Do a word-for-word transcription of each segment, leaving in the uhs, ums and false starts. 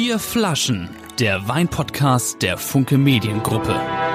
Vier Flaschen, der Weinpodcast der Funke Mediengruppe.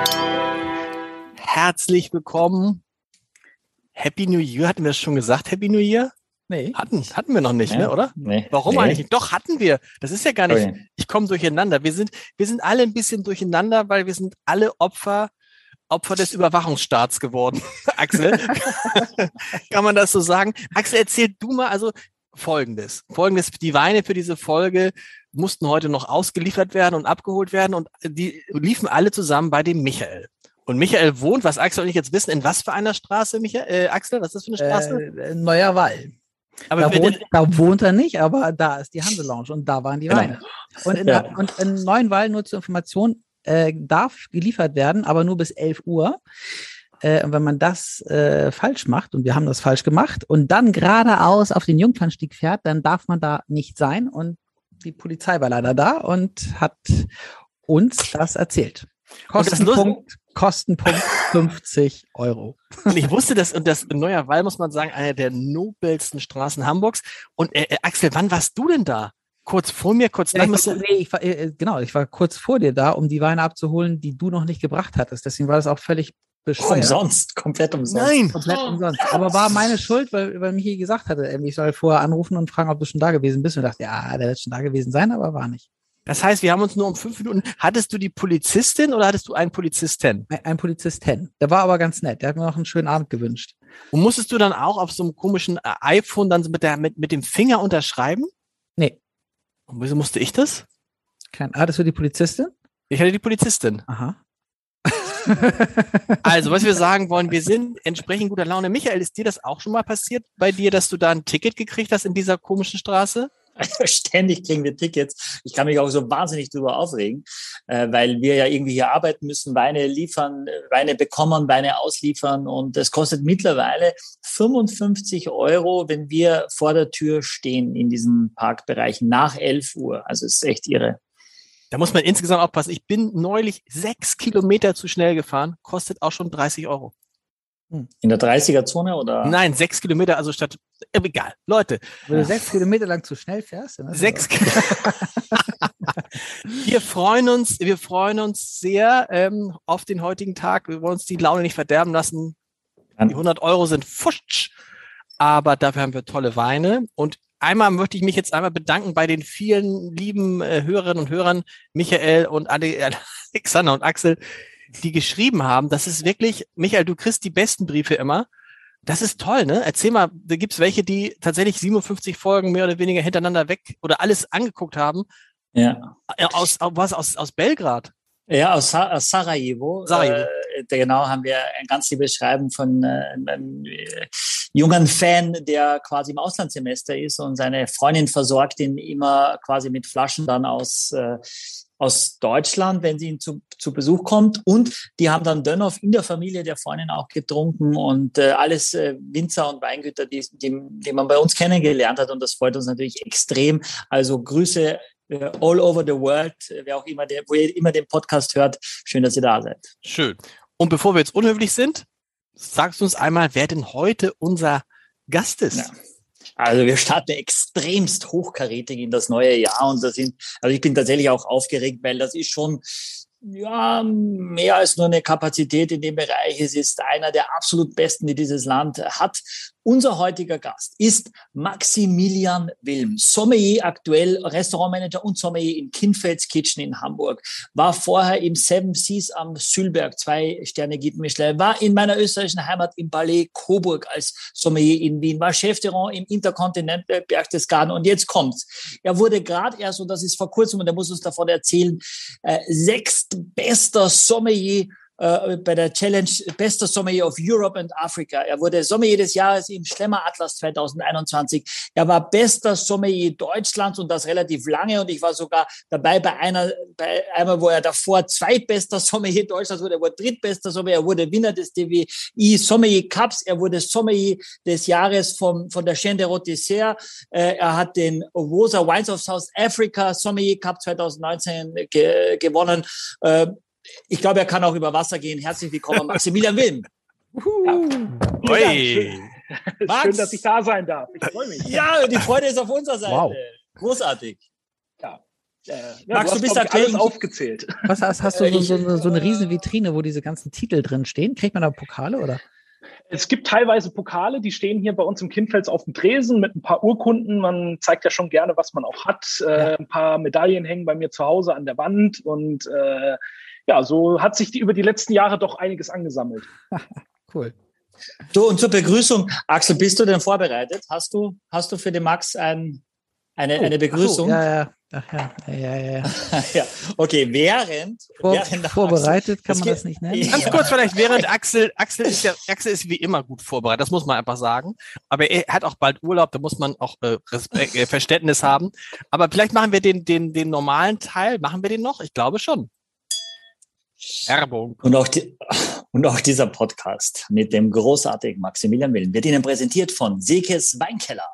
Herzlich willkommen. Happy New Year. Hatten wir das schon gesagt, Happy New Year? Nee. Hatten, hatten wir noch nicht, Nee. ne, oder? Nee. Warum Nee. eigentlich? Doch, hatten wir. Das ist ja gar nicht, Okay. ich komme durcheinander. Wir sind, wir sind alle ein bisschen durcheinander, weil wir sind alle Opfer, Opfer des Überwachungsstaats geworden. Axel, kann man das so sagen? Axel, erzähl du mal, also Folgendes. Folgendes, die Weine für diese Folge mussten heute noch ausgeliefert werden und abgeholt werden und die liefen alle zusammen bei dem Michael. Und Michael wohnt, was Axel und ich jetzt wissen, in was für einer Straße, Michael? Äh, Axel, was ist das für eine Straße? Äh, Neuer Wall. Aber Da wenn- wohnt, da wohnt er nicht, aber da ist die Hanse Lounge und da waren die Genau. Weine. Und in, Ja. und in Neuenwall, nur zur Information, äh, darf geliefert werden, aber nur bis elf Uhr. Äh, und wenn man das äh, falsch macht, und wir haben das falsch gemacht, und dann geradeaus auf den Jungfernstieg fährt, dann darf man da nicht sein. Und die Polizei war leider da und hat uns das erzählt. Und das Kostenpunkt, Kostenpunkt fünfzig Euro. Und ich wusste das, und das in Neuer Wall, muss man sagen, eine der nobelsten Straßen Hamburgs. Und äh, äh, Axel, wann warst du denn da? Kurz vor mir, kurz Ja, nach ich war, nee, ich war, äh, genau, ich war kurz vor dir da, um die Weine abzuholen, die du noch nicht gebracht hattest. Deswegen war das auch völlig bescheuert. Umsonst, komplett umsonst. Nein! Komplett umsonst. Aber war meine Schuld, weil, weil Michi gesagt hatte, ähm, ich soll vorher anrufen und fragen, ob du schon da gewesen bist. Und ich dachte, ja, der wird schon da gewesen sein, aber war nicht. Das heißt, wir haben uns nur um fünf Minuten. Hattest du die Polizistin oder hattest du einen Polizisten? Ein, ein Polizisten. Der war aber ganz nett. Der hat mir noch einen schönen Abend gewünscht. Und musstest du dann auch auf so einem komischen äh, iPhone dann so mit, der, mit, mit dem Finger unterschreiben? Nee, Und wieso musste ich das? kein. Hattest du die Polizistin? Ich hatte die Polizistin. Aha. Also, was wir sagen wollen, wir sind entsprechend guter Laune. Michael, ist dir das auch schon mal passiert bei dir, dass du da ein Ticket gekriegt hast in dieser komischen Straße? Ständig kriegen wir Tickets. Ich kann mich auch so wahnsinnig drüber aufregen, äh, weil wir ja irgendwie hier arbeiten müssen, Weine liefern, äh, Weine bekommen, Weine ausliefern. Und es kostet mittlerweile fünfundfünfzig Euro, wenn wir vor der Tür stehen in diesem Parkbereich nach elf Uhr. Also es ist echt irre. Da muss man insgesamt aufpassen. Ich bin neulich sechs Kilometer zu schnell gefahren, kostet auch schon dreißig Euro. In der dreißiger-Zone oder? Nein, sechs Kilometer, also statt, äh, egal. Leute, Wenn du sechs Kilometer lang zu schnell fährst. Dann ist sechs das Wir freuen uns, wir freuen uns sehr ähm, auf den heutigen Tag. Wir wollen uns die Laune nicht verderben lassen. Die hundert Euro sind futsch, aber dafür haben wir tolle Weine. Und einmal möchte ich mich jetzt einmal bedanken bei den vielen lieben äh, Hörerinnen und Hörern, Michael und Ale- Alexander und Axel, die geschrieben haben. Das ist wirklich, Michael, du kriegst die besten Briefe immer. Das ist toll, ne? Erzähl mal, da gibt's welche, die tatsächlich siebenundfünfzig Folgen mehr oder weniger hintereinander weg oder alles angeguckt haben. Ja. Äh, Aus, was, aus, aus Belgrad? Ja, aus, Sa aus Sarajevo. Sarajevo. Äh, genau, haben wir ein ganz liebes Schreiben von äh, einem äh, jungen Fan, der quasi im Auslandssemester ist und seine Freundin versorgt ihn immer quasi mit Flaschen dann aus, äh, aus Deutschland, wenn sie ihn zu, zu Besuch kommt. Und die haben dann Dönhoff in der Familie der Freundin auch getrunken und äh, alles äh, Winzer und Weingüter, die, die, die man bei uns kennengelernt hat. Und das freut uns natürlich extrem. Also Grüße äh, all over the world, wer auch immer, der, wo ihr immer den Podcast hört. Schön, dass ihr da seid. Schön. Und bevor wir jetzt unhöflich sind, sagst du uns einmal, wer denn heute unser Gast ist. Ja. Also wir starten extremst hochkarätig in das neue Jahr und das sind, also ich bin tatsächlich auch aufgeregt, weil das ist schon ja mehr als nur eine Kapazität in dem Bereich. Es ist einer der absolut besten, die dieses Land hat. Unser heutiger Gast ist Maximilian Wilm, Sommelier aktuell, Restaurantmanager und Sommelier in Kinfelds Kitchen in Hamburg. War vorher im Seven Seas am Sülberg, zwei Sterne Guide Michelin. War in meiner österreichischen Heimat im Palais Coburg als Sommelier in Wien. War Chef de Rang im Intercontinental Berchtesgaden. Und jetzt kommt's. Er wurde gerade erst, und das ist vor kurzem, und er muss uns davon erzählen, äh, sechstbester Sommelier äh, bei der Challenge Bester Sommelier of Europe and Africa. Er wurde Sommelier des Jahres im Schlemmer Atlas zwanzig einundzwanzig. Er war bester Sommelier Deutschlands und das relativ lange. Und ich war sogar dabei bei einer, bei einmal, wo er davor zweitbester Sommelier Deutschlands wurde. Er wurde drittbester Sommelier. Er wurde Winner des D W I Sommelier Cups. Er wurde Sommelier des Jahres vom, von der Chaîne de Rotisseur. Äh, er hat den Wosa Wines of South Africa Sommelier Cup zwanzig neunzehn ge gewonnen. Äh, Ich glaube, er kann auch über Wasser gehen. Herzlich willkommen, Maximilian Wilm. Ui. Max. Schön, dass ich da sein darf. Ich freue mich. Ja, die Freude ist auf unserer Seite. Wow. Großartig. Ja. Äh, ja, Max, du, du bist hast, alles aktuell aufgezählt. Was hast, hast du so, so, eine, so eine riesen Vitrine, wo diese ganzen Titel drin stehen? Kriegt man da Pokale oder? Es gibt teilweise Pokale, die stehen hier bei uns im Kindfels auf dem Tresen mit ein paar Urkunden. Man zeigt ja schon gerne, was man auch hat. Ja. Äh, ein paar Medaillen hängen bei mir zu Hause an der Wand. Und äh, ja, so hat sich die über die letzten Jahre doch einiges angesammelt. Cool. So, und zur Begrüßung, Axel, bist du denn vorbereitet? Hast du, hast du für den Max ein, eine, oh, eine Begrüßung? So, ja, ja. Ach ja, ja, ja, ja. ja. Okay, während, Vor, während vorbereitet Axel, kann man das, das nicht nennen. Ganz kurz vielleicht, während Axel, Axel ist ja, Axel ist wie immer gut vorbereitet, das muss man einfach sagen. Aber er hat auch bald Urlaub, da muss man auch äh, Respekt, äh, Verständnis haben. Aber vielleicht machen wir den, den, den normalen Teil, machen wir den noch? Ich glaube schon. Werbung. Und auch, die, und auch dieser Podcast mit dem großartigen Maximilian Willen wird Ihnen präsentiert von Sekes Weinkeller.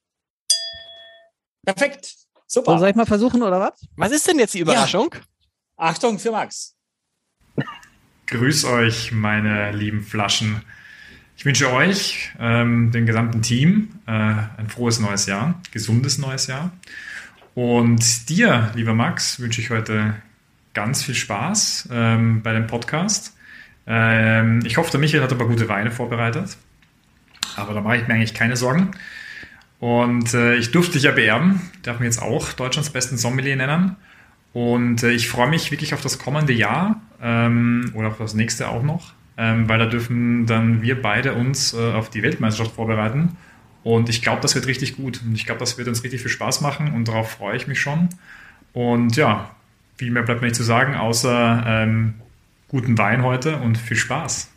Perfekt. Super. So, soll ich mal versuchen, oder was? Was ist denn jetzt die Überraschung? Ja. Achtung für Max. Grüß euch, meine lieben Flaschen. Ich wünsche euch, ähm, dem gesamten Team, äh, ein frohes neues Jahr, gesundes neues Jahr. Und dir, lieber Max, wünsche ich heute ganz viel Spaß ähm, bei dem Podcast. Ähm, ich hoffe, der Michael hat ein paar gute Weine vorbereitet. Aber da mache ich mir eigentlich keine Sorgen. Und äh, ich durfte dich ja beerben, darf mich jetzt auch Deutschlands besten Sommelier nennen. Und äh, ich freue mich wirklich auf das kommende Jahr ähm, oder auf das nächste auch noch, ähm, weil da dürfen dann wir beide uns äh, auf die Weltmeisterschaft vorbereiten. Und ich glaube, das wird richtig gut. Und ich glaube, das wird uns richtig viel Spaß machen und darauf freue ich mich schon. Und ja, viel mehr bleibt mir nicht zu sagen, außer ähm, guten Wein heute und viel Spaß.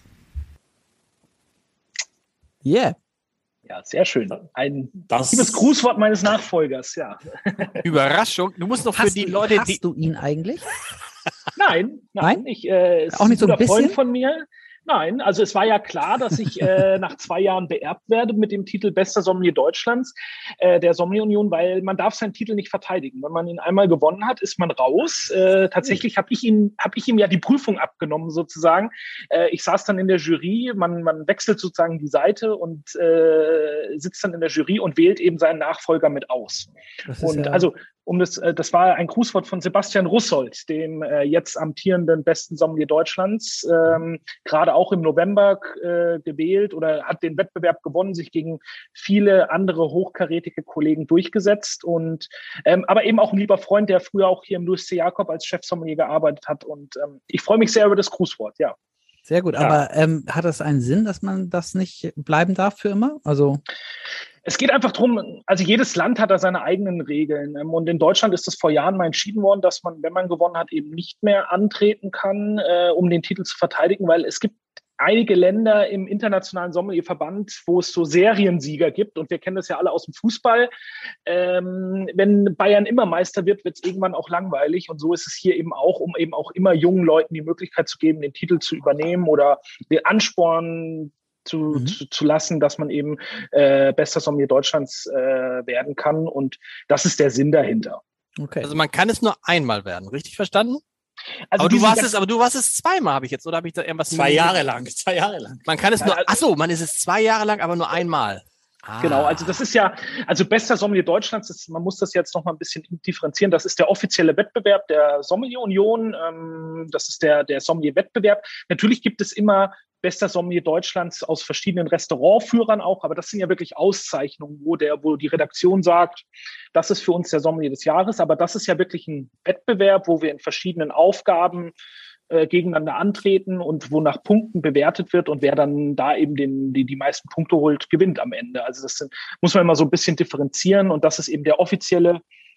Yeah. Ja, sehr schön. Ein das liebes Grußwort meines Nachfolgers, ja. Überraschung. Du musst noch für Hast die du, Leute, hast die... du ihn eigentlich? Nein, nein. Nein? Ich, äh, ist Auch nicht so ein guter Freund bisschen? von mir. Nein, also es war ja klar, dass ich äh, nach zwei Jahren beerbt werde mit dem Titel Bester Sommelier Deutschlands, äh, der Sommelier Union, weil man darf seinen Titel nicht verteidigen. Wenn man ihn einmal gewonnen hat, ist man raus. Äh, tatsächlich habe ich ihn, habe ich ihm ja die Prüfung abgenommen sozusagen. Äh, ich saß dann in der Jury, man, man wechselt sozusagen die Seite und äh, sitzt dann in der Jury und wählt eben seinen Nachfolger mit aus. Und ja also um das, das war ein Grußwort von Sebastian Russold, dem äh, jetzt amtierenden besten Sommelier Deutschlands, ähm, gerade auch im November äh, gewählt oder hat den Wettbewerb gewonnen, sich gegen viele andere hochkarätige Kollegen durchgesetzt und ähm, aber eben auch ein lieber Freund, der früher auch hier im Louis C. Jacob als Chefsommelier gearbeitet hat und ähm, ich freue mich sehr über das Grußwort, ja. Sehr gut, ja. Aber ähm, hat das einen Sinn, dass man das nicht bleiben darf für immer? Also es geht einfach drum, also jedes Land hat da seine eigenen Regeln. Und in Deutschland ist das vor Jahren mal entschieden worden, dass man, wenn man gewonnen hat, eben nicht mehr antreten kann, äh, um den Titel zu verteidigen, weil es gibt einige Länder im internationalen Sommelierverband, wo es so Seriensieger gibt. Und wir kennen das ja alle aus dem Fußball. Ähm, wenn Bayern immer Meister wird, wird es irgendwann auch langweilig. Und so ist es hier eben auch, um eben auch immer jungen Leuten die Möglichkeit zu geben, den Titel zu übernehmen oder den Ansporn Zu, mhm. zu, zu lassen, dass man eben äh, bester Sommelier Deutschlands äh, werden kann. Und das ist der Sinn dahinter. Okay. Also man kann es nur einmal werden, richtig verstanden? Also aber du warst es, aber du warst es zweimal, habe ich jetzt, oder habe ich da irgendwas? Zwei Jahre lang, zwei Jahre lang. Man kann es nur, ach so, man ist es zwei Jahre lang, aber nur einmal. Ah. Genau, also das ist ja, also bester Sommelier Deutschlands, ist, man muss das jetzt noch mal ein bisschen differenzieren, das ist der offizielle Wettbewerb der Sommelier Union, ähm, das ist der, der Sommelier-Wettbewerb. Natürlich gibt es immer bester Sommelier Deutschlands aus verschiedenen Restaurantführern auch, aber das sind ja wirklich Auszeichnungen, wo der, wo die Redaktion sagt, das ist für uns der Sommelier des Jahres, aber das ist ja wirklich ein Wettbewerb, wo wir in verschiedenen Aufgaben äh, gegeneinander antreten und wo nach Punkten bewertet wird und wer dann da eben den, die, die meisten Punkte holt, gewinnt am Ende. Also das sind, muss man immer so ein bisschen differenzieren und das ist eben der offizielle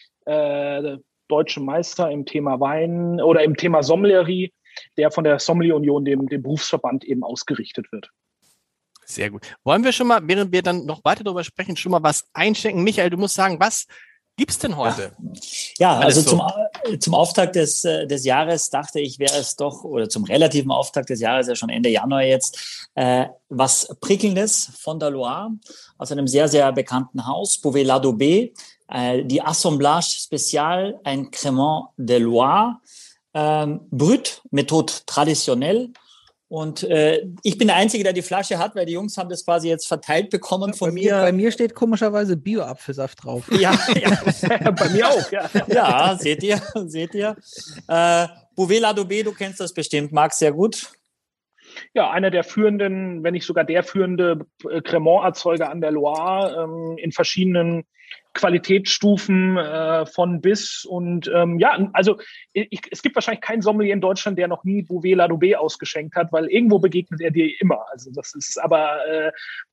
äh, deutsche Meister im Thema Wein oder im Thema Sommelierie, der von der Sommelier Union, dem, dem Berufsverband eben ausgerichtet wird. Sehr gut. Wollen wir schon mal, während wir dann noch weiter darüber sprechen, schon mal was einschenken? Michael, du musst sagen, was gibt's denn heute? Ja, ja also so. zum, zum Auftakt des, des Jahres dachte ich, wäre es doch, oder zum relativen Auftakt des Jahres, ja schon Ende Januar jetzt, äh, was Prickelndes von der Loire, aus einem sehr, sehr bekannten Haus, Beauvais-la-Daubé, äh, die Assemblage Spéciale, ein Crémant de Loire, Ähm, Brut, Methode traditionnelle Und äh, ich bin der Einzige, der die Flasche hat, weil die Jungs haben das quasi jetzt verteilt bekommen von bei mir. Bei mir steht komischerweise Bio-Apfelsaft drauf. Ja, ja. Bei mir auch, ja. Ja, seht ihr, seht ihr. Äh, Bouvet Ladobé, du kennst das bestimmt, magst sehr gut. Ja, einer der führenden, wenn nicht sogar der führende Cremant-Erzeuger an der Loire, ähm, in verschiedenen Qualitätsstufen äh, von bis. Und ähm, ja, also ich, es gibt wahrscheinlich keinen Sommelier in Deutschland, der noch nie Bouvet Ladobé ausgeschenkt hat, weil irgendwo begegnet er dir immer. Also das ist aber, äh,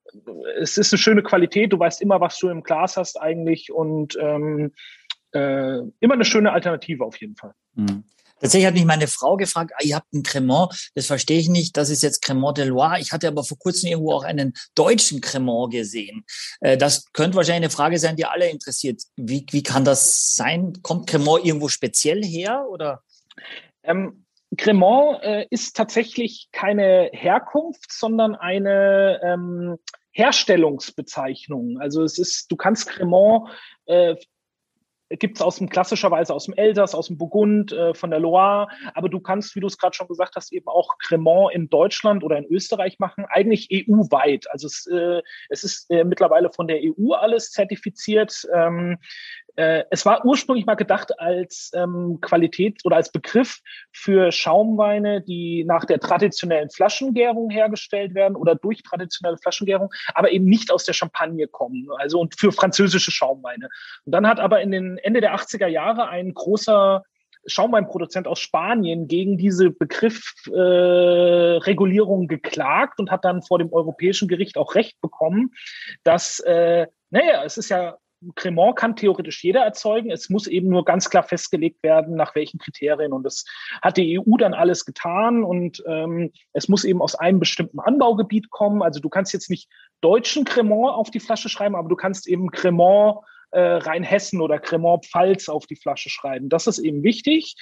es ist eine schöne Qualität. Du weißt immer, was du im Glas hast eigentlich und ähm, äh, immer eine schöne Alternative auf jeden Fall. Mhm. Tatsächlich hat mich meine Frau gefragt, ah, ihr habt einen Cremant, das verstehe ich nicht, das ist jetzt Cremant de Loire. Ich hatte aber vor kurzem irgendwo auch einen deutschen Cremant gesehen. Das könnte wahrscheinlich eine Frage sein, die alle interessiert. Wie, wie kann das sein? Kommt Cremant irgendwo speziell her, oder? Ähm, Cremant äh, ist tatsächlich keine Herkunft, sondern eine ähm, Herstellungsbezeichnung. Also es ist, du kannst Cremant äh, gibt es aus dem klassischerweise aus dem Elsass, aus dem Burgund, äh, von der Loire. Aber du kannst, wie du es gerade schon gesagt hast, eben auch Cremant in Deutschland oder in Österreich machen, eigentlich E U-weit. Also es, äh, es ist äh, mittlerweile von der E U alles zertifiziert. Ähm, äh, es war ursprünglich mal gedacht als ähm, Qualität oder als Begriff für Schaumweine, die nach der traditionellen Flaschengärung hergestellt werden oder durch traditionelle Flaschengärung, aber eben nicht aus der Champagne kommen. Also und für französische Schaumweine. Und dann hat aber in den Ende der achtziger Jahre ein großer Schaumweinproduzent aus Spanien gegen diese Begriffsregulierung äh, geklagt und hat dann vor dem Europäischen Gericht auch Recht bekommen, dass, äh, naja, es ist ja, Cremant kann theoretisch jeder erzeugen, es muss eben nur ganz klar festgelegt werden, nach welchen Kriterien. Und das hat die E U dann alles getan und ähm, es muss eben aus einem bestimmten Anbaugebiet kommen. Also du kannst jetzt nicht deutschen Cremant auf die Flasche schreiben, aber du kannst eben Cremant äh, Rheinhessen oder Cremant Pfalz auf die Flasche schreiben. Das ist eben wichtig.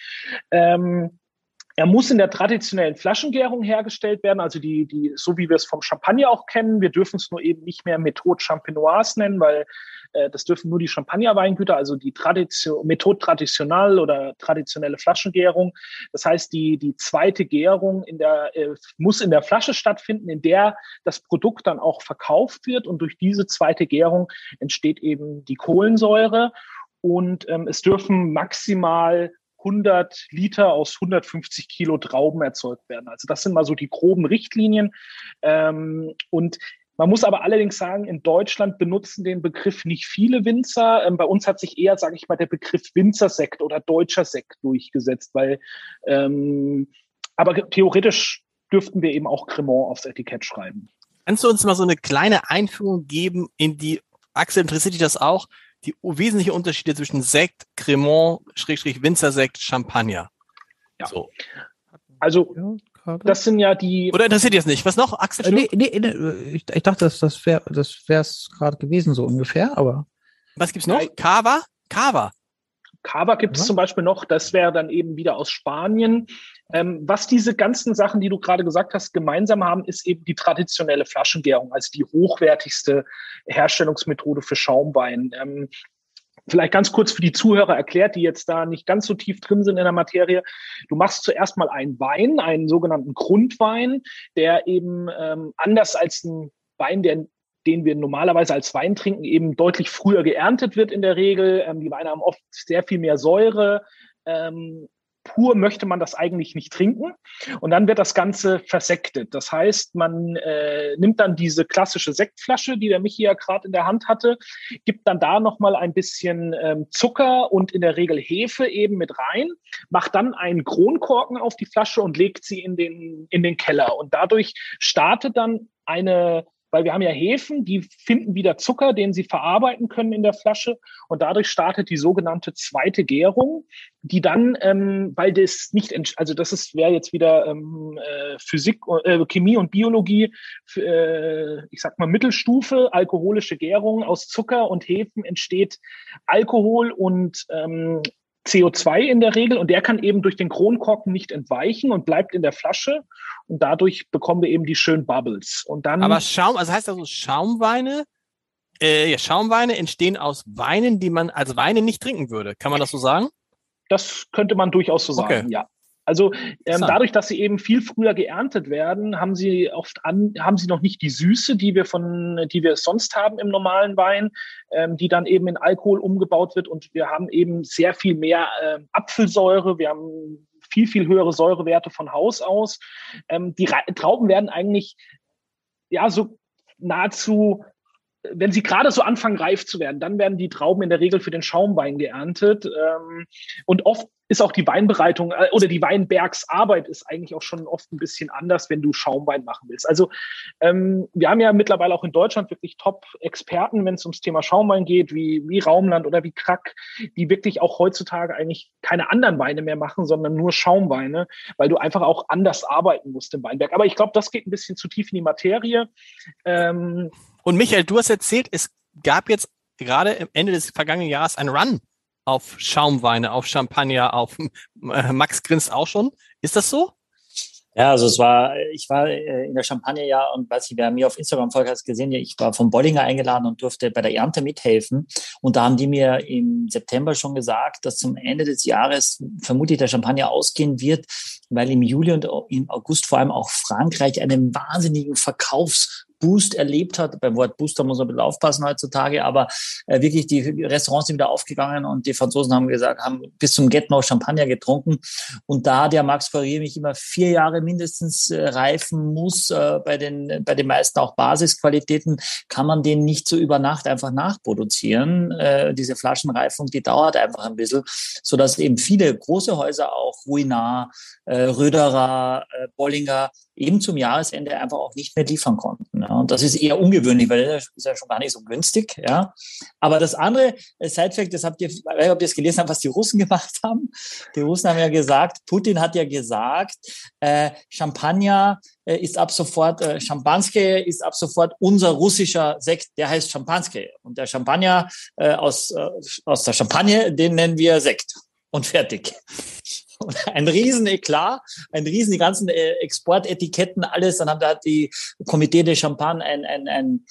Ähm, Er muss in der traditionellen Flaschengärung hergestellt werden, also die, die, so wie wir es vom Champagner auch kennen. Wir dürfen es nur eben nicht mehr Méthode Champenoise nennen, weil äh, das dürfen nur die Champagner-Weingüter, also die Tradition, Méthode traditionnelle oder traditionelle Flaschengärung. Das heißt, die, die zweite Gärung in der, äh, muss in der Flasche stattfinden, in der das Produkt dann auch verkauft wird. Und durch diese zweite Gärung entsteht eben die Kohlensäure. Und ähm, es dürfen maximal hundert Liter aus hundertfünfzig Kilo Trauben erzeugt werden. Also das sind mal so die groben Richtlinien. Ähm, und man muss aber allerdings sagen, in Deutschland benutzen den Begriff nicht viele Winzer. Ähm, bei uns hat sich eher, sage ich mal, der Begriff Winzersekt oder deutscher Sekt durchgesetzt, weil ähm, aber theoretisch dürften wir eben auch Cremant aufs Etikett schreiben. Kannst du uns mal so eine kleine Einführung geben in die, Axel, interessiert dich das auch, die wesentlichen Unterschiede zwischen Sekt, Cremant, Schrägstrich Winzersekt, Champagner? Ja. So. Also das sind ja die... Oder interessiert dich das nicht? Was noch, Axel? Äh, nee, nee, nee, ich, ich dachte, das, das wäre das wär's gerade gewesen, so ungefähr, aber... Was gibt's noch? Cava? Cava. Cava gibt es Ja. zum Beispiel noch, das wäre dann eben wieder aus Spanien. Ähm, was diese ganzen Sachen, die du gerade gesagt hast, gemeinsam haben, ist eben die traditionelle Flaschengärung, also die hochwertigste Herstellungsmethode für Schaumwein. Ähm, vielleicht ganz kurz für die Zuhörer erklärt, die jetzt da nicht ganz so tief drin sind in der Materie. Du machst zuerst mal einen Wein, einen sogenannten Grundwein, der eben ähm, anders als ein Wein, der den wir normalerweise als Wein trinken, eben deutlich früher geerntet wird in der Regel. Ähm, die Weine haben oft sehr viel mehr Säure. Ähm, pur möchte man das eigentlich nicht trinken. Und dann wird das Ganze versektet. Das heißt, man äh, nimmt dann diese klassische Sektflasche, die der Michi ja gerade in der Hand hatte, gibt dann da nochmal ein bisschen ähm, Zucker und in der Regel Hefe eben mit rein, macht dann einen Kronkorken auf die Flasche und legt sie in den, in den Keller. Und dadurch startet dann eine... Weil wir haben ja Hefen, die finden wieder Zucker, den sie verarbeiten können in der Flasche. Und dadurch startet die sogenannte zweite Gärung, die dann, ähm, weil das nicht, also das ist wäre jetzt wieder ähm, äh, Physik, äh, Chemie und Biologie, äh, ich sag mal Mittelstufe, alkoholische Gärung. Aus Zucker und Hefen entsteht Alkohol und ähm, C O zwei in der Regel, und der kann eben durch den Kronkorken nicht entweichen und bleibt in der Flasche, und dadurch bekommen wir eben die schönen Bubbles. Und dann Aber Schaum, also heißt also Schaumweine, äh, ja, Schaumweine entstehen aus Weinen, die man als Weine nicht trinken würde. Kann man das so sagen? das könnte man durchaus so sagen, Okay. ja. Also ähm, dadurch, dass sie eben viel früher geerntet werden, haben sie oft an, haben sie noch nicht die Süße, die wir von, die wir sonst haben im normalen Wein, ähm, die dann eben in Alkohol umgebaut wird. Und wir haben eben sehr viel mehr äh, Apfelsäure. Wir haben viel, viel höhere Säurewerte von Haus aus. Ähm, die Ra- Trauben werden eigentlich ja so nahezu, wenn sie gerade so anfangen reif zu werden, dann werden die Trauben in der Regel für den Schaumwein geerntet. Ähm, und oft ist auch die Weinbereitung äh, oder die Weinbergsarbeit ist eigentlich auch schon oft ein bisschen anders, wenn du Schaumwein machen willst. Also ähm, wir haben ja mittlerweile auch in Deutschland wirklich Top-Experten, wenn es ums Thema Schaumwein geht, wie, wie Raumland oder wie Krack, die wirklich auch heutzutage eigentlich keine anderen Weine mehr machen, sondern nur Schaumweine, weil du einfach auch anders arbeiten musst im Weinberg. Aber ich glaube, das geht ein bisschen zu tief in die Materie. Ähm, Und Michael, du hast erzählt, es gab jetzt gerade am Ende des vergangenen Jahres einen Run auf Schaumweine, auf Champagner, auf äh, Max grinst auch schon. Ist das so? Ja, also es war, ich war äh, in der Champagnerjahr und weiß ich, wer mir auf Instagram folgt, hat es gesehen, ich war vom Bollinger eingeladen und durfte bei der Ernte mithelfen. Und da haben die mir im September schon gesagt, dass zum Ende des Jahres vermutlich der Champagner ausgehen wird, weil im Juli und im August vor allem auch Frankreich einen wahnsinnigen Verkaufs Boost erlebt hat. Beim Wort Booster muss man ein bisschen aufpassen heutzutage, aber äh, wirklich die Restaurants sind wieder aufgegangen und die Franzosen haben gesagt, haben bis zum Get noch Champagner getrunken. Und da der Max Poirier mich immer vier Jahre mindestens äh, reifen muss, äh, bei den bei den meisten auch Basisqualitäten, kann man den nicht so über Nacht einfach nachproduzieren. Äh, diese Flaschenreifung, die dauert einfach ein bisschen, sodass eben viele große Häuser, auch Ruinart, äh, Röderer, äh, Bollinger, eben zum Jahresende einfach auch nicht mehr liefern konnten. Ja. Und das ist eher ungewöhnlich, weil das ist ja schon gar nicht so günstig. Ja. Aber das andere Sidefact, das habt ihr, ich weiß nicht, ob ihr es gelesen habt, was die Russen gemacht haben. Die Russen haben ja gesagt, Putin hat ja gesagt, äh, Champagner äh, ist ab sofort, äh, Champanske ist ab sofort unser russischer Sekt, der heißt Champanske. Und der Champagner äh, aus, äh, aus der Champagne, den nennen wir Sekt. Und fertig. Ein riesen Eklat, ein riesen, die ganzen äh, Exportetiketten, alles. Dann haben da die Comité de Champagne ein, ein, ein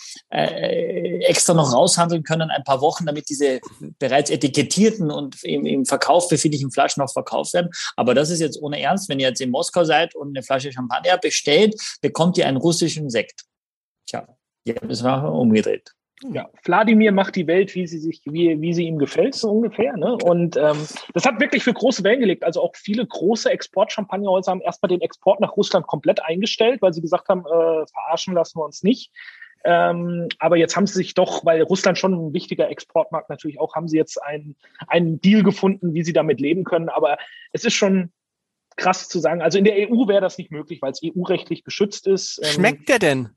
äh, extra noch raushandeln können, ein paar Wochen, damit diese bereits etikettierten und im, im Verkauf befindlichen Flaschen noch verkauft werden. Aber das ist jetzt ohne Ernst. Wenn ihr jetzt in Moskau seid und eine Flasche Champagner bestellt, bekommt ihr einen russischen Sekt. Tja, das war umgedreht. Ja, Wladimir macht die Welt, wie sie sich, wie, wie sie ihm gefällt, so ungefähr. Ne? Und ähm, das hat wirklich für große Wellen gelegt. Also auch viele große Export-Champagnerhäuser haben erstmal den Export nach Russland komplett eingestellt, weil sie gesagt haben, äh, verarschen lassen wir uns nicht. Ähm, aber jetzt haben sie sich doch, weil Russland schon ein wichtiger Exportmarkt natürlich auch, haben sie jetzt einen, einen Deal gefunden, wie sie damit leben können. Aber es ist schon krass zu sagen. Also in der E U wäre das nicht möglich, weil es E U-rechtlich geschützt ist. Ähm, Schmeckt der denn,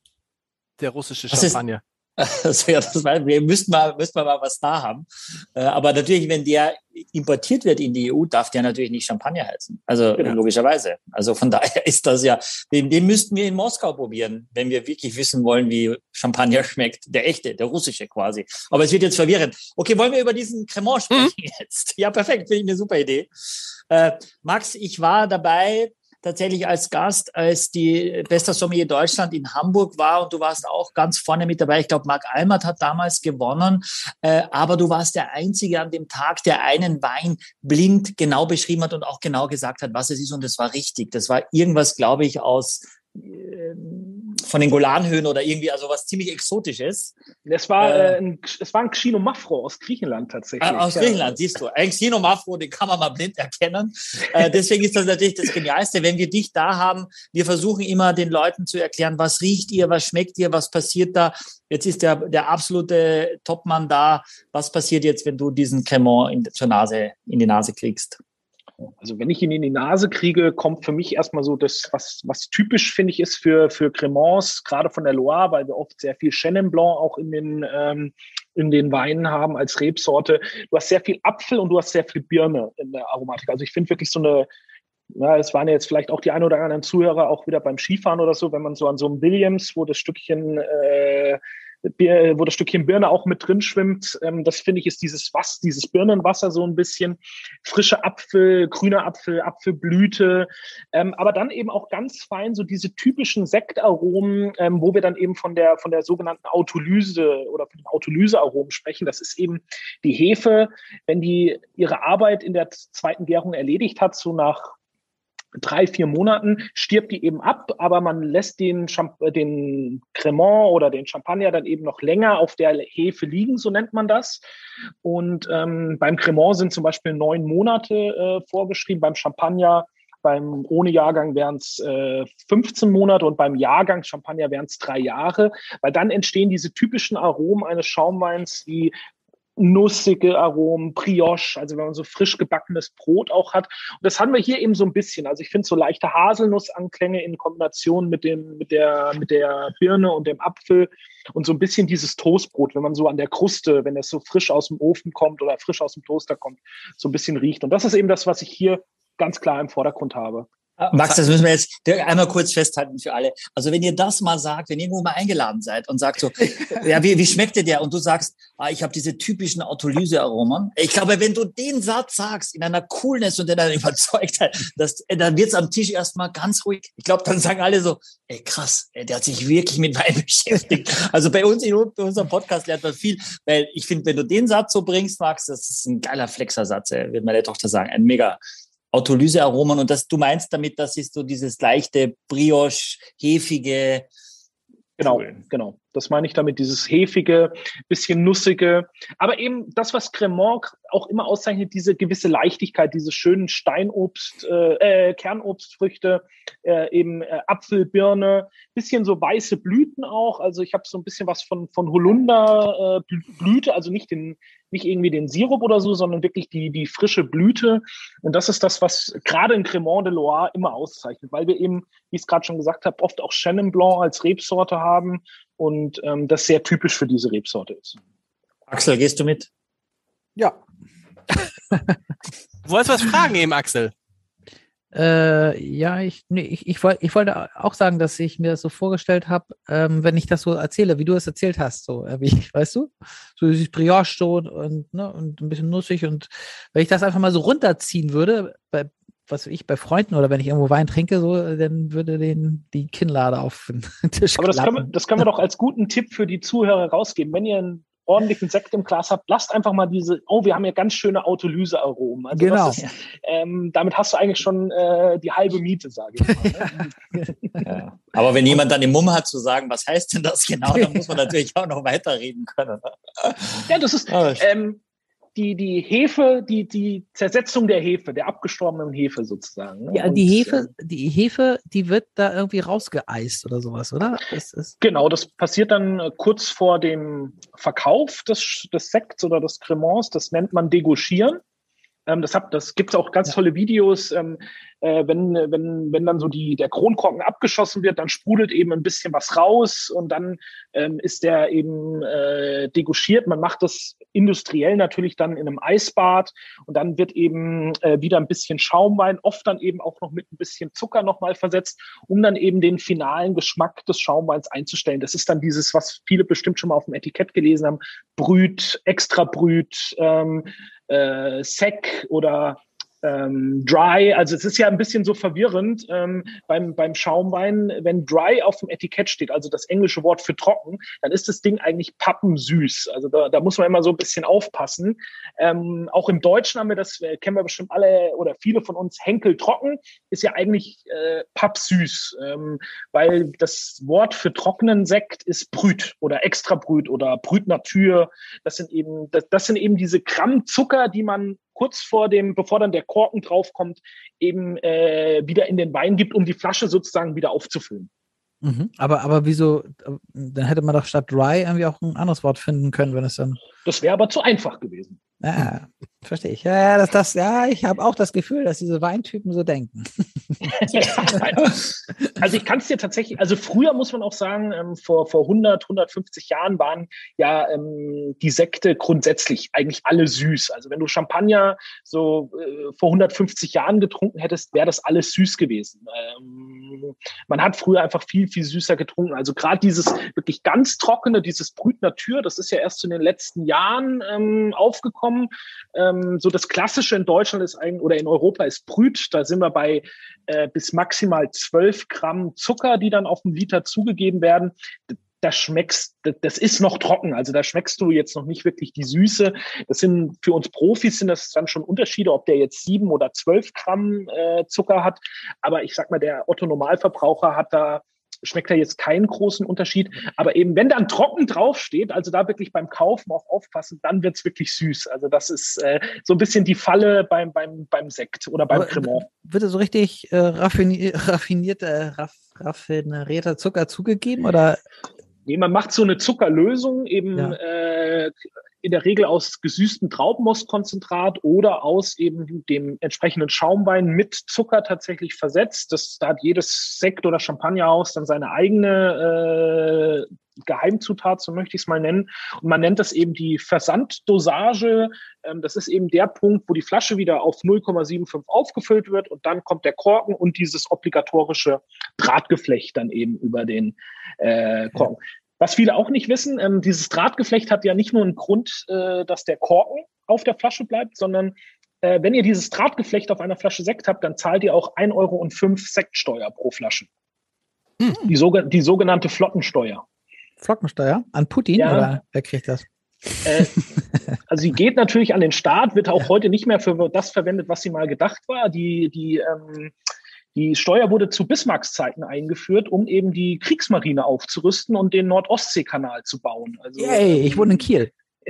der russische Champagner? Also ja, das war, wir müssten mal, müssten wir mal was da haben. Äh, aber natürlich, wenn der importiert wird in die E U, darf der natürlich nicht Champagner heißen. Also genau. Logischerweise. Also von daher ist das ja, den, den müssten wir in Moskau probieren, wenn wir wirklich wissen wollen, wie Champagner schmeckt. Der echte, der russische quasi. Aber es wird jetzt verwirrend. Okay, wollen wir über diesen Cremant sprechen mhm. jetzt? Ja, perfekt. Finde ich eine super Idee. Äh, Max, ich war dabei, tatsächlich als Gast, als die Bester Sommelier Deutschland in Hamburg war und du warst auch ganz vorne mit dabei. Ich glaube, Marc Almert hat damals gewonnen, äh, aber du warst der Einzige an dem Tag, der einen Wein blind genau beschrieben hat und auch genau gesagt hat, was es ist und das war richtig. Das war irgendwas, glaube ich, aus äh, von den Golanhöhen oder irgendwie, also was ziemlich Exotisches. Es war, äh, ein, es war ein Xinomafro aus Griechenland tatsächlich. Äh, aus Griechenland, ja. Siehst du. Ein Xinomafro, den kann man mal blind erkennen. äh, deswegen ist das natürlich das Genialste, wenn wir dich da haben. Wir versuchen immer den Leuten zu erklären, was riecht ihr, was schmeckt ihr, was passiert da. Jetzt ist der, der absolute Topmann da. Was passiert jetzt, wenn du diesen Cremant in, zur Nase, in die Nase kriegst? Also wenn ich ihn in die Nase kriege, kommt für mich erstmal so das, was, was typisch, finde ich, ist für, für Cremants, gerade von der Loire, weil wir oft sehr viel Chenin Blanc auch in den, ähm, in den Weinen haben als Rebsorte. Du hast sehr viel Apfel und du hast sehr viel Birne in der Aromatik. Also ich finde wirklich so eine, ja, es waren ja jetzt vielleicht auch die ein oder anderen Zuhörer auch wieder beim Skifahren oder so, wenn man so an so einem Williams, wo das Stückchen äh, wo das Stückchen Birne auch mit drin schwimmt. Das finde ich ist dieses Was, dieses Birnenwasser so ein bisschen. Frische Apfel, grüner Apfel, Apfelblüte. Aber dann eben auch ganz fein so diese typischen Sektaromen, wo wir dann eben von der, von der sogenannten Autolyse oder von den Autolysearomen sprechen. Das ist eben die Hefe, wenn die ihre Arbeit in der zweiten Gärung erledigt hat, so nach drei, vier Monaten stirbt die eben ab, aber man lässt den, Champ- den Cremant oder den Champagner dann eben noch länger auf der Hefe liegen, so nennt man das. Und ähm, beim Cremant sind zum Beispiel neun Monate äh, vorgeschrieben, beim Champagner, beim ohne Jahrgang wären es äh, fünfzehn Monate und beim Jahrgang Champagner wären es drei Jahre, weil dann entstehen diese typischen Aromen eines Schaumweins wie nussige Aromen, Brioche, also wenn man so frisch gebackenes Brot auch hat. Und das haben wir hier eben so ein bisschen. Also ich finde so leichte Haselnussanklänge in Kombination mit dem, mit der, mit der Birne und dem Apfel und so ein bisschen dieses Toastbrot, wenn man so an der Kruste, wenn das so frisch aus dem Ofen kommt oder frisch aus dem Toaster kommt, so ein bisschen riecht. Und das ist eben das, was ich hier ganz klar im Vordergrund habe. Max, das müssen wir jetzt einmal kurz festhalten für alle. Also wenn ihr das mal sagt, wenn ihr irgendwo mal eingeladen seid und sagt so, ja, wie, wie schmeckt dir der? Und du sagst, ah, ich habe diese typischen Autolyse-Aromen. Ich glaube, wenn du den Satz sagst, in einer Coolness und in einer Überzeugtheit, das, dann wird's am Tisch erstmal ganz ruhig. Ich glaube, dann sagen alle so, ey krass, ey, der hat sich wirklich mit Wein beschäftigt. Also bei uns in bei unserem Podcast lernt man viel, weil ich finde, wenn du den Satz so bringst, Max, das ist ein geiler Flexersatz, wird meine Tochter sagen, ein mega Autolyse-Aromen. Und das, du meinst damit, das ist so dieses leichte Brioche, hefige. Genau, genau. Das meine ich damit, dieses hefige, bisschen nussige. Aber eben das, was Cremant auch immer auszeichnet, diese gewisse Leichtigkeit, diese schönen Steinobst, äh, äh, Kernobstfrüchte, äh, eben äh, Apfel, Birne, bisschen so weiße Blüten auch. Also ich habe so ein bisschen was von von Holunder äh, Blüte, also nicht den nicht irgendwie den Sirup oder so, sondern wirklich die die frische Blüte. Und das ist das, was gerade in Cremant de Loire immer auszeichnet, weil wir eben, wie ich es gerade schon gesagt habe, oft auch Chenin Blanc als Rebsorte haben und ähm, das sehr typisch für diese Rebsorte ist. Axel, gehst du mit? Ja. Du wolltest was fragen eben, Axel? Äh, ja, ich, nee, ich, ich, wollt, ich wollte auch sagen, dass ich mir das so vorgestellt habe, ähm, wenn ich das so erzähle, wie du es erzählt hast, so, äh, wie, weißt du, so dieses Brioche so und, ne, und ein bisschen nussig und wenn ich das einfach mal so runterziehen würde, bei, was weiß ich, bei Freunden oder wenn ich irgendwo Wein trinke, so, dann würde den die Kinnlade auf den Tisch Aber das können, wir, klappen. das können wir doch als guten Tipp für die Zuhörer rausgeben. Wenn ihr einen ordentlichen Sekt im Glas habt, lasst einfach mal diese, oh, wir haben ja ganz schöne Autolyse-Aromen. Also genau. das ist, ähm, damit hast du eigentlich schon äh, die halbe Miete, sage ich mal. Ne? Ja. Aber wenn jemand dann den Mumm hat zu sagen, was heißt denn das genau, dann muss man natürlich auch noch weiterreden können. Ja, das ist ähm, die, die Hefe, die, die Zersetzung der Hefe, der abgestorbenen Hefe sozusagen. Ne? Ja, die Und, Hefe, die Hefe, die wird da irgendwie rausgeeist oder sowas, oder? Das ist genau, das passiert dann äh, kurz vor dem Verkauf des, des Sekts oder des Cremants. Das nennt man Degauchieren. Ähm, das hat, das gibt's auch ganz Ja. tolle Videos. Ähm, äh, wenn, wenn, wenn dann so die, der Kronkorken abgeschossen wird, dann sprudelt eben ein bisschen was raus und dann ähm, ist der eben äh, degauchiert. Man macht das industriell natürlich dann in einem Eisbad und dann wird eben äh, wieder ein bisschen Schaumwein, oft dann eben auch noch mit ein bisschen Zucker nochmal versetzt, um dann eben den finalen Geschmack des Schaumweins einzustellen. Das ist dann dieses, was viele bestimmt schon mal auf dem Etikett gelesen haben, Brüt, Extra Brüt, ähm, äh, Sec oder ähm, Dry. Also es ist ja ein bisschen so verwirrend ähm, beim, beim Schaumwein, wenn Dry auf dem Etikett steht, also das englische Wort für trocken, dann ist das Ding eigentlich pappensüß. Also da, da muss man immer so ein bisschen aufpassen. Ähm, auch im Deutschen haben wir das, äh, kennen wir bestimmt alle oder viele von uns, Henkel trocken, ist ja eigentlich äh, pappsüß, ähm, weil das Wort für trockenen Sekt ist Brüt oder Extra Brüt oder Brüt Natur. Das sind eben, das, das sind eben diese Gramm Zucker, die man kurz vor dem, bevor dann der Korken draufkommt, eben äh, wieder in den Wein gibt, um die Flasche sozusagen wieder aufzufüllen. Mhm. Aber, aber wieso, dann hätte man doch statt Dry irgendwie auch ein anderes Wort finden können, wenn es dann. Das wäre aber zu einfach gewesen. Ja, verstehe ich. Ja, ja, das, das, ja, ich habe auch das Gefühl, dass diese Weintypen so denken. Also ich kann es dir tatsächlich, also früher muss man auch sagen, ähm, vor, vor hundert, hundertfünfzig Jahren waren ja ähm, die Sekte grundsätzlich eigentlich alle süß. Also wenn du Champagner so äh, vor hundertfünfzig Jahren getrunken hättest, wäre das alles süß gewesen. Ähm, man hat früher einfach viel, viel süßer getrunken. Also gerade dieses wirklich ganz trockene, dieses Brüt Natur, das ist ja erst in den letzten Jahren ähm, aufgekommen. Ähm, so das Klassische in Deutschland ist eigentlich, oder in Europa ist Brüt. Da sind wir bei äh, bis maximal zwölf Gramm Zucker, die dann auf einen Liter zugegeben werden. da schmeckst, das ist noch trocken, also da schmeckst du jetzt noch nicht wirklich die Süße. Das sind für uns Profis sind das dann schon Unterschiede, ob der jetzt sieben oder zwölf Gramm äh, Zucker hat. Aber ich sag mal, der Otto-Normalverbraucher hat da schmeckt da jetzt keinen großen Unterschied. Aber eben, wenn dann trocken draufsteht, also da wirklich beim Kaufen auch aufpassen, dann wird's wirklich süß. Also das ist äh, so ein bisschen die Falle beim, beim, beim Sekt oder beim Cremant. Wird so richtig äh, raffini- raffinierter, raff, raffinierter Zucker zugegeben? Oder? Nee, man macht so eine Zuckerlösung eben ja. äh, in der Regel aus gesüßtem Traubenmostkonzentrat oder aus eben dem entsprechenden Schaumwein mit Zucker tatsächlich versetzt. Das, da hat jedes Sekt- oder Champagnerhaus dann seine eigene äh, Geheimzutat, so möchte ich es mal nennen. Und man nennt das eben die Versanddosage. Ähm, das ist eben der Punkt, wo die Flasche wieder auf null Komma fünfundsiebzig aufgefüllt wird und dann kommt der Korken und dieses obligatorische Drahtgeflecht dann eben über den äh, Korken. Ja. Was viele auch nicht wissen, ähm, dieses Drahtgeflecht hat ja nicht nur einen Grund, äh, dass der Korken auf der Flasche bleibt, sondern äh, wenn ihr dieses Drahtgeflecht auf einer Flasche Sekt habt, dann zahlt ihr auch ein Euro und fünf Sektsteuer pro Flasche. Hm. Die, sog- die sogenannte Flottensteuer. Flottensteuer? An Putin ja. Oder wer kriegt das? Äh, also sie geht natürlich an den Staat, wird auch ja. heute nicht mehr für das verwendet, was sie mal gedacht war. Die, die ähm, Die Steuer wurde zu Bismarcks Zeiten eingeführt, um eben die Kriegsmarine aufzurüsten und den Nord-Ostsee-Kanal zu bauen. Also, Yay, ich wohne in Kiel.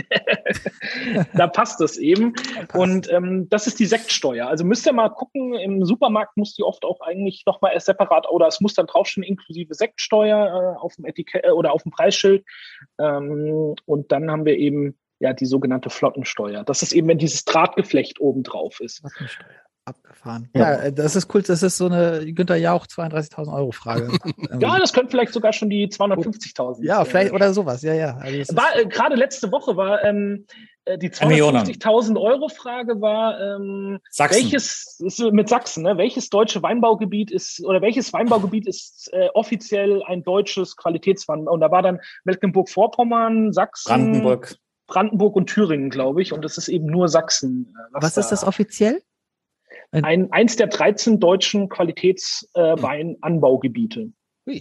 Da passt das eben. Passt. Und ähm, das ist die Sektsteuer. Also müsst ihr mal gucken, im Supermarkt muss die oft auch eigentlich nochmal erst separat, oder es muss dann draufstehen, inklusive Sektsteuer äh, auf dem Etikett äh, oder auf dem Preisschild. Ähm, und dann haben wir eben ja die sogenannte Flottensteuer. Das ist eben, wenn dieses Drahtgeflecht oben drauf ist. Flottensteuer. Abgefahren. Ja. ja, das ist cool. Das ist so eine Günther Jauch zweiunddreißigtausend Euro Frage. Ja, das könnte vielleicht sogar schon die zweihundertfünfzigtausend. Ja, vielleicht äh, oder sowas. Ja, ja. Also war, äh, gerade letzte Woche war ähm, die zweihundertfünfzigtausend Euro Frage war, ähm, welches ist mit Sachsen, ne? Welches deutsche Weinbaugebiet ist oder welches Weinbaugebiet ist äh, offiziell ein deutsches Qualitätsweinbau? Und da war dann Mecklenburg-Vorpommern, Sachsen, Brandenburg, Brandenburg und Thüringen, glaube ich. Und das ist eben nur Sachsen. Was, was ist da das offiziell? Ein, eins der dreizehn deutschen Qualitätsweinanbaugebiete. Äh,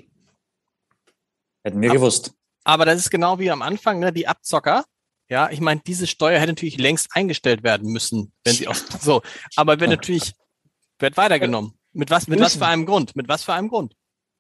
Hätten wir gewusst. Aber das ist genau wie am Anfang, ne, die Abzocker. Ja, ich meine, diese Steuer hätte natürlich längst eingestellt werden müssen, wenn sie auch so. Aber wird natürlich, wird weitergenommen. Mit was, mit was für einem Grund? Mit was für einem Grund?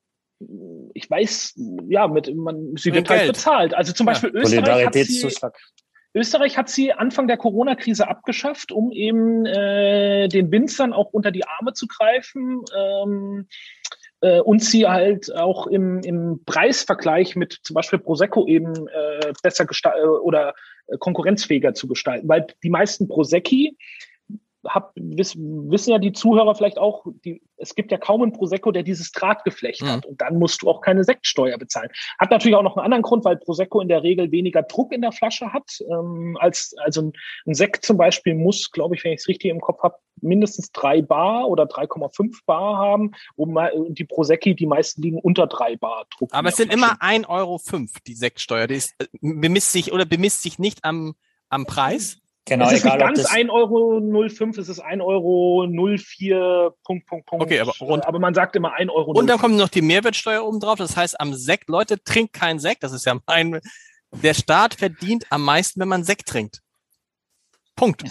Ich weiß, ja, mit, man, sie wird halt bezahlt. Also zum Beispiel ja. Österreich hat sie, Österreich hat sie Anfang der Corona-Krise abgeschafft, um eben äh, den Winzern auch unter die Arme zu greifen ähm, äh, und sie halt auch im, im Preisvergleich mit zum Beispiel Prosecco eben äh, besser gestalten oder äh, konkurrenzfähiger zu gestalten. Weil die meisten Prosecchi, hab, wiss, wissen ja die Zuhörer vielleicht auch, die, es gibt ja kaum einen Prosecco, der dieses Drahtgeflecht mhm. hat. Und dann musst du auch keine Sektsteuer bezahlen. Hat natürlich auch noch einen anderen Grund, weil Prosecco in der Regel weniger Druck in der Flasche hat. Ähm, als Also ein, ein Sekt zum Beispiel muss, glaube ich, wenn ich es richtig im Kopf habe, mindestens drei Bar oder drei Komma fünf Bar haben. Und die Prosecchi, die meisten liegen unter drei Bar Druck. Aber es sind Flasche. Immer ein Euro fünf, die Sektsteuer. Die ist, bemisst sich oder bemisst sich nicht am, am Preis. Genau, es ist egal, nicht ganz ein Euro null fünf, es ist ein Euro null vier, Punkt, Punkt, Punkt. Okay, aber, rund. aber man sagt immer ein Euro null fünf. Und dann kommt noch die Mehrwertsteuer oben drauf. Das heißt, am Sekt, Leute, trinkt keinen Sekt. Das ist ja mein, der Staat verdient am meisten, wenn man Sekt trinkt. Punkt.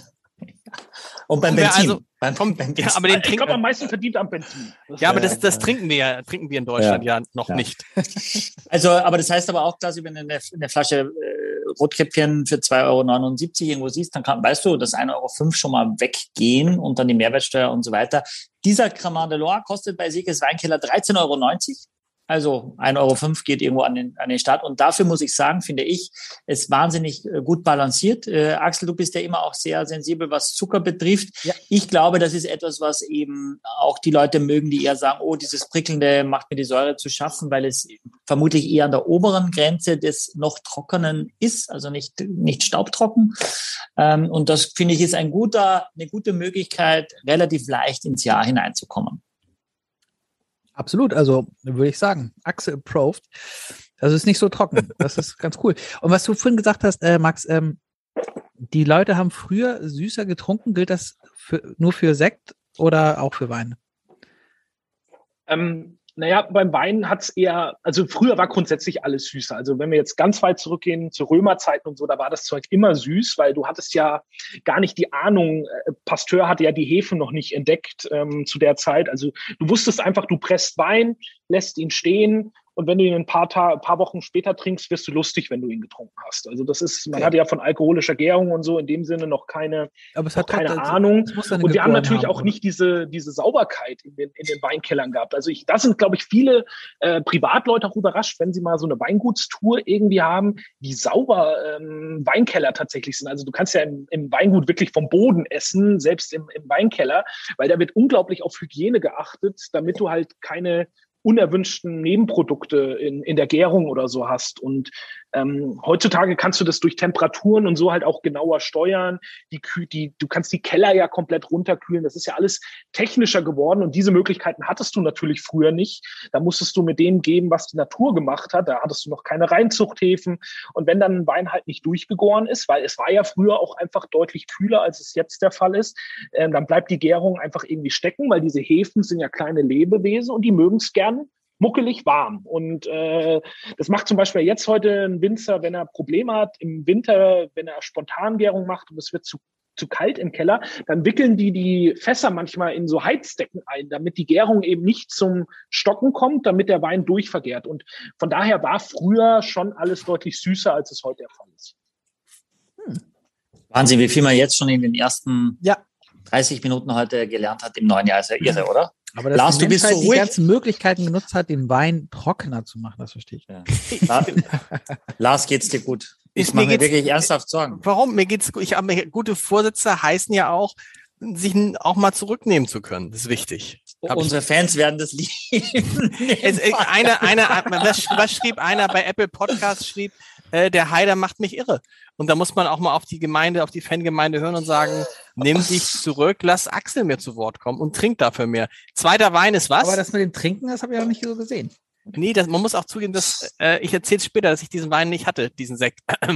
Und beim Benzin. Also, beim, beim Benzin. Ja, aber den ich glaube, am meisten verdient am Benzin. Das ja, aber das, das trinken wir ja, trinken wir in Deutschland ja, ja noch ja. nicht. Also, aber das heißt aber auch, dass wenn du eine, eine Flasche äh, Rotkäppchen für zwei Euro neunundsiebzig irgendwo siehst, dann kann, weißt du, dass ein Euro fünf schon mal weggehen und dann die Mehrwertsteuer und so weiter. Dieser Cremant de Loire kostet bei Sieges Weinkeller dreizehn Euro neunzig. Also ein Euro fünf geht irgendwo an den, an den Start. Und dafür muss ich sagen, finde ich, es wahnsinnig gut balanciert. Äh, Axel, du bist ja immer auch sehr sensibel, was Zucker betrifft. Ja. Ich glaube, das ist etwas, was eben auch die Leute mögen, die eher sagen, oh, dieses Prickelnde macht mir die Säure zu schaffen, weil es vermutlich eher an der oberen Grenze des noch Trockenen ist, also nicht, nicht staubtrocken. Ähm, und das, finde ich, ist ein guter, eine gute Möglichkeit, relativ leicht ins Jahr hineinzukommen. Absolut, also würde ich sagen, Axel approved. Also ist nicht so trocken. Das ist ganz cool. Und was du vorhin gesagt hast, äh, Max, ähm, die Leute haben früher süßer getrunken. Gilt das für, nur für Sekt oder auch für Wein? Ähm, Naja, beim Wein hat's eher, also früher war grundsätzlich alles süßer. Also wenn wir jetzt ganz weit zurückgehen zu Römerzeiten und so, da war das Zeug immer süß, weil du hattest ja gar nicht die Ahnung, Pasteur hatte ja die Hefe noch nicht entdeckt ähm, zu der Zeit. Also du wusstest einfach, du presst Wein, lässt ihn stehen und wenn du ihn ein paar, Ta- paar Wochen später trinkst, wirst du lustig, wenn du ihn getrunken hast. Also das ist, man Okay. hatte ja von alkoholischer Gärung und so in dem Sinne noch keine, Aber es noch hat keine trotzdem- Ahnung. es muss dann Und wir haben gegoren natürlich haben, auch oder? nicht diese, diese Sauberkeit in den, in den Weinkellern gehabt. Also ich, das sind, glaube ich, viele äh, Privatleute auch überrascht, wenn sie mal so eine Weingutstour irgendwie haben, wie sauber ähm, Weinkeller tatsächlich sind. Also du kannst ja im, im Weingut wirklich vom Boden essen, selbst im, im Weinkeller, weil da wird unglaublich auf Hygiene geachtet, damit du halt keine unerwünschten Nebenprodukte in, in der Gärung oder so hast. Und ähm, heutzutage kannst du das durch Temperaturen und so halt auch genauer steuern. Die, Kü- die, du kannst die Keller ja komplett runterkühlen. Das ist ja alles technischer geworden. Und diese Möglichkeiten hattest du natürlich früher nicht. Da musstest du mit dem geben, was die Natur gemacht hat. Da hattest du noch keine Reinzuchthäfen. Und wenn dann ein Wein halt nicht durchgegoren ist, weil es war ja früher auch einfach deutlich kühler, als es jetzt der Fall ist, äh, dann bleibt die Gärung einfach irgendwie stecken, weil diese Hefen sind ja kleine Lebewesen und die mögen es gern muckelig warm. Und äh, das macht zum Beispiel jetzt heute ein Winzer, wenn er Probleme hat im Winter, wenn er Spontangärung macht und es wird zu zu kalt im Keller, dann wickeln die die Fässer manchmal in so Heizdecken ein, damit die Gärung eben nicht zum Stocken kommt, damit der Wein durchvergärt. Und von daher war früher schon alles deutlich süßer, als es heute der Fall ist. Hm. Wahnsinn, wie viel man jetzt schon in den ersten ja. dreißig Minuten heute gelernt hat im neuen Jahr. Ist ja irre, oder? Aber dass Lars, die du bist Menschheit so die ruhig. ganzen Möglichkeiten genutzt hat, den Wein trockener zu machen, das verstehe ich. Ja. La- Lars, geht's dir gut? Ich Ist- mache mir mir geht's- wirklich ernsthaft Sorgen. Warum? Mir geht's gut. Ich habe mir gute Vorsätze heißen ja auch, sich n- auch mal zurücknehmen zu können. Das ist wichtig. Hab ich- Unsere Fans werden das lieben. Es, äh, einer, einer, was, was schrieb einer bei Apple Podcasts, schrieb, äh, der Haider macht mich irre. Und da muss man auch mal auf die Gemeinde, auf die Fangemeinde hören und sagen, nimm dich zurück, lass Axel mir zu Wort kommen und trink dafür mehr. Zweiter Wein ist was? Aber das mit dem Trinken, das habe ich auch nicht so gesehen. Nee, das, man muss auch zugeben, dass äh, ich erzähle später, dass ich diesen Wein nicht hatte, diesen Sekt.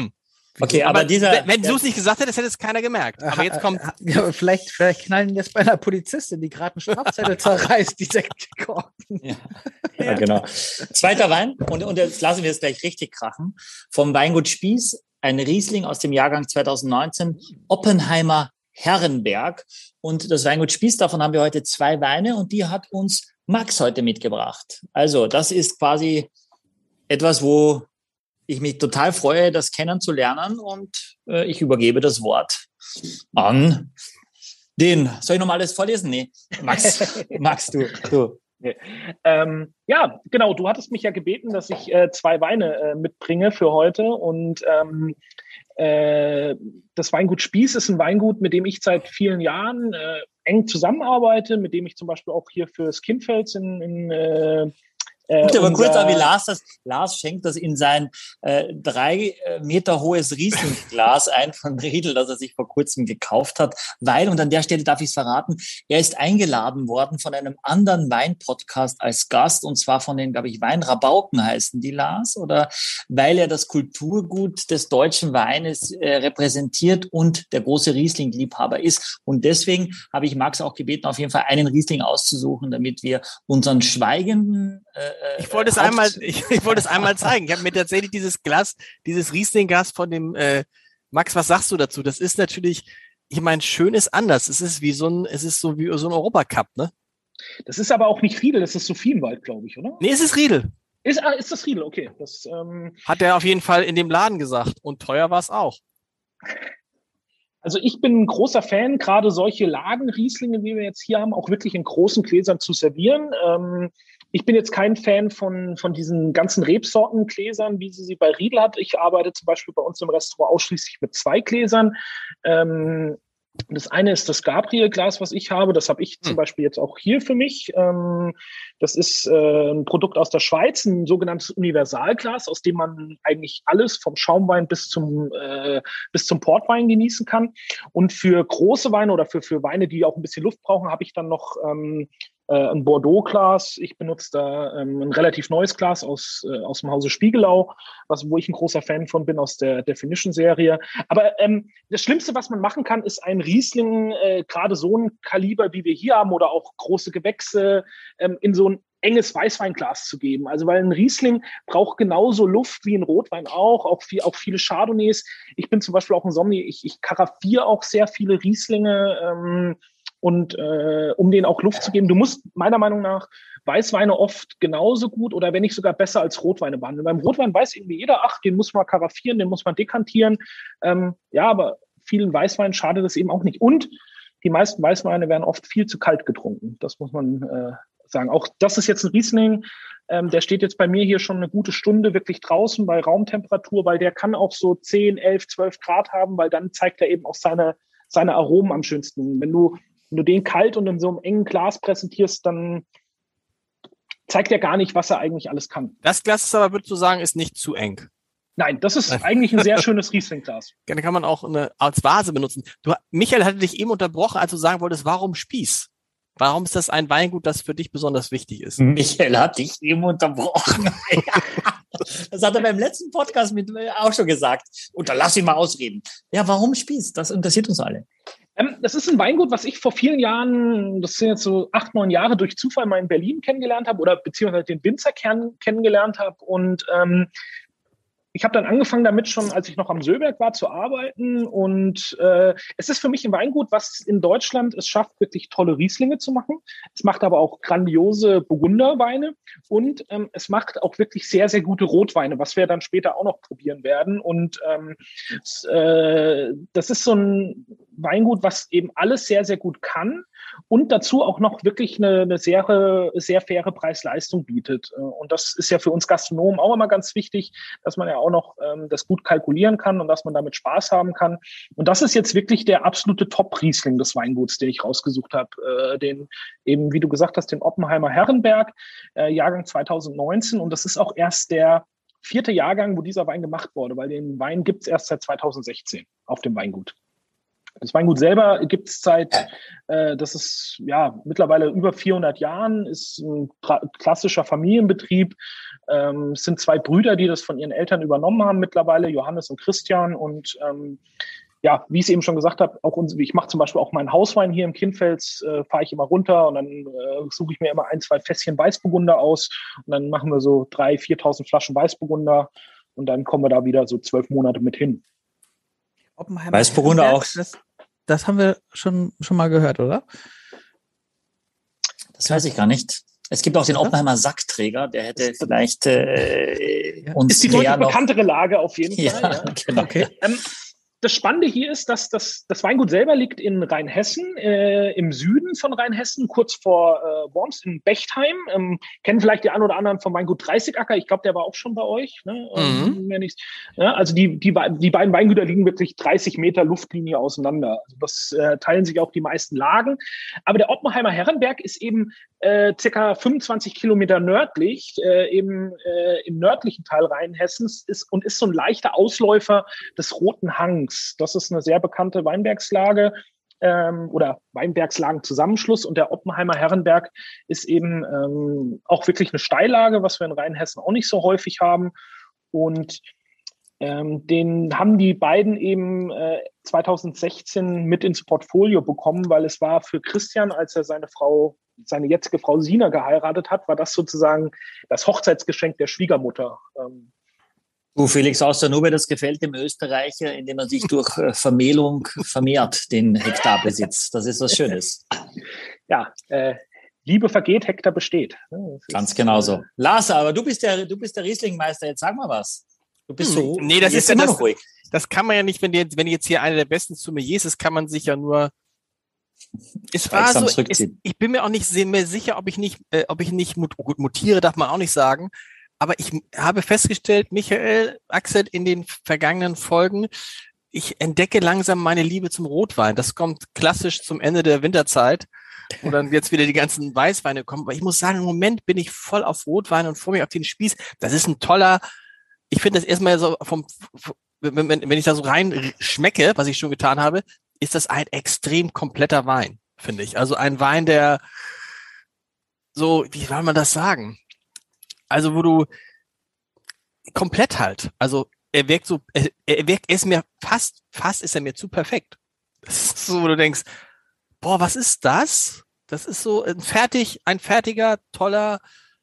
Okay, aber, dieser. wenn, wenn du es nicht gesagt hättest, hätte es keiner gemerkt. Aber jetzt kommt, Ja, aber vielleicht, vielleicht knallen jetzt bei einer Polizistin, die gerade einen Strafzettel zerreißt, die Sektkorken. Ja. Ja, genau. Zweiter Wein, und, und jetzt lassen wir es gleich richtig krachen. Vom Weingut Spieß, ein Riesling aus dem Jahrgang zweitausendneunzehn, Oppenheimer Herrenberg. Und das Weingut Spieß, davon haben wir heute zwei Weine und die hat uns Max heute mitgebracht. Also das ist quasi etwas, wo ich mich total freue, das kennenzulernen, und äh, ich übergebe das Wort an den. Soll ich nochmal alles vorlesen? Nee, Max, Max, du, du. Ähm, ja, genau. Du hattest mich ja gebeten, dass ich äh, zwei Weine äh, mitbringe für heute. Und ähm, äh, das Weingut Spieß ist ein Weingut, mit dem ich seit vielen Jahren äh, eng zusammenarbeite, mit dem ich zum Beispiel auch hier für Skinfels in, in äh, Guck aber kurz an, wie unser- Lars das, Lars schenkt das in sein äh, drei Meter hohes Riesling-Glas ein von Riedel, das er sich vor kurzem gekauft hat, weil, und an der Stelle darf ich es verraten, er ist eingeladen worden von einem anderen Wein-Podcast als Gast, und zwar von den, glaube ich, Weinrabauken heißen die, Lars, oder weil er das Kulturgut des deutschen Weines äh, repräsentiert und der große Riesling-Liebhaber ist. Und deswegen habe ich Max auch gebeten, auf jeden Fall einen Riesling auszusuchen, damit wir unseren schweigenden äh, ich wollte es Haupt- einmal, ich, ich wollte es einmal zeigen. Ich habe mir tatsächlich dieses Glas, dieses Riesling-Glas von dem äh, Max, was sagst du dazu? Das ist natürlich, ich meine, schön ist anders. Es ist wie so ein, es ist so wie so ein Europacup, ne? Das ist aber auch nicht Riedel, das ist Sophienwald, glaube ich, oder? Nee, es ist Riedel. Ist, ah, ist das Riedel, okay. Das, ähm, Hat er auf jeden Fall in dem Laden gesagt. Und teuer war es auch. Also ich bin ein großer Fan, gerade solche Lagenrieslinge, wie wir jetzt hier haben, auch wirklich in großen Gläsern zu servieren. Ähm, ich bin jetzt kein Fan von, von diesen ganzen Rebsortengläsern, wie sie sie bei Riedel hat. Ich arbeite zum Beispiel bei uns im Restaurant ausschließlich mit zwei Gläsern. Ähm, das eine ist das Gabriel-Glas, was ich habe. Das habe ich zum Hm. Beispiel jetzt auch hier für mich. Ähm, das ist äh, ein Produkt aus der Schweiz, ein sogenanntes Universalglas, aus dem man eigentlich alles vom Schaumwein bis zum, äh, bis zum Portwein genießen kann. Und für große Weine oder für, für Weine, die auch ein bisschen Luft brauchen, habe ich dann noch ähm, äh, ein Bordeaux-Glas. Ich benutze da ähm, ein relativ neues Glas aus, äh, aus dem Hause Spiegelau, was, wo ich ein großer Fan von bin, aus der Definition-Serie. Aber ähm, das Schlimmste, was man machen kann, ist ein Riesling, äh, gerade so ein Kaliber, wie wir hier haben, oder auch große Gewächse, ähm, in so ein enges Weißweinglas zu geben. Also weil ein Riesling braucht genauso Luft wie ein Rotwein auch, auch, viel, auch viele Chardonnays. Ich bin zum Beispiel auch ein Sommelier, ich, ich karaffiere auch sehr viele Rieslinge ähm, und äh, um denen auch Luft zu geben. Du musst meiner Meinung nach Weißweine oft genauso gut oder wenn nicht sogar besser als Rotweine behandeln. Beim Rotwein weiß irgendwie jeder, ach, den muss man karaffieren, den muss man dekantieren. Ähm, ja, aber vielen Weißweinen schadet es eben auch nicht. Und die meisten Weißweine werden oft viel zu kalt getrunken. Das muss man äh, sagen. Auch das ist jetzt ein Riesling, ähm, der steht jetzt bei mir hier schon eine gute Stunde wirklich draußen bei Raumtemperatur, weil der kann auch so zehn, elf, zwölf Grad haben, weil dann zeigt er eben auch seine, seine Aromen am schönsten. Wenn du, wenn du den kalt und in so einem engen Glas präsentierst, dann zeigt er gar nicht, was er eigentlich alles kann. Das Glas ist aber, würdest du sagen, ist nicht zu eng. Nein, das ist eigentlich ein sehr schönes Riesling-Glas. Dann kann man auch eine als Vase benutzen. Du, Michael hatte dich eben unterbrochen, als du sagen wolltest, warum Spieß? Warum ist das ein Weingut, das für dich besonders wichtig ist? Michael hat dich eben unterbrochen. Das hat er beim letzten Podcast mit auch schon gesagt. Und dann lass ihn mal ausreden. Ja, warum Spieß? Das interessiert uns alle. Ähm, das ist ein Weingut, was ich vor vielen Jahren, das sind jetzt so acht, neun Jahre, durch Zufall mal in Berlin kennengelernt habe oder beziehungsweise den Winzerkern kennengelernt habe. Und ähm, ich habe dann angefangen damit schon, als ich noch am Söberg war, zu arbeiten. Und äh, es ist für mich ein Weingut, was in Deutschland es schafft, wirklich tolle Rieslinge zu machen. Es macht aber auch grandiose Burgunderweine und ähm, es macht auch wirklich sehr, sehr gute Rotweine, was wir dann später auch noch probieren werden. Und ähm, es, äh, das ist so ein Weingut, was eben alles sehr, sehr gut kann und dazu auch noch wirklich eine, eine sehr, sehr faire Preis-Leistung bietet. Und das ist ja für uns Gastronomen auch immer ganz wichtig, dass man ja auch noch ähm, das gut kalkulieren kann und dass man damit Spaß haben kann. Und das ist jetzt wirklich der absolute Top-Riesling des Weinguts, den ich rausgesucht habe. Äh, den eben, wie du gesagt hast, den Oppenheimer Herrenberg, äh, Jahrgang zweitausendneunzehn. Und das ist auch erst der vierte Jahrgang, wo dieser Wein gemacht wurde, weil den Wein gibt es erst seit zweitausendsechzehn auf dem Weingut. Das Weingut selber gibt es seit, äh, das ist ja mittlerweile über vierhundert Jahren, ist ein klassischer Familienbetrieb. Ähm, es sind zwei Brüder, die das von ihren Eltern übernommen haben mittlerweile, Johannes und Christian. Und ähm, ja, wie ich es eben schon gesagt habe, auch uns, ich mache zum Beispiel auch meinen Hauswein hier im Kindfels, äh, fahre ich immer runter und dann äh, suche ich mir immer ein, zwei Fässchen Weißburgunder aus und dann machen wir so dreitausend, viertausend Flaschen Weißburgunder und dann kommen wir da wieder so zwölf Monate mit hin. Oppenheimer Weißburgunder auch. Das, das haben wir schon, schon mal gehört, oder? Das weiß ich gar nicht. Es gibt auch den Oppenheimer Sackträger, der hätte vielleicht äh, ja. uns ist die deutlich bekanntere Lage auf jeden ja, Fall. Ja. Genau. Okay. Ähm, das Spannende hier ist, dass das, das Weingut selber liegt in Rheinhessen, äh, im Süden von Rheinhessen, kurz vor äh, Worms in Bechtheim. Ähm, kennen vielleicht die einen oder anderen vom Weingut Dreißigacker. Ich glaube, der war auch schon bei euch. Ne? Mhm. Ähm, ja, also die, die, die beiden Weingüter liegen wirklich dreißig Meter Luftlinie auseinander. Also das äh, teilen sich auch die meisten Lagen. Aber der Oppenheimer Herrenberg ist eben äh, circa fünfundzwanzig Kilometer nördlich, äh, eben äh, im nördlichen Teil Rheinhessens ist und ist so ein leichter Ausläufer des Roten Hangs. Das ist eine sehr bekannte Weinbergslage ähm, oder Weinbergslagenzusammenschluss und der Oppenheimer Herrenberg ist eben ähm, auch wirklich eine Steillage, was wir in Rheinhessen auch nicht so häufig haben. Und ähm, den haben die beiden eben äh, zweitausendsechzehn mit ins Portfolio bekommen, weil es war für Christian, als er seine Frau, seine jetzige Frau Sina geheiratet hat, war das sozusagen das Hochzeitsgeschenk der Schwiegermutter. Ähm, Du, Felix aus der Nube, das gefällt dem Österreicher, indem er sich durch äh, Vermählung vermehrt, den Hektarbesitz. Das ist was Schönes. Ja, äh, Liebe vergeht, Hektar besteht. Das Ganz ist, genau so. Äh, Lars, aber du bist der, du bist der Rieslingmeister. Jetzt sag mal was. Du bist Hm, so. nee, das jetzt ist ja immer das- noch ruhig. Das kann man ja nicht, wenn jetzt, wenn jetzt hier einer der besten Sommeliers ist, kann man sich ja nur. Es war Extra so, es, zurückziehen. ich bin mir auch nicht sehr mehr sicher, ob ich nicht, äh, ob ich nicht mut, gut mutiere, darf man auch nicht sagen. Aber ich habe festgestellt, Michael, Axel, in den vergangenen Folgen, ich entdecke langsam meine Liebe zum Rotwein. Das kommt klassisch zum Ende der Winterzeit, wo dann jetzt wieder die ganzen Weißweine kommen. Aber ich muss sagen, im Moment bin ich voll auf Rotwein und vor mir auf den Spieß. Das ist ein toller, ich finde das erstmal so vom, wenn, wenn wenn ich da so rein schmecke, was ich schon getan habe, ist das ein extrem kompletter Wein, finde ich. Also ein Wein, der so, wie soll man das sagen? Also wo du komplett halt, also er wirkt so, er, er wirkt, er ist mir fast, fast ist er mir zu perfekt. Das ist so, wo du denkst, boah, was ist das? Das ist so ein fertig, ein fertiger, toller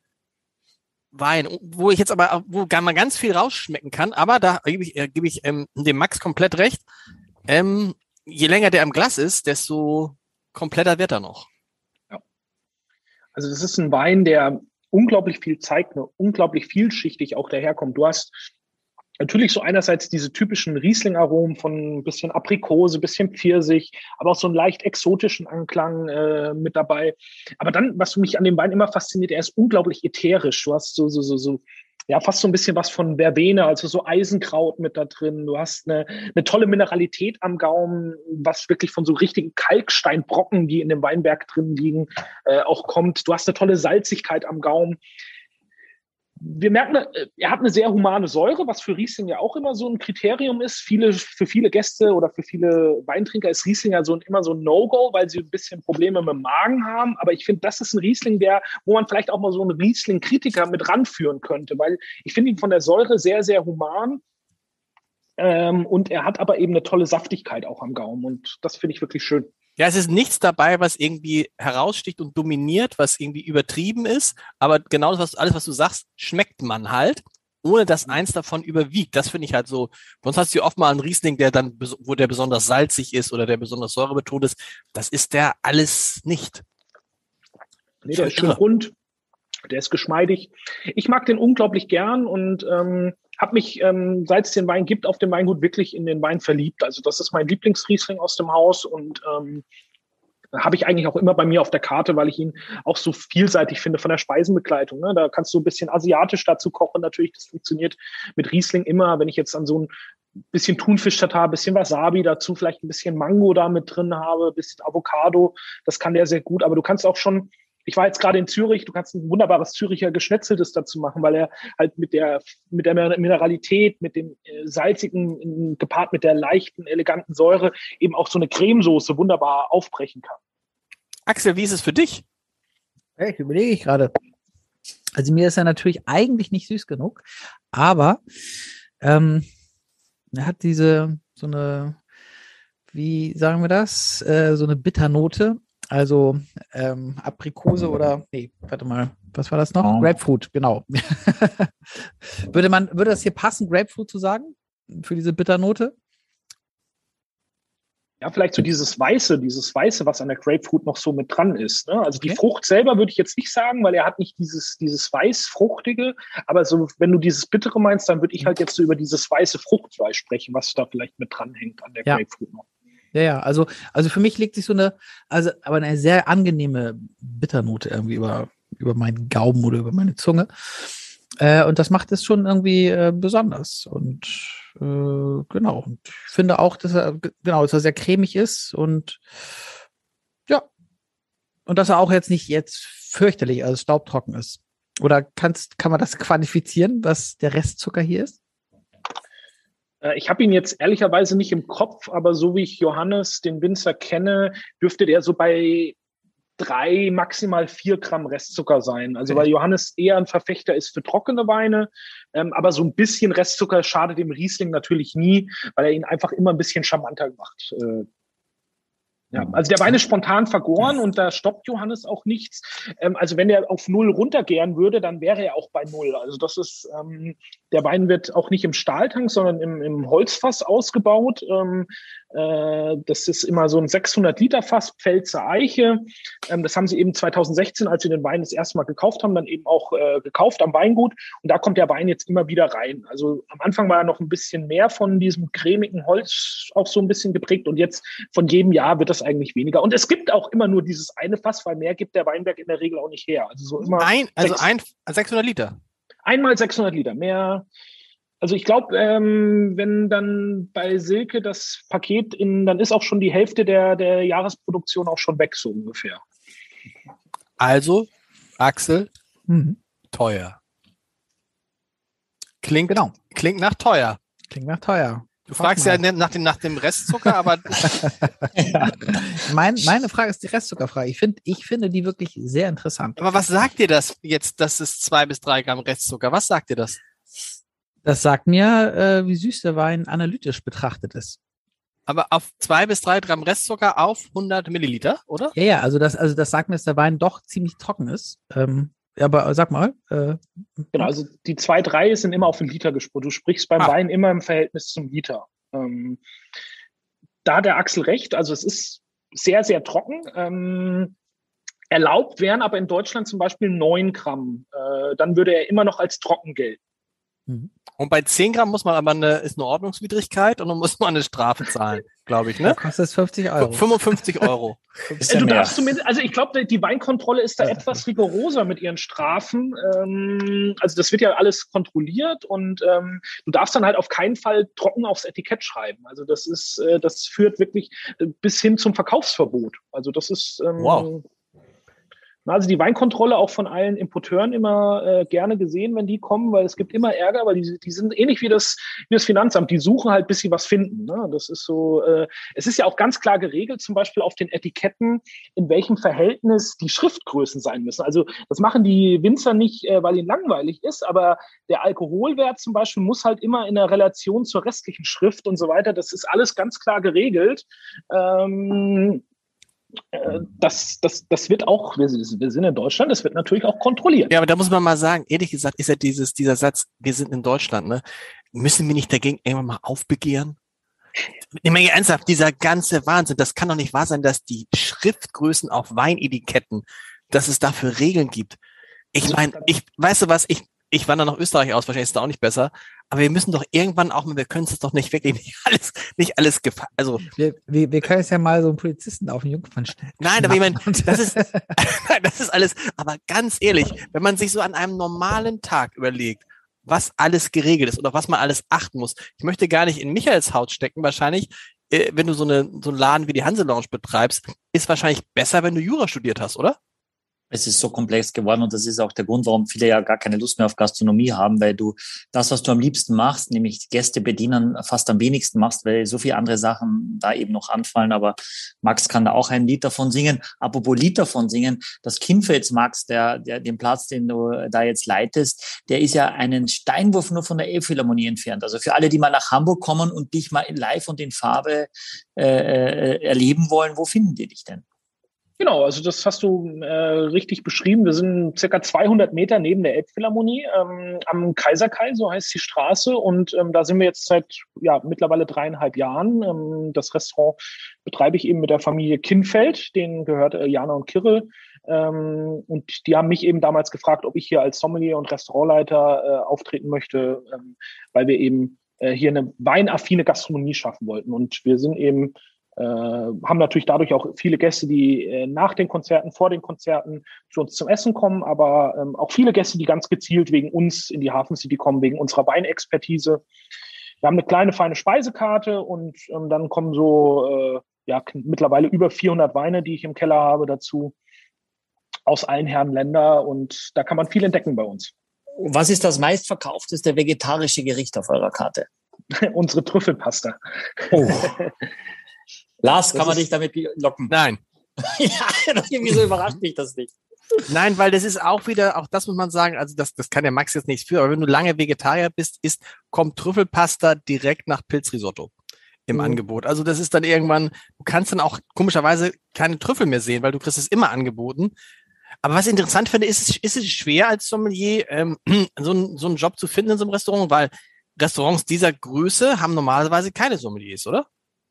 Wein, wo ich jetzt aber, wo man ganz viel rausschmecken kann, aber da gebe ich, äh, gebe ich ähm, dem Max komplett recht. Ähm, je länger der im Glas ist, desto kompletter wird er noch. Ja. Also das ist ein Wein, der unglaublich viel zeigt, ne, unglaublich vielschichtig auch daherkommt. Du hast natürlich so einerseits diese typischen Riesling-Aromen von ein bisschen Aprikose, bisschen Pfirsich, aber auch so einen leicht exotischen Anklang äh, mit dabei. Aber dann, was mich an dem Wein immer fasziniert, er ist unglaublich ätherisch. Du hast so, so, so, so, ja, fast so ein bisschen was von Verbene, also so Eisenkraut mit da drin. Du hast eine, eine tolle Mineralität am Gaumen, was wirklich von so richtigen Kalksteinbrocken, die in dem Weinberg drin liegen, äh, auch kommt. Du hast eine tolle Salzigkeit am Gaumen. Wir merken, er hat eine sehr humane Säure, was für Riesling ja auch immer so ein Kriterium ist. Viele, für viele Gäste oder für viele Weintrinker ist Riesling ja so ein, immer so ein No-Go, weil sie ein bisschen Probleme mit dem Magen haben. Aber ich finde, das ist ein Riesling, der, wo man vielleicht auch mal so einen Riesling-Kritiker mit ranführen könnte, weil ich finde ihn von der Säure sehr, sehr human. Ähm, und er hat aber eben eine tolle Saftigkeit auch am Gaumen. Und das finde ich wirklich schön. Ja, es ist nichts dabei, was irgendwie heraussticht und dominiert, was irgendwie übertrieben ist. Aber genau das, alles, was du sagst, schmeckt man halt, ohne dass eins davon überwiegt. Das finde ich halt so. Sonst hast du oft mal einen Riesling, der dann, wo der besonders salzig ist oder der besonders säurebetont ist. Das ist der alles nicht. Nee, der ist schön rund. Der ist geschmeidig. Ich mag den unglaublich gern und ähm, habe mich, ähm, seit es den Wein gibt, auf dem Weingut wirklich in den Wein verliebt. Also das ist mein Lieblingsriesling aus dem Haus und ähm, habe ich eigentlich auch immer bei mir auf der Karte, weil ich ihn auch so vielseitig finde von der Speisenbegleitung. Ne? Da kannst du ein bisschen asiatisch dazu kochen. Natürlich, das funktioniert mit Riesling immer. Wenn ich jetzt an so ein bisschen Thunfisch-Tatar, bisschen Wasabi dazu, vielleicht ein bisschen Mango da mit drin habe, ein bisschen Avocado, das kann der sehr gut. Aber du kannst auch schon, ich war jetzt gerade in Zürich, du kannst ein wunderbares Züricher Geschnetzeltes dazu machen, weil er halt mit der mit der Mineralität, mit dem äh, salzigen, gepaart mit der leichten, eleganten Säure eben auch so eine Cremesoße wunderbar aufbrechen kann. Axel, wie ist es für dich? Hey, überlege ich gerade. Also mir ist er natürlich eigentlich nicht süß genug, aber ähm, er hat diese, so eine, wie sagen wir das, äh, so eine Bitternote. Also ähm, Aprikose oder, nee, warte mal, was war das noch? Oh. Grapefruit, genau. würde man, würde das hier passen, Grapefruit zu sagen? Für diese Bitternote? Ja, vielleicht so dieses Weiße, dieses Weiße, was an der Grapefruit noch so mit dran ist. Ne? Also die okay. Frucht selber würde ich jetzt nicht sagen, weil er hat nicht dieses, dieses Weiß-Fruchtige, aber so, wenn du dieses Bittere meinst, dann würde ich halt jetzt so über dieses weiße Fruchtfleisch sprechen, was da vielleicht mit dran hängt an der ja. Grapefruit noch. Ja, ja, also, also für mich legt sich so eine, also aber eine sehr angenehme Bitternote irgendwie über, über meinen Gaumen oder über meine Zunge. Äh, und das macht es schon irgendwie äh, besonders. Und äh, genau. Und ich finde auch, dass er, genau, dass er sehr cremig ist und ja. Und dass er auch jetzt nicht jetzt fürchterlich, also staubtrocken ist. Oder kannst, kann man das quantifizieren, was der Restzucker hier ist? Ich habe ihn jetzt ehrlicherweise nicht im Kopf, aber so wie ich Johannes, den Winzer, kenne, dürfte der so bei drei, maximal vier Gramm Restzucker sein. Also weil Johannes eher ein Verfechter ist für trockene Weine, ähm, aber so ein bisschen Restzucker schadet dem Riesling natürlich nie, weil er ihn einfach immer ein bisschen charmanter macht. Äh, Ja, also der Wein ist spontan vergoren und da stoppt Johannes auch nichts. Ähm, also wenn der auf Null runtergären würde, dann wäre er auch bei Null. Also das ist, ähm, der Wein wird auch nicht im Stahltank, sondern im, im Holzfass ausgebaut. Ähm, äh, das ist immer so ein sechshundert Liter Fass, Pfälzer Eiche. Ähm, das haben sie eben zweitausendsechzehn, als sie den Wein das erste Mal gekauft haben, dann eben auch äh, gekauft am Weingut. Und da kommt der Wein jetzt immer wieder rein. Also am Anfang war er noch ein bisschen mehr von diesem cremigen Holz auch so ein bisschen geprägt und jetzt von jedem Jahr wird das eigentlich weniger. Und es gibt auch immer nur dieses eine Fass, weil mehr gibt der Weinberg in der Regel auch nicht her. Also so immer ein, also sechs, ein sechshundert Liter. Einmal sechshundert Liter, mehr. Also ich glaube, ähm, wenn dann bei Silke das Paket in, dann ist auch schon die Hälfte der, der Jahresproduktion auch schon weg, so ungefähr. Also, Axel, mhm. teuer. Klingt, genau. Klingt nach teuer. Klingt nach teuer. Du fragst ja nach dem, nach dem Restzucker, aber ja. mein, meine Frage ist die Restzuckerfrage. Ich finde, ich finde die wirklich sehr interessant. Aber was sagt dir das jetzt, dass es zwei bis drei Gramm Restzucker? Was sagt dir das? Das sagt mir, äh, wie süß der Wein analytisch betrachtet ist. Aber auf zwei bis drei Gramm Restzucker auf hundert Milliliter, oder? Ja, ja, also das, also das sagt mir, dass der Wein doch ziemlich trocken ist. Ähm, Ja, aber sag mal. Äh, genau, also die zwei, drei sind immer auf den Liter gesprochen. Du sprichst beim Ah. Wein immer im Verhältnis zum Liter. Ähm, da hat der Axel recht. Also es ist sehr, sehr trocken. Ähm, erlaubt wären aber in Deutschland zum Beispiel neun Gramm. Äh, dann würde er immer noch als trocken gelten. Und bei zehn Gramm muss man aber eine, ist eine Ordnungswidrigkeit und dann muss man eine Strafe zahlen, glaube ich, Da ne? kostet es fünfzig Euro. fünfundfünfzig Euro. Ist ja Du mehr. darfst zumindest, also ich glaube, die Weinkontrolle ist da etwas rigoroser mit ihren Strafen. Ähm, also das wird ja alles kontrolliert und ähm, du darfst dann halt auf keinen Fall trocken aufs Etikett schreiben. Also das ist, äh, das führt wirklich äh, bis hin zum Verkaufsverbot. Also das ist ähm, Wow. Also die Weinkontrolle auch von allen Importeuren immer äh, gerne gesehen, wenn die kommen, weil es gibt immer Ärger, weil die, die sind ähnlich wie das, wie das Finanzamt, die suchen halt, bis sie was finden. Ne? Das ist so, äh, es ist ja auch ganz klar geregelt, zum Beispiel auf den Etiketten, in welchem Verhältnis die Schriftgrößen sein müssen. Also das machen die Winzer nicht, äh, weil ihnen langweilig ist, aber der Alkoholwert zum Beispiel muss halt immer in der Relation zur restlichen Schrift und so weiter. Das ist alles ganz klar geregelt. Ähm, Das, das, das wird auch, wir, wir sind in Deutschland, das wird natürlich auch kontrolliert. Ja, aber da muss man mal sagen, ehrlich gesagt, ist ja dieses, dieser Satz, wir sind in Deutschland, ne? Müssen wir nicht dagegen irgendwann mal aufbegehren? Ich meine, ernsthaft, dieser ganze Wahnsinn, das kann doch nicht wahr sein, dass die Schriftgrößen auf Weinetiketten, dass es dafür Regeln gibt. Ich meine, ich, weißt du was, ich, ich wandere nach Österreich aus, wahrscheinlich ist es da auch nicht besser, aber wir müssen doch irgendwann auch mal, wir können es doch nicht wirklich nicht alles, nicht alles gefallen, also. Wir, wir, wir können jetzt ja mal so einen Polizisten auf den Jungfern stellen. Nein, aber ich meine, das ist, das ist alles, aber ganz ehrlich, wenn man sich so an einem normalen Tag überlegt, was alles geregelt ist oder was man alles achten muss. Ich möchte gar nicht in Michaels Haut stecken, wahrscheinlich, äh, wenn du so, eine, so einen Laden wie die Hanse Lounge betreibst, ist wahrscheinlich besser, wenn du Jura studiert hast, oder? Es ist so komplex geworden und das ist auch der Grund, warum viele ja gar keine Lust mehr auf Gastronomie haben, weil du das, was du am liebsten machst, nämlich Gäste bedienen, fast am wenigsten machst, weil so viele andere Sachen da eben noch anfallen. Aber Max kann da auch ein Lied davon singen. Apropos Lied davon singen, das Kinfels, Max, der, der, den Platz, den du da jetzt leitest, der ist ja einen Steinwurf nur von der Elbphilharmonie entfernt. Also für alle, die mal nach Hamburg kommen und dich mal in live und in Farbe äh, äh, erleben wollen, wo finden die dich denn? Genau, also das hast du äh, richtig beschrieben. Wir sind circa zweihundert Meter neben der Elbphilharmonie ähm, am Kaiserkai, so heißt die Straße. Und ähm, da sind wir jetzt seit ja mittlerweile dreieinhalb Jahren. Ähm, das Restaurant betreibe ich eben mit der Familie Kinfeld, denen gehört äh, Jana und Kirill. Ähm, und die haben mich eben damals gefragt, ob ich hier als Sommelier und Restaurantleiter äh, auftreten möchte, ähm, weil wir eben äh, hier eine weinaffine Gastronomie schaffen wollten. Und wir sind eben Äh, haben natürlich dadurch auch viele Gäste, die äh, nach den Konzerten, vor den Konzerten zu uns zum Essen kommen, aber ähm, auch viele Gäste, die ganz gezielt wegen uns in die Hafen City kommen, wegen unserer Weinexpertise. Wir haben eine kleine, feine Speisekarte und ähm, dann kommen so äh, ja mittlerweile über vierhundert Weine, die ich im Keller habe, dazu aus allen Herren Länder und da kann man viel entdecken bei uns. Was ist das meistverkaufteste vegetarische Gericht auf eurer Karte? Unsere Trüffelpasta. Oh. Lars, Das kann man ist- dich damit locken? Nein. Ja, wieso überrascht mich das nicht? Nein, weil das ist auch wieder, auch das muss man sagen, also das, das kann der Max jetzt nicht für, aber wenn du lange Vegetarier bist, ist, kommt Trüffelpasta direkt nach Pilzrisotto im Mhm. Angebot. Also das ist dann irgendwann, du kannst dann auch komischerweise keine Trüffel mehr sehen, weil du kriegst es immer angeboten. Aber was ich interessant finde, ist, es- ist es schwer als Sommelier, ähm, so, einen, so einen Job zu finden in so einem Restaurant, weil Restaurants dieser Größe haben normalerweise keine Sommeliers, oder?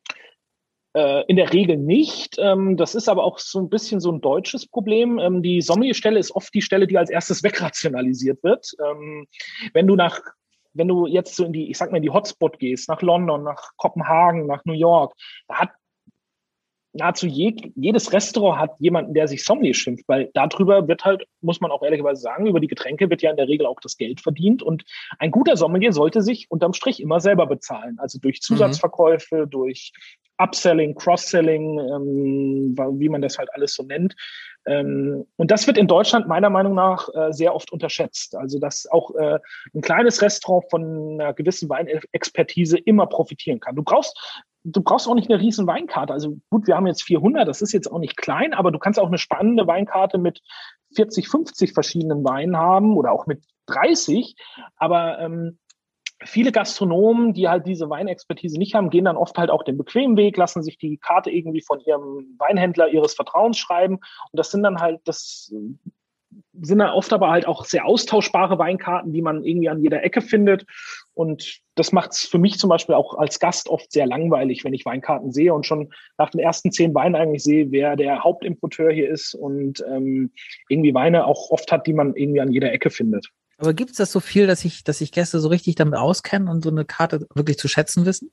Äh, In der Regel nicht. Ähm, Das ist aber auch so ein bisschen so ein deutsches Problem. Ähm, Die Sommelierstelle ist oft die Stelle, die als erstes wegrationalisiert wird. Ähm, Wenn du nach, wenn du jetzt so in die, ich sag mal, in die Hotspot gehst, nach London, nach Kopenhagen, nach New York, da hat nahezu je, jedes Restaurant hat jemanden, der sich Sommelier schimpft, weil darüber wird halt, muss man auch ehrlicherweise sagen, über die Getränke wird ja in der Regel auch das Geld verdient und ein guter Sommelier sollte sich unterm Strich immer selber bezahlen, also durch Zusatzverkäufe, durch Upselling, Cross-Selling, ähm, wie man das halt alles so nennt. Ähm, und das wird in Deutschland meiner Meinung nach äh, sehr oft unterschätzt. Also dass auch äh, ein kleines Restaurant von einer gewissen Weinexpertise immer profitieren kann. Du brauchst Du brauchst auch nicht eine riesen Weinkarte. Also gut, wir haben jetzt vierhundert, das ist jetzt auch nicht klein, aber du kannst auch eine spannende Weinkarte mit vierzig, fünfzig verschiedenen Weinen haben oder auch mit dreißig. Aber ähm, viele Gastronomen, die halt diese Weinexpertise nicht haben, gehen dann oft halt auch den bequemen Weg, lassen sich die Karte irgendwie von ihrem Weinhändler ihres Vertrauens schreiben. Und das sind dann halt, das sind da oft aber halt auch sehr austauschbare Weinkarten, die man irgendwie an jeder Ecke findet. Und das macht es für mich zum Beispiel auch als Gast oft sehr langweilig, wenn ich Weinkarten sehe und schon nach den ersten zehn Weinen eigentlich sehe, wer der Hauptimporteur hier ist und ähm, irgendwie Weine auch oft hat, die man irgendwie an jeder Ecke findet. Aber gibt es das so viel, dass ich, dass sich Gäste so richtig damit auskennen und so eine Karte wirklich zu schätzen wissen?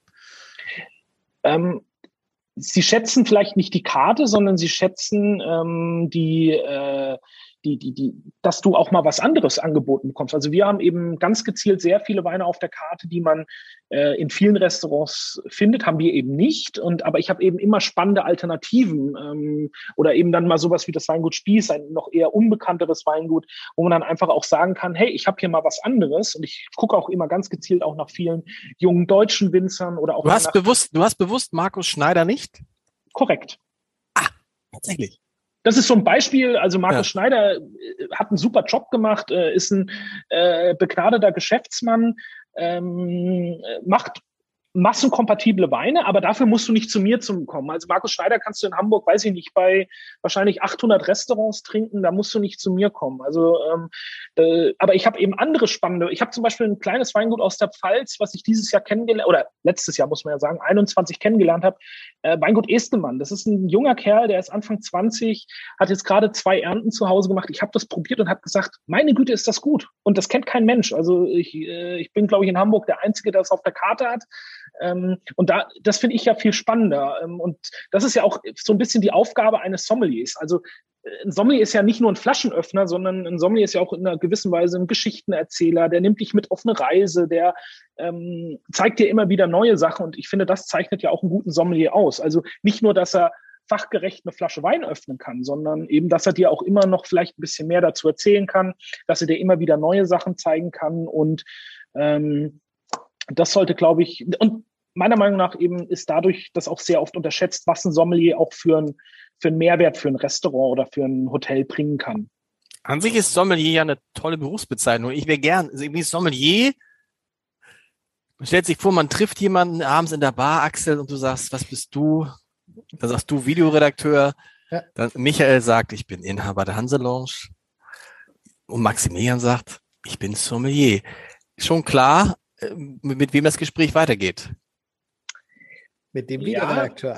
Ähm, sie schätzen vielleicht nicht die Karte, sondern sie schätzen ähm, die, äh, die, die, die, dass du auch mal was anderes angeboten bekommst. Also wir haben eben ganz gezielt sehr viele Weine auf der Karte, die man äh, in vielen Restaurants findet, haben wir eben nicht. Und aber ich habe eben immer spannende Alternativen ähm, oder eben dann mal sowas wie das Weingut Spieß, ein noch eher unbekannteres Weingut, wo man dann einfach auch sagen kann, hey, ich habe hier mal was anderes. Und ich gucke auch immer ganz gezielt auch nach vielen jungen deutschen Winzern oder auch. Du hast nach bewusst, du hast bewusst Markus Schneider nicht? Korrekt. Ah, tatsächlich. Das ist so ein Beispiel, also Markus Ja. Schneider äh, hat einen super Job gemacht, äh, ist ein äh, begnadeter Geschäftsmann, ähm, macht massenkompatible Weine, aber dafür musst du nicht zu mir zum kommen. Also Markus Schneider kannst du in Hamburg, weiß ich nicht, bei wahrscheinlich achthundert Restaurants trinken, da musst du nicht zu mir kommen. Also, ähm, äh, aber ich habe eben andere spannende, ich habe zum Beispiel ein kleines Weingut aus der Pfalz, was ich dieses Jahr kennengelernt, oder letztes Jahr muss man ja sagen, einundzwanzig kennengelernt habe, äh, Weingut Estelmann. Das ist ein junger Kerl, der ist Anfang zwanzig, hat jetzt gerade zwei Ernten zu Hause gemacht. Ich habe das probiert und habe gesagt, meine Güte, ist das gut. Und das kennt kein Mensch. Also ich, äh, ich bin, glaube ich, in Hamburg der Einzige, der es auf der Karte hat. Ähm, und da, das finde ich ja viel spannender. Ähm, und das ist ja auch so ein bisschen die Aufgabe eines Sommeliers. Also äh, ein Sommelier ist ja nicht nur ein Flaschenöffner, sondern ein Sommelier ist ja auch in einer gewissen Weise ein Geschichtenerzähler, der nimmt dich mit auf eine Reise, der ähm, zeigt dir immer wieder neue Sachen. Und ich finde, das zeichnet ja auch einen guten Sommelier aus. Also nicht nur, dass er fachgerecht eine Flasche Wein öffnen kann, sondern eben, dass er dir auch immer noch vielleicht ein bisschen mehr dazu erzählen kann, dass er dir immer wieder neue Sachen zeigen kann und ähm, das sollte, glaube ich, und meiner Meinung nach eben ist dadurch das auch sehr oft unterschätzt, was ein Sommelier auch für, ein, für einen Mehrwert für ein Restaurant oder für ein Hotel bringen kann. An sich ist Sommelier ja eine tolle Berufsbezeichnung. Ich wäre gern, also irgendwie Sommelier, man stellt sich vor, man trifft jemanden abends in der Bar, Axel, und du sagst, was bist du? Dann sagst du Videoredakteur. Ja. Dann Michael sagt, ich bin Inhaber der Hanse Lounge. Und Maximilian sagt, ich bin Sommelier. Schon klar, mit, mit wem das Gespräch weitergeht. Mit dem Ja. Videoredakteur.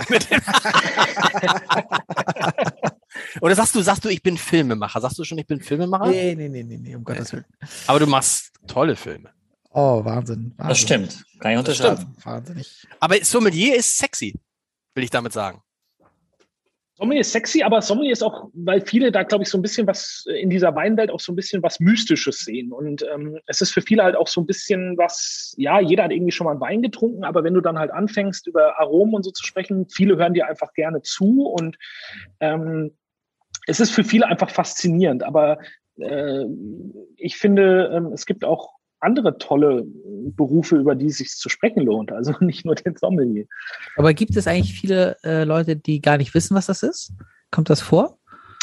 Oder sagst du, sagst du, ich bin Filmemacher? Sagst du schon, ich bin Filmemacher? Nee, nee, nee, nee, nee, um Gottes Willen. Aber du machst tolle Filme. Oh, Wahnsinn. Wahnsinn. Das stimmt. Kann ich Das unterschreiben. Wahnsinnig. Aber Sommelier ist sexy, will ich damit sagen. Sommelier ist sexy, aber Sommelier ist auch, weil viele da, glaube ich, so ein bisschen was in dieser Weinwelt auch so ein bisschen was Mystisches sehen. Und ähm, es ist für viele halt auch so ein bisschen was, ja, jeder hat irgendwie schon mal einen Wein getrunken, aber wenn du dann halt anfängst, über Aromen und so zu sprechen, viele hören dir einfach gerne zu und ähm, es ist für viele einfach faszinierend. Aber äh, ich finde, ähm, es gibt auch andere tolle Berufe, über die es sich zu sprechen lohnt. Also nicht nur den Sommelier. Aber gibt es eigentlich viele äh, Leute, die gar nicht wissen, was das ist? Kommt das vor?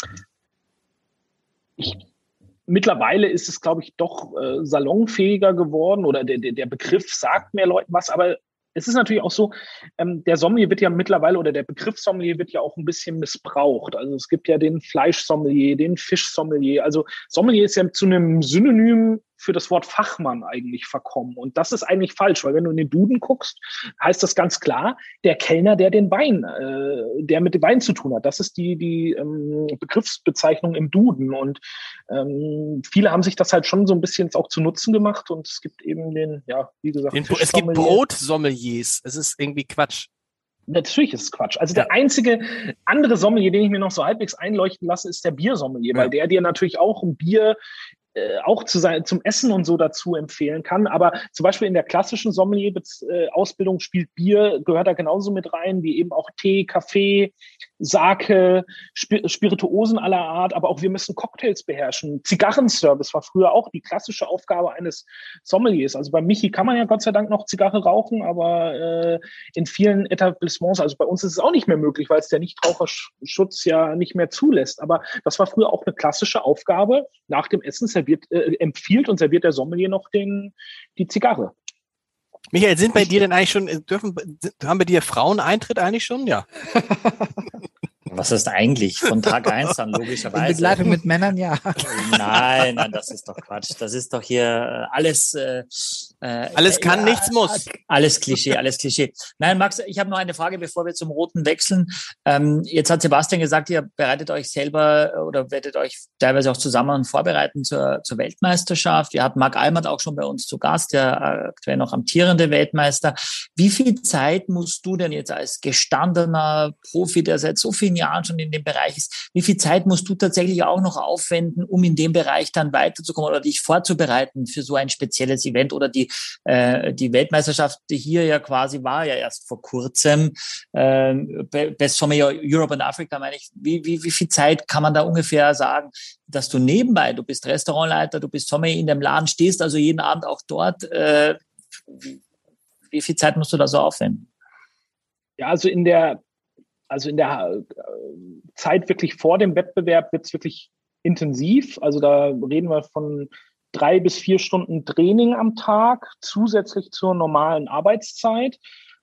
Ich, mittlerweile ist es, glaube ich, doch äh, salonfähiger geworden oder der, der, der Begriff sagt mehr Leuten was, aber es ist natürlich auch so, ähm, der Sommelier wird ja mittlerweile oder der Begriff Sommelier wird ja auch ein bisschen missbraucht. Also es gibt ja den Fleischsommelier, den Fischsommelier. Also Sommelier ist ja zu einem Synonym für das Wort Fachmann eigentlich verkommen. Und das ist eigentlich falsch, weil wenn du in den Duden guckst, heißt das ganz klar, der Kellner, der den Wein, äh, der mit dem Wein zu tun hat. Das ist die, die ähm, Begriffsbezeichnung im Duden. Und ähm, viele haben sich das halt schon so ein bisschen auch zu Nutzen gemacht. Und es gibt eben den, ja, wie gesagt, Den, es gibt Brotsommeliers. Es ist irgendwie Quatsch. Natürlich ist es Quatsch. Also der einzige andere Sommelier, den ich mir noch so halbwegs einleuchten lasse, ist der Biersommelier, Ja. weil der dir natürlich auch ein Bier äh, auch zu sein, zum Essen und so dazu empfehlen kann. Aber zum Beispiel in der klassischen Sommelier-Ausbildung spielt Bier, gehört da genauso mit rein, wie eben auch Tee, Kaffee, Sake, Sp- Spirituosen aller Art. Aber auch wir müssen Cocktails beherrschen. Zigarrenservice war früher auch die klassische Aufgabe eines Sommeliers. Also bei Michi kann man ja Gott sei Dank noch Zigarre rauchen, aber äh, in vielen Etablissements, also bei uns ist es auch nicht mehr möglich, weil es der Nichtraucherschutz ja nicht mehr zulässt. Aber das war früher auch eine klassische Aufgabe. Nach dem Essen serviert, äh, empfiehlt und serviert der Sommelier noch den, die Zigarre. Michael, sind bei dir denn eigentlich schon, dürfen, haben bei dir Frauen Eintritt eigentlich schon? Ja. was heißt eigentlich? Von Tag eins an, logischerweise. In Begleitung mit Männern, ja. Nein, nein, das ist doch Quatsch. Das ist doch hier alles... Äh, alles kann, äh, nichts muss. Alles Klischee, alles Klischee. Nein, Max, ich habe noch eine Frage, bevor wir zum Roten wechseln. Ähm, jetzt hat Sebastian gesagt, ihr bereitet euch selber oder werdet euch teilweise auch zusammen vorbereiten zur, zur Weltmeisterschaft. Wir hatten Marc Almert auch schon bei uns zu Gast, der aktuell noch amtierende Weltmeister. Wie viel Zeit musst du denn jetzt als gestandener Profi, der seit so vielen Jahren schon in dem Bereich ist, wie viel Zeit musst du tatsächlich auch noch aufwenden, um in dem Bereich dann weiterzukommen oder dich vorzubereiten für so ein spezielles Event oder die äh, die Weltmeisterschaft, die hier ja quasi war ja erst vor kurzem, äh, Best Sommelier Europe and Africa, meine ich, wie, wie, wie viel Zeit kann man da ungefähr sagen, dass du nebenbei, du bist Restaurantleiter, du bist Sommelier in dem Laden, stehst also jeden Abend auch dort, äh, wie, wie viel Zeit musst du da so aufwenden? Ja, also in der Also in der Zeit wirklich vor dem Wettbewerb wird es wirklich intensiv. Also da reden wir von drei bis vier Stunden Training am Tag, zusätzlich zur normalen Arbeitszeit.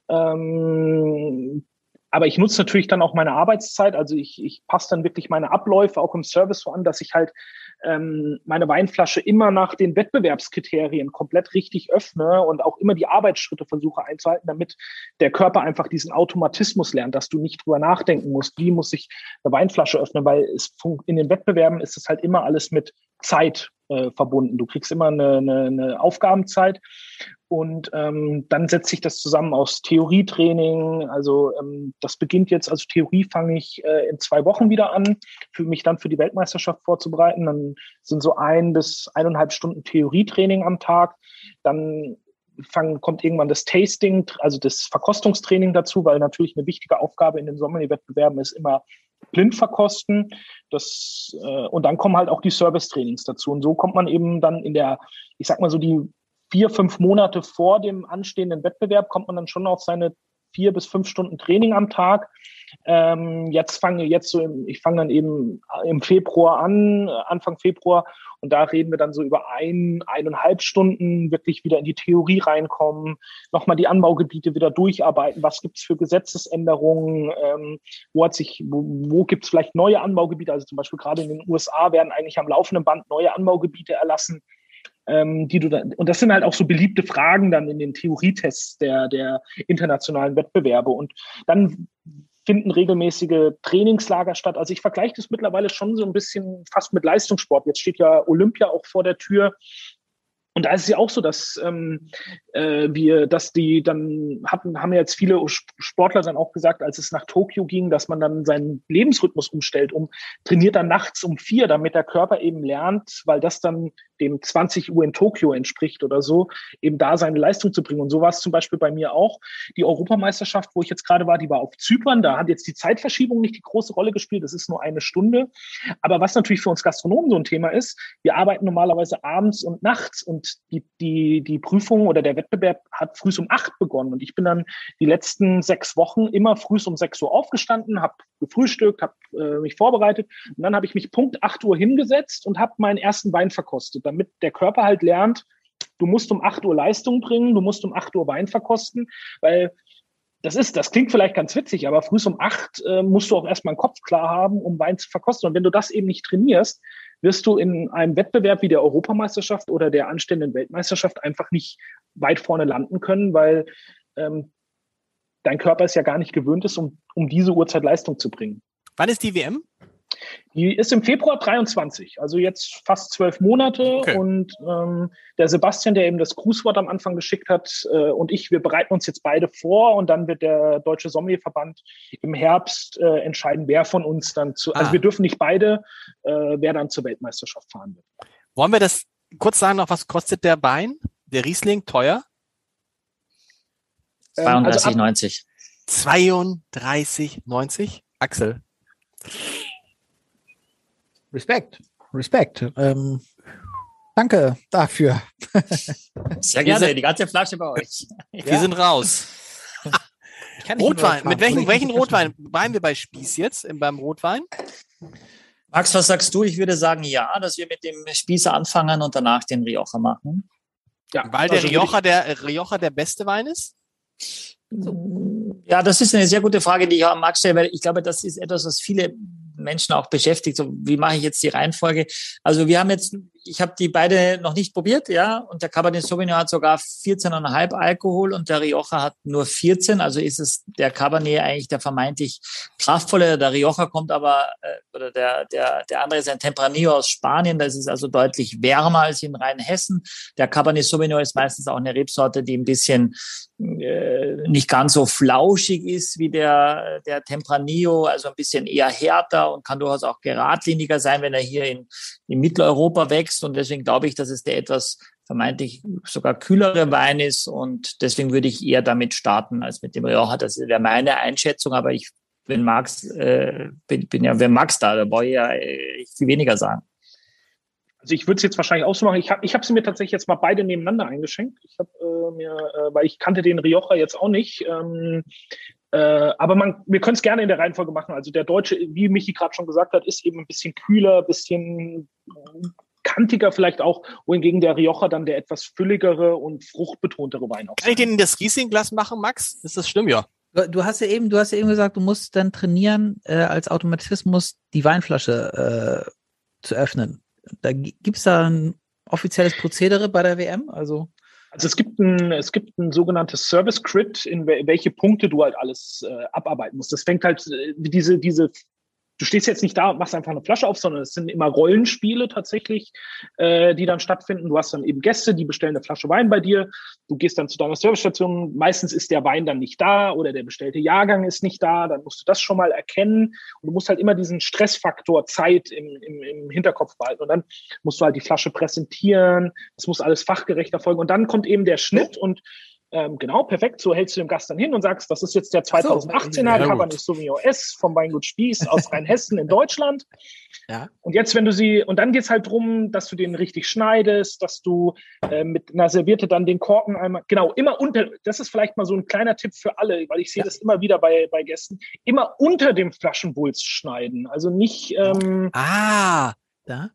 Ähm, aber ich nutze natürlich dann auch meine Arbeitszeit. Also ich, ich passe dann wirklich meine Abläufe auch im Service so an, dass ich halt ähm, meine Weinflasche immer nach den Wettbewerbskriterien komplett richtig öffne und auch immer die Arbeitsschritte versuche einzuhalten, damit der Körper einfach diesen Automatismus lernt, dass du nicht drüber nachdenken musst, wie muss ich eine Weinflasche öffnen, weil es in den Wettbewerben ist es halt immer alles mit Zeit äh, verbunden. Du kriegst immer eine, eine, eine Aufgabenzeit und ähm, dann setzt sich das zusammen aus Theorietraining. Also ähm, das beginnt jetzt, also Theorie fange ich äh, in zwei Wochen wieder an, für mich dann für die Weltmeisterschaft vorzubereiten. Dann sind so ein bis eineinhalb Stunden Theorietraining am Tag. Dann fang, kommt irgendwann das Tasting, also das Verkostungstraining dazu, weil natürlich eine wichtige Aufgabe in den Sommelier-Wettbewerben ist immer blind verkosten. Das, äh, und dann kommen halt auch die Service-Trainings dazu. Und so kommt man eben dann in der, ich sag mal so die vier, fünf Monate vor dem anstehenden Wettbewerb, kommt man dann schon auf seine vier bis fünf Stunden Training am Tag. Ähm, jetzt fange jetzt so, im, ich fange dann eben im Februar an, Anfang Februar, und da reden wir dann so über ein, eineinhalb Stunden wirklich wieder in die Theorie reinkommen, nochmal die Anbaugebiete wieder durcharbeiten, was gibt's für Gesetzesänderungen, ähm, wo hat sich, wo, wo gibt's vielleicht neue Anbaugebiete, also zum Beispiel gerade in den U S A werden eigentlich am laufenden Band neue Anbaugebiete erlassen, ähm, die du dann, und das sind halt auch so beliebte Fragen dann in den Theorietests der, der internationalen Wettbewerbe, und dann finden regelmäßige Trainingslager statt. Also ich vergleiche das mittlerweile schon so ein bisschen fast mit Leistungssport. Jetzt steht ja Olympia auch vor der Tür. Und da ist es ja auch so, dass ähm, äh, wir, dass die dann hatten, haben ja jetzt viele Sportler dann auch gesagt, als es nach Tokio ging, dass man dann seinen Lebensrhythmus umstellt, um trainiert dann nachts um vier, damit der Körper eben lernt, weil das dann dem zwanzig Uhr in Tokio entspricht oder so, eben da seine Leistung zu bringen. Und so war es zum Beispiel bei mir auch. Die Europameisterschaft, wo ich jetzt gerade war, die war auf Zypern. Da hat jetzt die Zeitverschiebung nicht die große Rolle gespielt. Das ist nur eine Stunde. Aber was natürlich für uns Gastronomen so ein Thema ist, wir arbeiten normalerweise abends und nachts, und die, die, die Prüfung oder der Wettbewerb hat früh um acht begonnen. Und ich bin dann die letzten sechs Wochen immer früh um sechs Uhr aufgestanden, habe gefrühstückt, habe äh, mich vorbereitet, und dann habe ich mich Punkt acht Uhr hingesetzt und habe meinen ersten Wein verkostet, damit der Körper halt lernt, du musst um acht Uhr Leistung bringen, du musst um acht Uhr Wein verkosten, weil das ist, das klingt vielleicht ganz witzig, aber früh um acht äh, musst du auch erstmal einen Kopf klar haben, um Wein zu verkosten. Und wenn du das eben nicht trainierst, wirst du in einem Wettbewerb wie der Europameisterschaft oder der anstehenden Weltmeisterschaft einfach nicht weit vorne landen können, weil ähm, dein Körper es ja gar nicht gewöhnt ist, um, um diese Uhrzeit Leistung zu bringen. Wann ist die W M? Die ist im Februar dreiundzwanzig, also jetzt fast zwölf Monate. Okay. Und ähm, der Sebastian, der eben das Grußwort am Anfang geschickt hat, äh, und ich, wir bereiten uns jetzt beide vor, und dann wird der Deutsche Sommelierverband im Herbst äh, entscheiden, wer von uns dann zu, ah. also wir dürfen nicht beide, äh, wer dann zur Weltmeisterschaft fahren wird. Wollen wir das kurz sagen noch, was kostet der Wein, der Riesling, teuer? zweiunddreißig neunzig. zweiunddreißig neunzig? Axel? Respekt, Respekt. Ähm, danke dafür. Sehr gerne, die ganze Flasche bei euch. Wir ja. sind raus. Rotwein, mit welchem, welchen Rotwein waren wir bei Spieß jetzt, beim Rotwein? Max, was sagst du? Ich würde sagen, ja, dass wir mit dem Spießer anfangen und danach den Rioja machen. Ja, weil der also Rioja der, Rioja der beste Wein ist? Ja, das ist eine sehr gute Frage, die ich auch an Max stelle, weil ich glaube, das ist etwas, was viele Menschen auch beschäftigt. So, wie mache ich jetzt die Reihenfolge? Also wir haben jetzt, ich habe die beide noch nicht probiert, ja, und der Cabernet Sauvignon hat sogar vierzehn Komma fünf Alkohol und der Rioja hat nur vierzehn. Also ist es der Cabernet eigentlich der vermeintlich kraftvolle. Der Rioja kommt aber, äh, oder der, der, der andere ist ein Tempranillo aus Spanien. Das ist also deutlich wärmer als in Rheinhessen. Der Cabernet Sauvignon ist meistens auch eine Rebsorte, die ein bisschen äh, nicht ganz so flauschig ist wie der, der Tempranillo, also ein bisschen eher härter und kann durchaus auch geradliniger sein, wenn er hier in, in Mitteleuropa wächst. Und deswegen glaube ich, dass es der etwas vermeintlich sogar kühlere Wein ist. Und deswegen würde ich eher damit starten als mit dem Rioja. Das wäre meine Einschätzung. Aber ich, wenn Max, äh, bin, bin ja, wenn Max da, da brauche ich ja äh, viel weniger sagen. Also ich würde es jetzt wahrscheinlich auch so machen. Ich habe ich hab sie mir tatsächlich jetzt mal beide nebeneinander eingeschenkt. Ich habe äh, mir, äh, weil ich kannte den Rioja jetzt auch nicht. Ähm, äh, aber man, wir können es gerne in der Reihenfolge machen. Also der Deutsche, wie Michi gerade schon gesagt hat, ist eben ein bisschen kühler, ein bisschen kantiger vielleicht auch, wohingegen der Rioja dann der etwas fülligere und fruchtbetontere Wein auch Kann ich den in das Riesling-Glas machen, Max? Ist das schlimm, ja? Du hast ja eben, du hast ja eben gesagt, du musst dann trainieren, äh, als Automatismus die Weinflasche äh, zu öffnen. Da gibt's da ein offizielles Prozedere bei der W M? Also Also es gibt ein, es gibt ein sogenanntes Service Grid, in welche Punkte du halt alles äh, abarbeiten musst. Das fängt halt äh, diese, diese, du stehst jetzt nicht da und machst einfach eine Flasche auf, sondern es sind immer Rollenspiele tatsächlich, äh, die dann stattfinden. Du hast dann eben Gäste, die bestellen eine Flasche Wein bei dir. Du gehst dann zu deiner Servicestation. Meistens ist der Wein dann nicht da oder der bestellte Jahrgang ist nicht da. Dann musst du das schon mal erkennen. Und du musst halt immer diesen Stressfaktor Zeit im, im, im Hinterkopf behalten. Und dann musst du halt die Flasche präsentieren. Das muss alles fachgerecht erfolgen. Und dann kommt eben der Schnitt und Ähm, genau, perfekt. So hältst du dem Gast dann hin und sagst, das ist jetzt der zwanzig achtzehner so, Cabernet Sauvignon S vom Weingut Spieß aus Rheinhessen in Deutschland. ja. Und jetzt, wenn du sie, und dann geht's halt drum, dass du den richtig schneidest, dass du äh, mit einer Serviette dann den Korken einmal, genau, immer unter, das ist vielleicht mal so ein kleiner Tipp für alle, weil ich sehe Ja. das immer wieder bei, bei Gästen, immer unter dem Flaschenwulst schneiden. Also nicht, ähm, Ah, Da?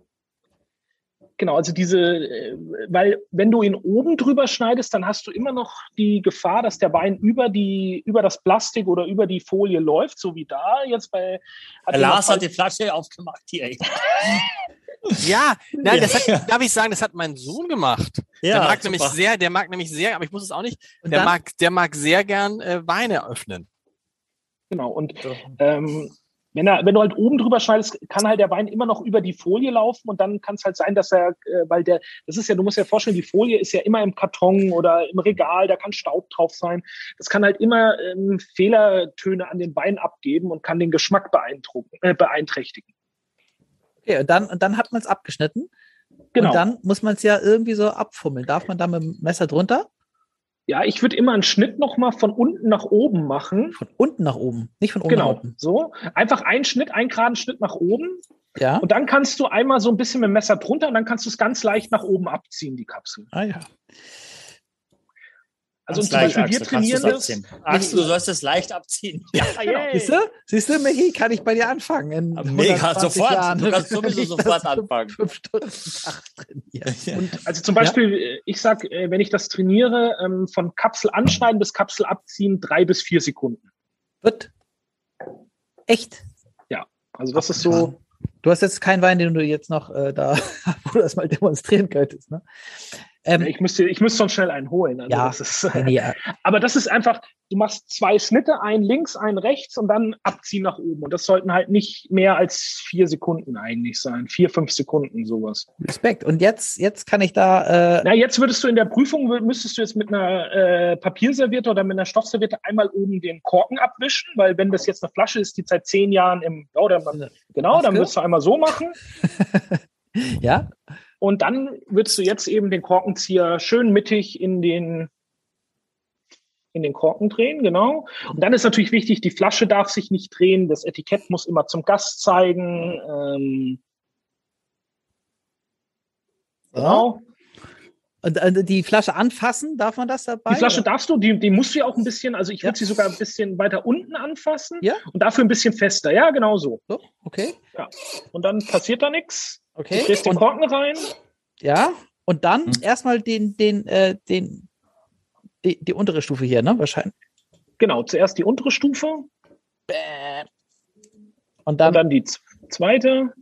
Genau, also diese, äh, weil wenn du ihn oben drüber schneidest, dann hast du immer noch die Gefahr, dass der Wein über die, über das Plastik oder über die Folie läuft, so wie da jetzt bei. Der Lars hat die Flasche aufgemacht hier. ja, nein, das hat, darf ich sagen, das hat mein Sohn gemacht. Ja, der mag super. nämlich sehr, der mag nämlich sehr, aber ich muss es auch nicht, Und der dann- mag, der mag sehr gern äh, Weine öffnen. Genau, und ähm, wenn, er, wenn du halt oben drüber schneidest, kann halt der Wein immer noch über die Folie laufen und dann kann es halt sein, dass er, äh, weil der, das ist ja, du musst dir vorstellen, die Folie ist ja immer im Karton oder im Regal, da kann Staub drauf sein. Das kann halt immer ähm, Fehlertöne an den Wein abgeben und kann den Geschmack beeindrucken, äh, beeinträchtigen. Okay, und dann, und dann hat man es abgeschnitten. Genau. Und dann muss man es ja irgendwie so abfummeln. Darf man da mit dem Messer drunter? Ja, ich würde immer einen Schnitt nochmal von unten nach oben machen. Von unten nach oben, nicht von oben nach Genau, unten. so. Einfach einen Schnitt, einen geraden Schnitt nach oben. Ja. Und dann kannst du einmal so ein bisschen mit dem Messer drunter und dann kannst du es ganz leicht nach oben abziehen, die Kapsel. Ah ja. Also Ganz zum leicht, Beispiel wir Axel, kannst trainieren du's das. abziehen. Axel, du sollst es leicht abziehen. Ja, Genau. Siehst du? Siehst du, Michi, kann ich bei dir anfangen. In Mega, hundertzwanzig sofort. Jahren. Du kannst sowieso Wenn ich sofort das fünf- anfangen. Fünf Stunden am Tag trainieren. Und also zum Beispiel, äh, ich sag, äh, wenn ich das trainiere, ähm, von Kapsel anschneiden bis Kapsel abziehen, drei bis vier Sekunden. Wird. Echt? Also das ist so. Du hast jetzt keinen Wein, den du jetzt noch äh, da, wo du das mal demonstrieren könntest, ne? Ähm, Ich müsste, ich müsste sonst schnell einen holen. Also ja, das ist, nee, nee, äh, aber das ist einfach, du machst zwei Schnitte, einen links, einen rechts und dann abziehen nach oben. Und das sollten halt nicht mehr als vier Sekunden eigentlich sein. Vier, fünf Sekunden, sowas. Respekt. Und jetzt, jetzt kann ich da. Äh, Na, jetzt würdest du in der Prüfung, wür- müsstest du jetzt mit einer äh, Papierserviette oder mit einer Stoffserviette einmal oben den Korken abwischen, weil wenn das jetzt eine Flasche ist, die seit zehn Jahren im, ja, oder, genau, dann Maske? würdest du einmal so machen. ja. Und dann würdest du jetzt eben den Korkenzieher schön mittig in den, in den Korken drehen, genau. Und dann ist natürlich wichtig, die Flasche darf sich nicht drehen, das Etikett muss immer zum Gast zeigen. Ähm, genau. Und äh, die Flasche anfassen, darf man das dabei? Die Flasche oder? darfst du, die, die musst du ja auch ein bisschen, also ich würde Ja. sie sogar ein bisschen weiter unten anfassen Ja. und dafür ein bisschen fester. Ja, genau so. So, okay. Und dann passiert da nichts. Du Okay. drehst den Und, Korken rein. ja. Und dann Hm. erstmal den, den, äh, den, die, die untere Stufe hier, ne? Wahrscheinlich. Genau, zuerst die untere Stufe. Und dann, und dann die zweite.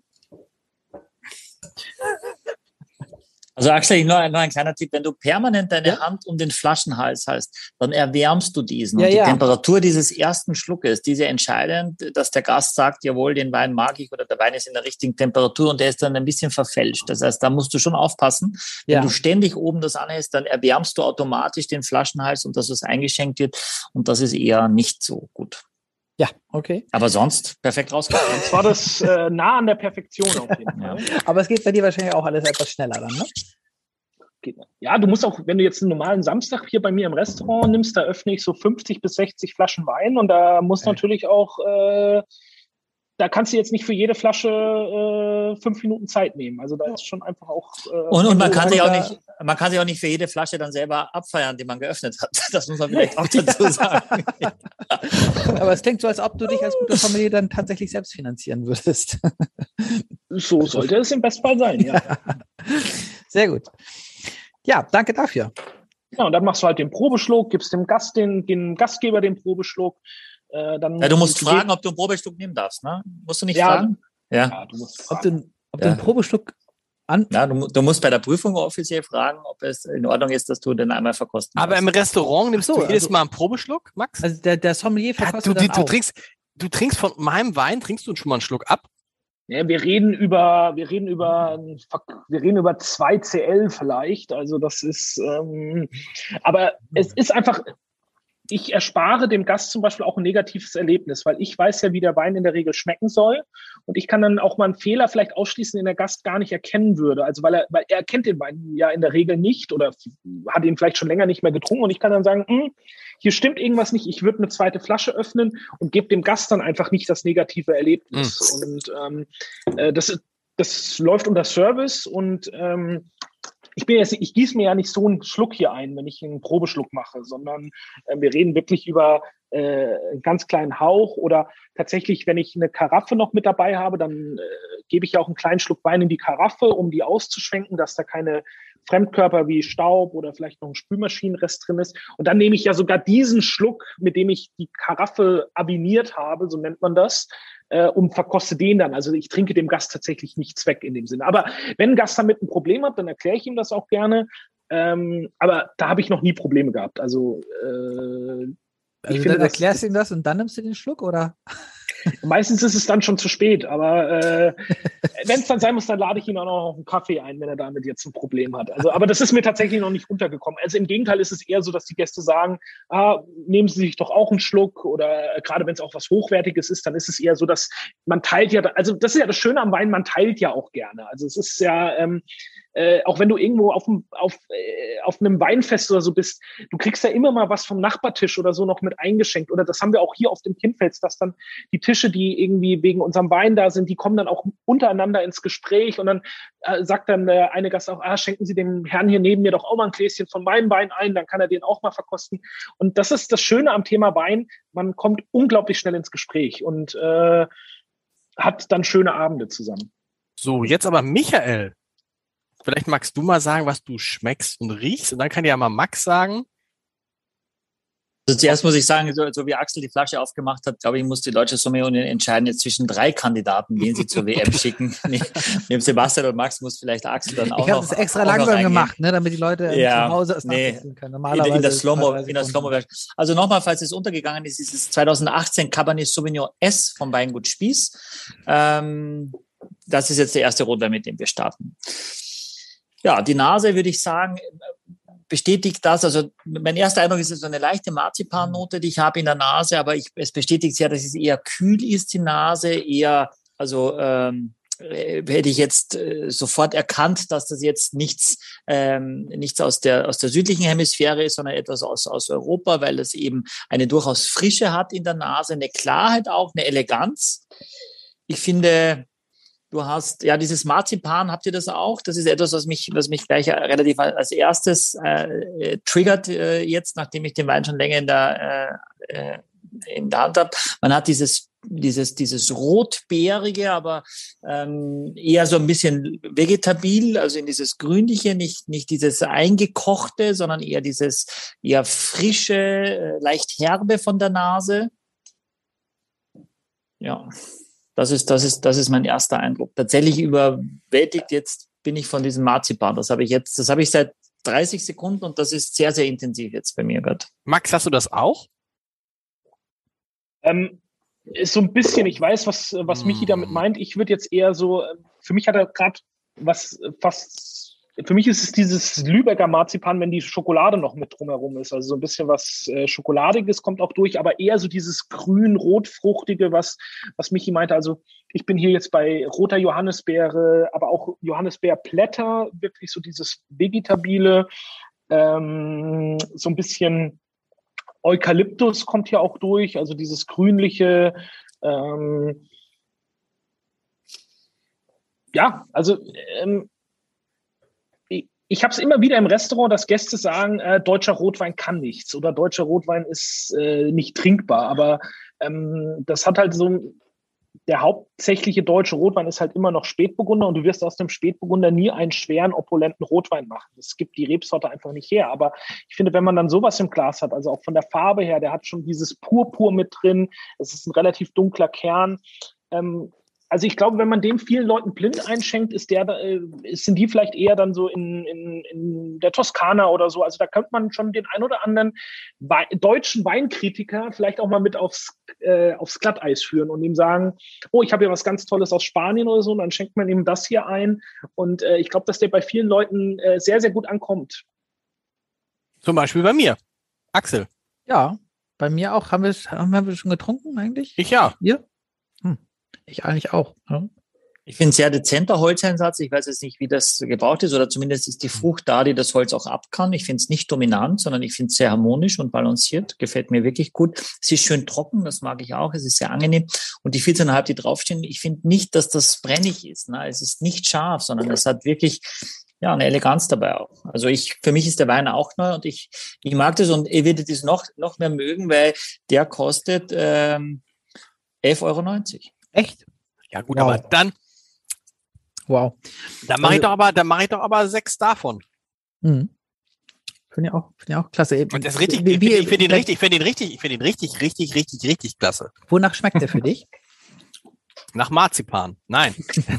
Also Axel, nur ein, nur ein kleiner Tipp, wenn du permanent deine ja? Hand um den Flaschenhals hast, dann erwärmst du diesen. Ja, und die ja. Temperatur dieses ersten Schluckes, diese entscheidend, dass der Gast sagt, jawohl, den Wein mag ich oder der Wein ist in der richtigen Temperatur und der ist dann ein bisschen verfälscht. Das heißt, da musst du schon aufpassen. Wenn ja. du ständig oben das anhältst, dann erwärmst du automatisch den Flaschenhals und dass es eingeschenkt wird und das ist eher nicht so gut. Ja, okay. Aber sonst perfekt rausgekommen. Jetzt war das äh, nah an der Perfektion auf jeden Fall. Ja. Aber es geht bei dir wahrscheinlich auch alles etwas schneller dann, ne? Ja, du musst auch, wenn du jetzt einen normalen Samstag hier bei mir im Restaurant nimmst, da öffne ich so fünfzig bis sechzig Flaschen Wein und da muss okay. natürlich auch, äh, da kannst du jetzt nicht für jede Flasche äh, fünf Minuten Zeit nehmen. Also da ist schon einfach auch... Äh, und und man, kann sich auch nicht, man kann sich auch nicht für jede Flasche dann selber abfeiern, die man geöffnet hat. Das muss man vielleicht auch dazu sagen. Aber es klingt so, als ob du dich als guter Sommelier dann tatsächlich selbst finanzieren würdest. So sollte es im Bestfall sein, ja. ja. Sehr gut. Ja, danke dafür. Ja, und dann machst du halt den Probeschluck, gibst dem Gast den, dem Gastgeber den Probeschluck. Äh, dann ja, du musst fragen, geben. ob du einen Probeschluck nehmen darfst, ne? Musst du nicht ja, fragen? Ja, ja du musst fragen. Ob du, ob ja. du einen Probeschluck an... Ja, du, du musst bei der Prüfung offiziell fragen, ob es in Ordnung ist, dass du den einmal verkosten Aber hast. im Restaurant nimmst du so, jedes also, Mal einen Probeschluck, Max? Also der, der Sommelier verkostet ja, du, dann du, auch. trinkst, du trinkst von meinem Wein, trinkst du schon mal einen Schluck ab? Ja, wir reden über, wir reden über, wir reden über zwei C L vielleicht. Also das ist, ähm, aber es ist einfach, ich erspare dem Gast zum Beispiel auch ein negatives Erlebnis, weil ich weiß ja, wie der Wein in der Regel schmecken soll. Und ich kann dann auch mal einen Fehler vielleicht ausschließen, den der Gast gar nicht erkennen würde. Also weil er, weil er kennt den Wein ja in der Regel nicht oder hat ihn vielleicht schon länger nicht mehr getrunken. Und ich kann dann sagen, hm, hier stimmt irgendwas nicht, ich würde eine zweite Flasche öffnen und gebe dem Gast dann einfach nicht das negative Erlebnis. Mhm. Und ähm, äh, das, das läuft unter Service und ähm, ich bin jetzt, ich gieße mir ja nicht so einen Schluck hier ein, wenn ich einen Probeschluck mache, sondern äh, wir reden wirklich über äh, einen ganz kleinen Hauch oder tatsächlich, wenn ich eine Karaffe noch mit dabei habe, dann äh, gebe ich ja auch einen kleinen Schluck Wein in die Karaffe, um die auszuschwenken, dass da keine Fremdkörper wie Staub oder vielleicht noch ein Spülmaschinenrest drin ist. Und dann nehme ich ja sogar diesen Schluck, mit dem ich die Karaffe abiniert habe, so nennt man das, äh, und verkoste den dann. Also ich trinke dem Gast tatsächlich nichts weg in dem Sinne. Aber wenn ein Gast damit ein Problem hat, dann erkläre ich ihm das auch gerne. Ähm, aber da habe ich noch nie Probleme gehabt. Also, äh, also ich finde, dann das, erklärst du ihm das und dann nimmst du den Schluck, oder? Meistens ist es dann schon zu spät, aber äh, wenn es dann sein muss, dann lade ich ihn auch noch auf einen Kaffee ein, wenn er damit jetzt ein Problem hat. Also, aber das ist mir tatsächlich noch nicht untergekommen. Also im Gegenteil ist es eher so, dass die Gäste sagen, ah, nehmen Sie sich doch auch einen Schluck oder äh, gerade wenn es auch was Hochwertiges ist, dann ist es eher so, dass man teilt ja, also das ist ja das Schöne am Wein, man teilt ja auch gerne. Also es ist ja, ähm, äh, auch wenn du irgendwo auf, dem, auf, äh, auf einem Weinfest oder so bist, du kriegst ja immer mal was vom Nachbartisch oder so noch mit eingeschenkt. Oder das haben wir auch hier auf dem Kindfels, dass dann die Tische, die irgendwie wegen unserem Wein da sind, die kommen dann auch untereinander ins Gespräch und dann äh, sagt dann der eine Gast auch, ah, schenken Sie dem Herrn hier neben mir doch auch mal ein Gläschen von meinem Wein ein, dann kann er den auch mal verkosten. Und das ist das Schöne am Thema Wein, man kommt unglaublich schnell ins Gespräch und äh, hat dann schöne Abende zusammen. So, jetzt aber Michael. Vielleicht magst du mal sagen, was du schmeckst und riechst und dann kann ja mal Max sagen. Also zuerst muss ich sagen, so, so wie Axel die Flasche aufgemacht hat, glaube ich, muss die Deutsche Sommelier entscheiden jetzt zwischen drei Kandidaten, den sie zur W M schicken. Neben Sebastian und Max muss vielleicht Axel dann auch ich noch. Ich habe es extra langsam gemacht, ne, damit die Leute ja, zu Hause es nee, nachvollziehen können. Normalerweise in, in der Slow-Mo, in der Slow-Mo. Also nochmal, falls es untergegangen ist, ist es zwanzig achtzehn Cabernet Sauvignon S vom Weingut Spieß. Ähm, das ist jetzt der erste Rotwein, mit dem wir starten. Ja, die Nase, würde ich sagen, bestätigt das. Also mein erster Eindruck ist so eine leichte Marzipannote, die ich habe in der Nase, aber ich, es bestätigt sehr, dass es eher kühl ist, die Nase, eher, also ähm, hätte ich jetzt äh, sofort erkannt, dass das jetzt nichts, ähm, nichts aus der, aus der südlichen Hemisphäre ist, sondern etwas aus, aus Europa, weil es eben eine durchaus Frische hat in der Nase, eine Klarheit auch, eine Eleganz. Ich finde, du hast, ja, dieses Marzipan, habt ihr das auch? Das ist etwas, was mich, was mich gleich relativ als erstes äh, triggert äh, jetzt, nachdem ich den Wein schon länger in der, äh, in der Hand habe. Man hat dieses dieses, dieses Rotbeerige, aber ähm, eher so ein bisschen vegetabil, also in dieses Grünliche, nicht, nicht dieses Eingekochte, sondern eher dieses eher frische, äh, leicht herbe von der Nase. Ja, das ist, das ist, das ist mein erster Eindruck. Tatsächlich überwältigt jetzt bin ich von diesem Marzipan. Das habe ich jetzt, das habe ich seit dreißig Sekunden und das ist sehr, sehr intensiv jetzt bei mir gerade. Max, hast du das auch? Ähm, ist so ein bisschen, ich weiß, was, was Michi damit meint. Ich würde jetzt eher so, für mich hat er gerade was fast, für mich ist es dieses Lübecker Marzipan, wenn die Schokolade noch mit drumherum ist. Also so ein bisschen was äh, Schokoladiges kommt auch durch, aber eher so dieses grün-rotfruchtige, was, was Michi meinte. Also ich bin hier jetzt bei roter Johannisbeere, aber auch Johannisbeerblätter, wirklich so dieses Vegetabile, ähm, so ein bisschen Eukalyptus kommt hier auch durch, also dieses grünliche, ähm, ja, also ähm, ich, ich habe es immer wieder im Restaurant, dass Gäste sagen, äh, deutscher Rotwein kann nichts oder deutscher Rotwein ist äh, nicht trinkbar, aber ähm, das hat halt so, der hauptsächliche deutsche Rotwein ist halt immer noch Spätburgunder und du wirst aus dem Spätburgunder nie einen schweren, opulenten Rotwein machen. Das gibt die Rebsorte einfach nicht her. Aber ich finde, wenn man dann sowas im Glas hat, also auch von der Farbe her, der hat schon dieses Purpur mit drin, es ist ein relativ dunkler Kern. Ähm, also ich glaube, wenn man dem vielen Leuten blind einschenkt, ist der, äh, sind die vielleicht eher dann so in, in, in der Toskana oder so. Also da könnte man schon den ein oder anderen Wei- deutschen Weinkritiker vielleicht auch mal mit aufs, äh, aufs Glatteis führen und ihm sagen, oh, ich habe hier was ganz Tolles aus Spanien oder so, und dann schenkt man ihm das hier ein. Und äh, ich glaube, dass der bei vielen Leuten äh, sehr, sehr gut ankommt. Zum Beispiel bei mir. Axel. Ja, bei mir auch. Haben wir haben wir schon getrunken eigentlich? Ich ja. Ihr? Hm. Ich eigentlich auch. Ja. Ich finde sehr dezenter Holzeinsatz. Ich weiß jetzt nicht, wie das gebraucht ist, oder zumindest ist die Frucht da, die das Holz auch ab kann. Ich finde es nicht dominant, sondern ich finde es sehr harmonisch und balanciert. Gefällt mir wirklich gut. Es ist schön trocken, das mag ich auch. Es ist sehr angenehm. Und die vierzehn Komma fünf, die draufstehen, ich finde nicht, dass das brennig ist. Ne? Es ist nicht scharf, sondern es hat wirklich ja eine Eleganz dabei auch. Also ich, für mich ist der Wein auch neu und ich, ich mag das, und ihr werdet es noch, noch mehr mögen, weil der kostet ähm, elf Euro neunzig. Echt? Ja gut, Wow. aber dann, Wow. dann mache ich Also- doch aber, dann mache ich doch aber sechs davon. Mhm. Finde ich auch, finde ich auch klasse. Und das ist richtig, Wie- ich wie- finde ich find ihn vielleicht- richtig, ich finde ihn richtig, ich finde ihn richtig, richtig, richtig, richtig klasse. Wonach schmeckt der für dich? Nach Marzipan. Nein.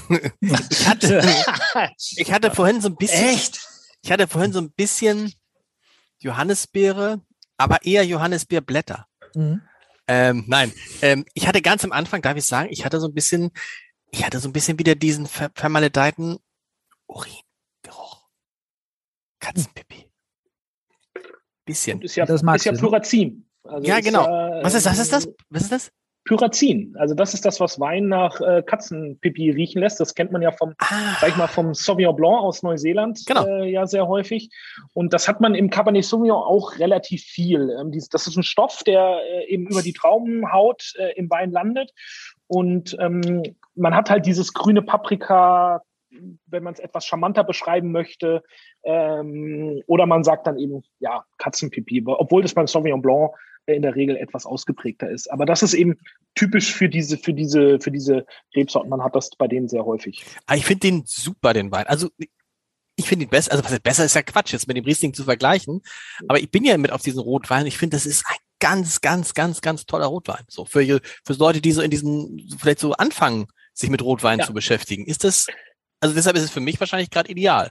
ich hatte, ich hatte vorhin so ein bisschen, Echt? ich hatte vorhin so ein bisschen Johannisbeere, aber eher Johannisbeerblätter. Mhm. Ähm, nein, ähm, ich hatte ganz am Anfang, darf ich sagen, ich hatte so ein bisschen, ich hatte so ein bisschen wieder diesen ver vermaledeiten Uringeruch. Katzenpipi. Bisschen. Und ist ja, Das magst ist ja du, ne? Pyrazin. Also Ja, ist genau. ja, Was ist das? Was ist das? ähm, Was ist das? Pyrazin. Also das ist das, was Wein nach äh, Katzenpipi riechen lässt. Das kennt man ja vom, Ah, sag ich mal, vom Sauvignon Blanc aus Neuseeland Genau. äh, ja sehr häufig. Und das hat man im Cabernet Sauvignon auch relativ viel. Ähm, dies, das ist ein Stoff, der äh, eben über die Traubenhaut äh, im Wein landet. Und ähm, man hat halt dieses grüne Paprika, wenn man es etwas charmanter beschreiben möchte. Ähm, oder man sagt dann eben, ja, Katzenpipi, obwohl das beim Sauvignon Blanc äh, in der Regel etwas ausgeprägter ist. Aber das ist eben typisch für diese, für diese, für diese Rebsorten. Man hat das bei denen sehr häufig. ah, ich finde den super, den Wein. Also ich finde ihn besser, also was heißt besser ist ja Quatsch, jetzt mit dem Riesling zu vergleichen. Aber ich bin ja mit auf diesen Rotwein. Ich finde, das ist ein ganz, ganz, ganz, ganz toller Rotwein. So für, für Leute, die so in diesen, vielleicht so anfangen, sich mit Rotwein Ja. zu beschäftigen. Ist das, also deshalb ist es für mich wahrscheinlich gerade ideal.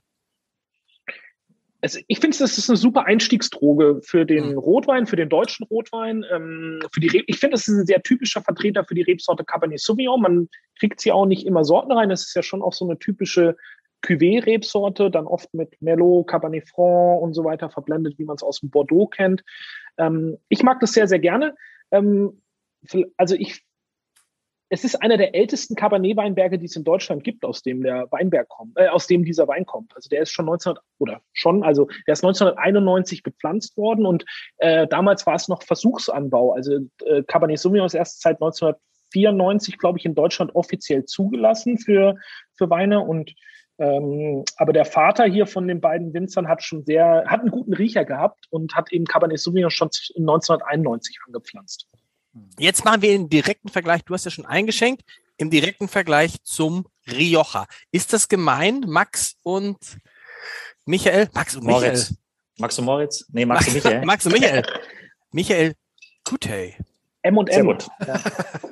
Es, ich finde, das ist eine super Einstiegsdroge für den Mhm. Rotwein, für den deutschen Rotwein. Ähm, für die Re ich finde, es ist ein sehr typischer Vertreter für die Rebsorte Cabernet Sauvignon. Man kriegt sie auch nicht immer Sorten rein. Das ist ja schon auch so eine typische Cuvée-Rebsorte, dann oft mit Merlot, Cabernet Franc und so weiter verblendet, wie man es aus dem Bordeaux kennt. Ähm, ich mag das sehr, sehr gerne. Ähm, also ich Es ist einer der ältesten Cabernet-Weinberge, die es in Deutschland gibt, aus dem der Weinberg kommt, äh, aus dem dieser Wein kommt. Also der ist schon neunzehnhundert oder schon, also der ist neunzehnhunderteinundneunzig gepflanzt worden und äh, damals war es noch Versuchsanbau. Also äh, Cabernet Sauvignon ist erst seit neunzehnhundertvierundneunzig, glaube ich, in Deutschland offiziell zugelassen für für Weine und ähm, aber der Vater hier von den beiden Winzern hat schon sehr, hat einen guten Riecher gehabt und hat eben Cabernet Sauvignon schon neunzehnhunderteinundneunzig angepflanzt. Jetzt machen wir einen direkten Vergleich. Du hast ja schon eingeschenkt. Im direkten Vergleich zum Rioja. Ist das gemein, Max und Michael? Max und Moritz. Michael. Max und Moritz? Nee, Max, Max und Michael. Max und Michael. Michael Kutey. M und M. Sehr gut. Ja.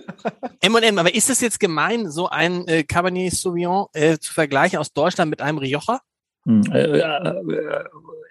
M und M. Aber ist es jetzt gemein, so ein äh, Cabernet Sauvignon äh, zu vergleichen aus Deutschland mit einem Rioja? Hm, äh, äh,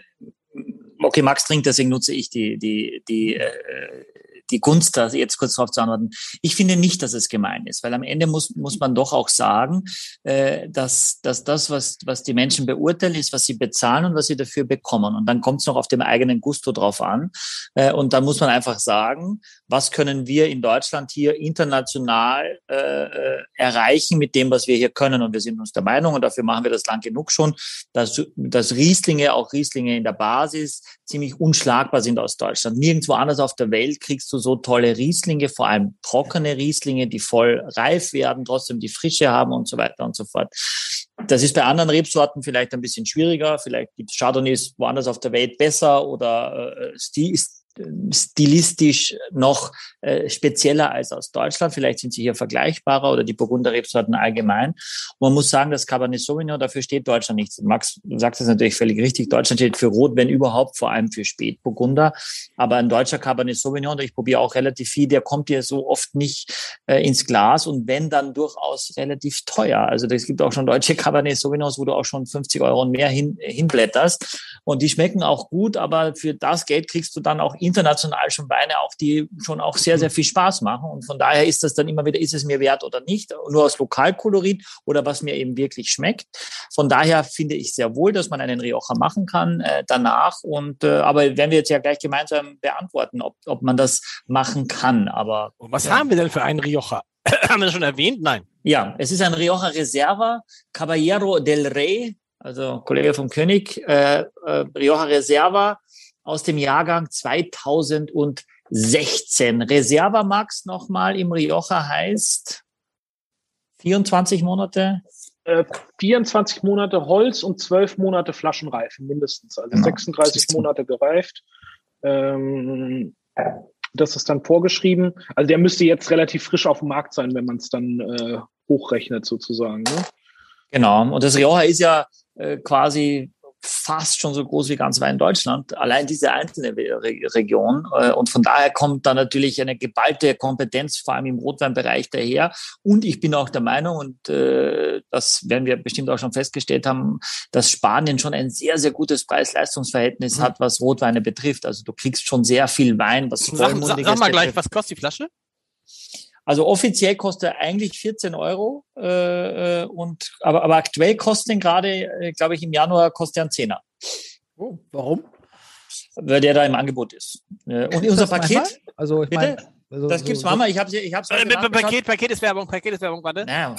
okay, Max trinkt, deswegen nutze ich die, die, die, äh, die Gunst, da jetzt kurz darauf zu antworten. Ich finde nicht, dass es gemein ist, weil am Ende muss, muss man doch auch sagen, äh, dass, dass das, was, was die Menschen beurteilen, ist, was sie bezahlen und was sie dafür bekommen. Und dann kommt es noch auf dem eigenen Gusto drauf an. Äh, und dann muss man einfach sagen, was können wir in Deutschland hier international äh, erreichen mit dem, was wir hier können. Und wir sind uns der Meinung, und dafür machen wir das lang genug schon, dass, dass Rieslinge, auch Rieslinge in der Basis, ziemlich unschlagbar sind aus Deutschland. Nirgendwo anders auf der Welt kriegst du so tolle Rieslinge, vor allem trockene Rieslinge, die voll reif werden, trotzdem die Frische haben und so weiter und so fort. Das ist bei anderen Rebsorten vielleicht ein bisschen schwieriger. Vielleicht gibt es Chardonnays woanders auf der Welt besser oder äh, Stil, stilistisch noch äh, spezieller als aus Deutschland. Vielleicht sind sie hier vergleichbarer oder die Burgunder-Rebsorten allgemein. Und man muss sagen, das Cabernet Sauvignon, dafür steht Deutschland nichts. Max, du sagst es natürlich völlig richtig. Deutschland steht für Rot, wenn überhaupt, vor allem für Spätburgunder. Aber ein deutscher Cabernet Sauvignon, ich probiere auch relativ viel, der kommt hier so oft nicht äh, ins Glas und wenn, dann durchaus relativ teuer. Also es gibt auch schon deutsche Cabernet Sauvignons, wo du auch schon fünfzig Euro und mehr hin, hinblätterst. Und die schmecken auch gut, aber für das Geld kriegst du dann auch international schon Weine, auch die schon auch sehr, sehr viel Spaß machen. Und von daher ist das dann immer wieder, ist es mir wert oder nicht, nur aus Lokalkolorit oder was mir eben wirklich schmeckt. Von daher finde ich sehr wohl, dass man einen Rioja machen kann äh, danach. Und äh, aber werden wir jetzt ja gleich gemeinsam beantworten, ob, ob man das machen kann. Aber und was ja. haben wir denn für einen Rioja? Haben wir das schon erwähnt? Nein. Ja, es ist ein Rioja Reserva, Caballero del Rey, also Kollege vom König, äh, äh, Rioja Reserva aus dem Jahrgang zweitausendsechzehn. Reserva, Max, nochmal im Rioja heißt vierundzwanzig Monate? Äh, vierundzwanzig Monate Holz und zwölf Monate Flaschenreifen mindestens. Also genau. sechsunddreißig Monate gereift. Ähm, das ist dann vorgeschrieben. Also der müsste jetzt relativ frisch auf dem Markt sein, wenn man es dann äh, hochrechnet sozusagen. Ne? Genau. Und das Rioja ist ja äh, quasi fast schon so groß wie ganz Wein Deutschland, allein diese einzelne Re- Region. Und von daher kommt da natürlich eine geballte Kompetenz, vor allem im Rotweinbereich daher. Und ich bin auch der Meinung, und äh, das werden wir bestimmt auch schon festgestellt haben, dass Spanien schon ein sehr, sehr gutes Preis-Leistungs-Verhältnis mhm. hat, was Rotweine betrifft. Also du kriegst schon sehr viel Wein, was vollmundiges Sag, sag mal gleich, was kostet die Flasche? Also offiziell kostet er eigentlich vierzehn Euro, äh, und aber, aber aktuell kostet ihn gerade, äh, glaube ich, im Januar kostet er einen Zehner. Oh, warum? Weil der da im Angebot ist. Äh, und unser Paket, manchmal? Also ich bitte? mein, also das so, gibt's so, Mama, ich habe ich hab's äh, Paket, Paket ist Werbung, Paket ist Werbung, warte. Naja.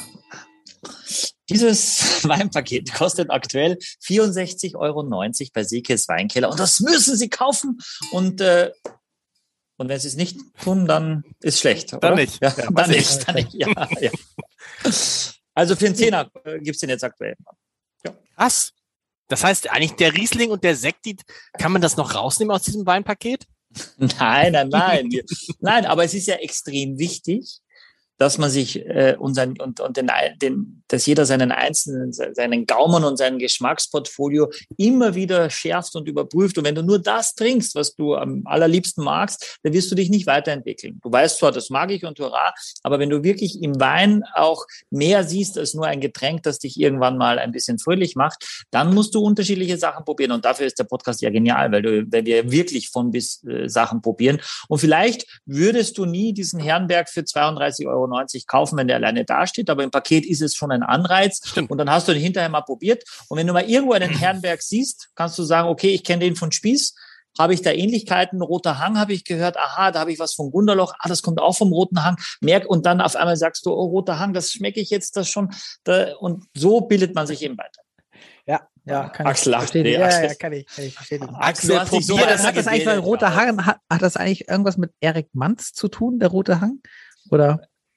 Dieses Weinpaket kostet aktuell vierundsechzig Euro neunzig bei Siekes Weinkeller und das müssen Sie kaufen und äh, Und wenn sie es nicht tun, dann ist schlecht. Dann oder? nicht. Ja, Ja, dann nicht. Dann nicht. Ja, ja. Also für einen Zehner äh, gibt's den jetzt aktuell. Ja. Krass. Das heißt, eigentlich der Riesling und der Sekt, die, kann man das noch rausnehmen aus diesem Weinpaket? Nein, nein, nein. Nein, aber es ist ja extrem wichtig, dass man sich äh, und, sein, und, und den, den, dass jeder seinen einzelnen, seinen Gaumen und sein Geschmacksportfolio immer wieder schärft und überprüft. Und wenn du nur das trinkst, was du am allerliebsten magst, dann wirst du dich nicht weiterentwickeln. Du weißt zwar, das mag ich und hurra, aber wenn du wirklich im Wein auch mehr siehst als nur ein Getränk, das dich irgendwann mal ein bisschen fröhlich macht, dann musst du unterschiedliche Sachen probieren. Und dafür ist der Podcast ja genial, weil, du, weil wir wirklich von bis äh, Sachen probieren. Und vielleicht würdest du nie diesen Herrenberg für zweiunddreißig Euro neunzig kaufen, wenn der alleine dasteht, aber im Paket ist es schon ein Anreiz. Stimmt. Und dann hast du den hinterher mal probiert und wenn du mal irgendwo einen Herrenberg siehst, kannst du sagen, okay, ich kenne den von Spieß, habe ich da Ähnlichkeiten, Roter Hang habe ich gehört, aha, da habe ich was von Gunderloch, ah, das kommt auch vom Roten Hang, merk und dann auf einmal sagst du, oh, Roter Hang, das schmecke ich jetzt das schon da, und so bildet man sich eben weiter. Ja, ja, kann Axel ich verstehen. Nee, ja, Axel. ja, kann ich, kann ich verstehen. Axel, du hast dich so ja, das hat das eigentlich, weil gebildet, Roter Hang, hat, hat das eigentlich irgendwas mit Erik Manz zu tun, der Rote Hang? Oder?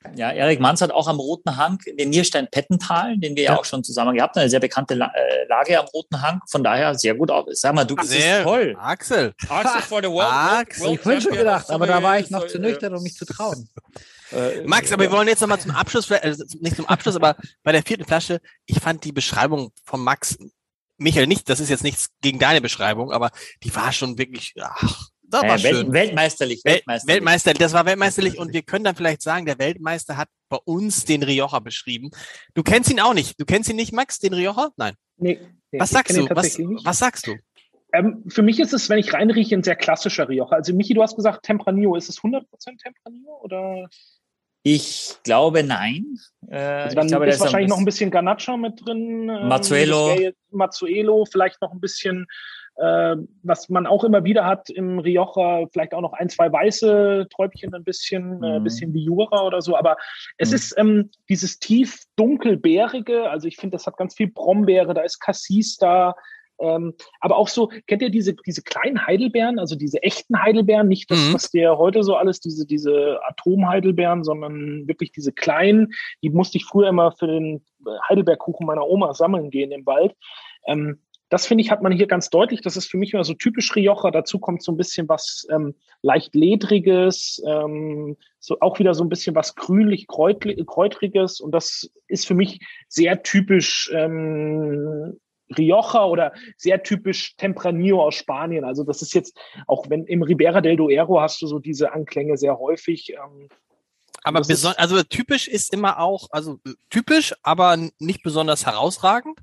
Ja, Erik Manz hat auch am Roten Hang den Nierstein-Pettental, den wir ja. ja auch schon zusammen gehabt haben, eine sehr bekannte La- äh, Lage am Roten Hang. Von daher sehr gut auf. Sag mal, du bist toll. Axel. Axel for the World. Axel, World ich wollte schon gedacht, aber da war ich noch so, zu nüchtern, um mich zu trauen. Äh, Max, aber wir wollen jetzt nochmal zum Abschluss, also nicht zum Abschluss, aber bei der vierten Flasche, ich fand die Beschreibung von Max, Michael nicht, das ist jetzt nichts gegen deine Beschreibung, aber die war schon wirklich, ach, das war äh, schön. Weltmeisterlich, Weltmeisterlich. Weltmeisterlich, das war weltmeisterlich und wir können dann vielleicht sagen, der Weltmeister hat bei uns den Rioja beschrieben. Du kennst ihn auch nicht. Du kennst ihn nicht, Max, den Rioja? Nein. Nee. nee was sagst du? Was, was sagst du? Ähm, für mich ist es, wenn ich reinrieche, ein sehr klassischer Rioja. Also Michi, du hast gesagt Tempranillo. Ist es hundert Prozent Tempranillo oder? Ich glaube, nein. Äh, also dann ich glaube, ist wahrscheinlich noch ein bisschen Garnacha mit drin. Ähm, Mazzuelo. Mazzuelo, vielleicht noch ein bisschen, äh, was man auch immer wieder hat im Rioja, vielleicht auch noch ein, zwei weiße Träubchen, ein bisschen, mhm. äh, bisschen wie Jura oder so. Aber es mhm. ist ähm, dieses tief dunkelbeerige, also ich finde, das hat ganz viel Brombeere, da ist Cassis da. Ähm, aber auch so, kennt ihr diese, diese kleinen Heidelbeeren, also diese echten Heidelbeeren, nicht das, mhm. was der heute so alles, diese, diese Atom-Heidelbeeren, sondern wirklich diese kleinen, die musste ich früher immer für den Heidelbeerkuchen meiner Oma sammeln gehen im Wald. Ähm, das finde ich, hat man hier ganz deutlich, das ist für mich immer so typisch Rioja, dazu kommt so ein bisschen was ähm, leicht Ledriges, ähm, so auch wieder so ein bisschen was grünlich, kräutriges und das ist für mich sehr typisch ähm, Rioja oder sehr typisch Tempranillo aus Spanien. Also das ist jetzt, auch wenn im Ribera del Duero hast du so diese Anklänge sehr häufig. Ähm, aber beson- also typisch ist immer auch, also typisch, aber nicht besonders herausragend?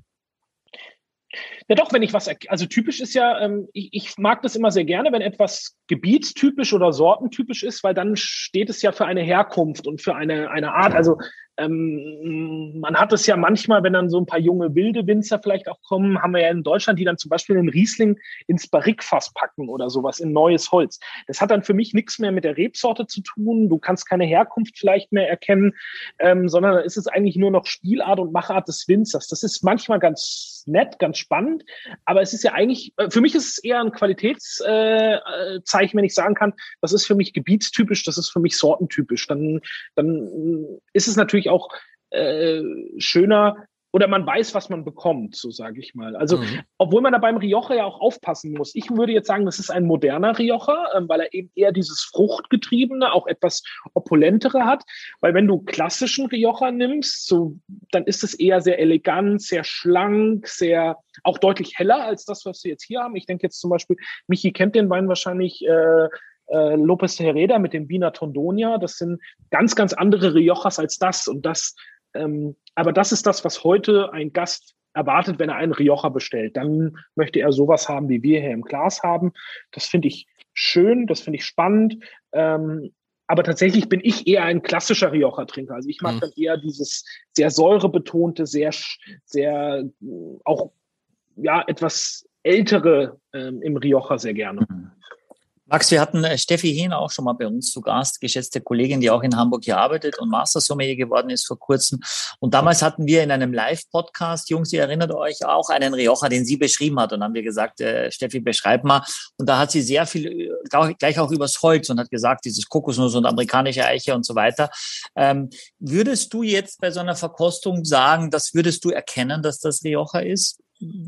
Ja doch, wenn ich was, also typisch ist ja, ähm, ich, ich mag das immer sehr gerne, wenn etwas gebietstypisch oder sortentypisch ist, weil dann steht es ja für eine Herkunft und für eine, eine Art, also Ähm, man hat es ja manchmal, wenn dann so ein paar junge wilde Winzer vielleicht auch kommen, haben wir ja in Deutschland, die dann zum Beispiel einen Riesling ins Barrikfass packen oder sowas in neues Holz. Das hat dann für mich nichts mehr mit der Rebsorte zu tun. Du kannst keine Herkunft vielleicht mehr erkennen, ähm, sondern da ist es eigentlich nur noch Spielart und Machart des Winzers. Das ist manchmal ganz nett, ganz spannend, aber es ist ja eigentlich, für mich ist es eher ein Qualitätszeichen, wenn ich sagen kann, das ist für mich gebietstypisch, das ist für mich sortentypisch. Dann, dann ist es natürlich auch äh, schöner oder man weiß, was man bekommt, so sage ich mal. Also, mhm. obwohl man da beim Rioja ja auch aufpassen muss. Ich würde jetzt sagen, das ist ein moderner Rioja, ähm, weil er eben eher dieses Fruchtgetriebene, auch etwas opulentere hat. Weil wenn du klassischen Rioja nimmst, so, dann ist es eher sehr elegant, sehr schlank, sehr auch deutlich heller als das, was wir jetzt hier haben. Ich denke jetzt zum Beispiel, Michi kennt den Wein wahrscheinlich, äh, Äh, Lopez de Hereda mit dem Vina Tondonia, das sind ganz, ganz andere Riojas als das und das, ähm, aber das ist das, was heute ein Gast erwartet, wenn er einen Rioja bestellt. Dann möchte er sowas haben, wie wir hier im Glas haben. Das finde ich schön, das finde ich spannend, ähm, aber tatsächlich bin ich eher ein klassischer Rioja-Trinker. Also ich mag mhm. dann eher dieses sehr säurebetonte, sehr, sehr auch ja etwas ältere ähm, im Rioja sehr gerne. Mhm. Max, wir hatten Steffi Hehn auch schon mal bei uns zu Gast, geschätzte Kollegin, die auch in Hamburg hier arbeitet und Master-Sommelier geworden ist vor kurzem. Und damals hatten wir in einem Live-Podcast, Jungs, ihr erinnert euch auch, einen Rioja, den sie beschrieben hat. Und haben wir gesagt, äh, Steffi, beschreib mal. Und da hat sie sehr viel, gleich auch übers Holz und hat gesagt, dieses Kokosnuss und amerikanische Eiche und so weiter. Ähm, würdest du jetzt bei so einer Verkostung sagen, das würdest du erkennen, dass das Rioja ist?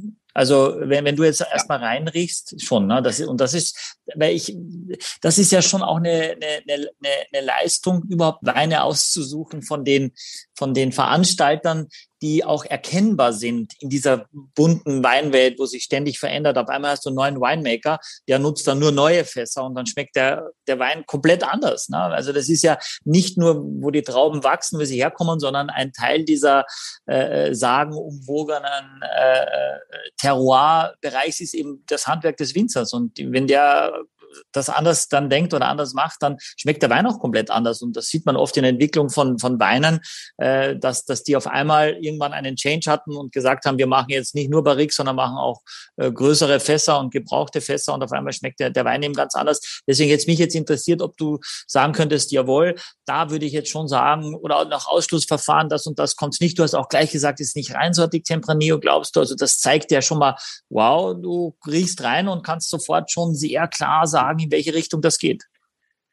Also wenn, wenn du jetzt erstmal reinriechst, schon, ne? Das ist, und das ist, weil ich, das ist ja schon auch eine, eine, eine, eine Leistung, überhaupt Weine auszusuchen von den, von den Veranstaltern, die auch erkennbar sind in dieser bunten Weinwelt, wo sich ständig verändert. Auf einmal hast du einen neuen Winemaker, der nutzt dann nur neue Fässer und dann schmeckt der, der Wein komplett anders. Ne? Also das ist ja nicht nur, wo die Trauben wachsen, wo sie herkommen, sondern ein Teil dieser äh, sagenumwogenen äh, Terroir-Bereichs ist eben das Handwerk des Winzers. Und wenn der das anders dann denkt oder anders macht, dann schmeckt der Wein auch komplett anders. Und das sieht man oft in der Entwicklung von, von Weinen, äh, dass, dass die auf einmal irgendwann einen Change hatten und gesagt haben, wir machen jetzt nicht nur Barrique, sondern machen auch äh, größere Fässer und gebrauchte Fässer und auf einmal schmeckt der, der Wein eben ganz anders. Deswegen jetzt mich jetzt interessiert, ob du sagen könntest, jawohl, da würde ich jetzt schon sagen, oder nach Ausschlussverfahren, das und das kommt nicht. Du hast auch gleich gesagt, es ist nicht reinsortig Tempranillo, glaubst du? Also das zeigt ja schon mal, wow, du riechst rein und kannst sofort schon sehr klar sagen, in welche Richtung das geht.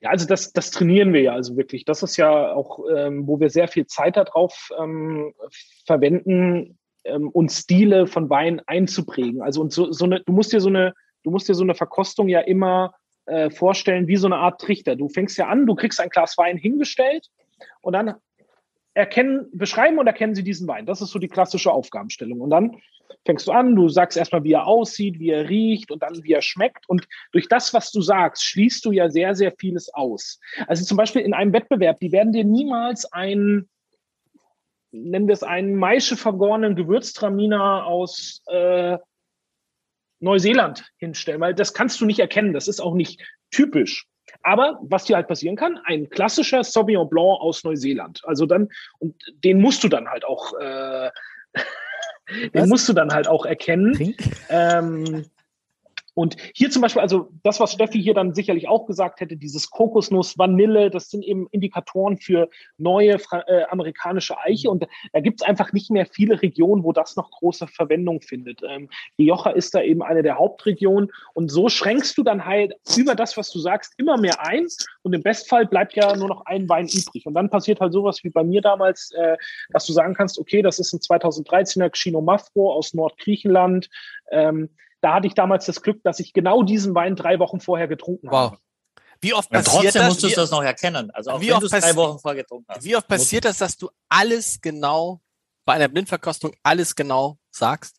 Ja, also das, das trainieren wir ja also wirklich. Das ist ja auch, ähm, wo wir sehr viel Zeit darauf ähm, verwenden, ähm, uns Stile von Wein einzuprägen. Also und so, so eine, du musst dir so eine, du musst dir so eine Verkostung ja immer äh, vorstellen wie so eine Art Trichter. Du fängst ja an, du kriegst ein Glas Wein hingestellt und dann erkennen, beschreiben und erkennen sie diesen Wein. Das ist so die klassische Aufgabenstellung. Und dann fängst du an, du sagst erstmal, wie er aussieht, wie er riecht und dann, wie er schmeckt. Und durch das, was du sagst, schließt du ja sehr, sehr vieles aus. Also zum Beispiel in einem Wettbewerb, die werden dir niemals einen, nennen wir es einen Maische vergorenen Gewürztraminer aus äh, Neuseeland hinstellen, weil das kannst du nicht erkennen. Das ist auch nicht typisch. Aber was dir halt passieren kann, ein klassischer Sauvignon Blanc aus Neuseeland. Also dann, und den musst du dann halt auch, äh, den musst du dann halt auch erkennen. Ähm, und hier zum Beispiel, also das, was Steffi hier dann sicherlich auch gesagt hätte, dieses Kokosnuss, Vanille, das sind eben Indikatoren für neue äh, amerikanische Eiche. Und da gibt es einfach nicht mehr viele Regionen, wo das noch große Verwendung findet. Ähm, Rioja ist da eben eine der Hauptregionen. Und so schränkst du dann halt über das, was du sagst, immer mehr ein. Und im Bestfall bleibt ja nur noch ein Wein übrig. Und dann passiert halt sowas wie bei mir damals, äh, dass du sagen kannst, okay, das ist ein zweitausenddreizehner Xino Mafro aus Nordgriechenland. Ähm, Da hatte ich damals das Glück, dass ich genau diesen Wein drei Wochen vorher getrunken wow. habe. Wie oft ja, passiert trotzdem das? musst du wie, das noch erkennen. Also auch wie wenn oft du es drei Wochen vorher getrunken hast. Wie oft passiert das, dass du alles genau, bei einer Blindverkostung alles genau sagst?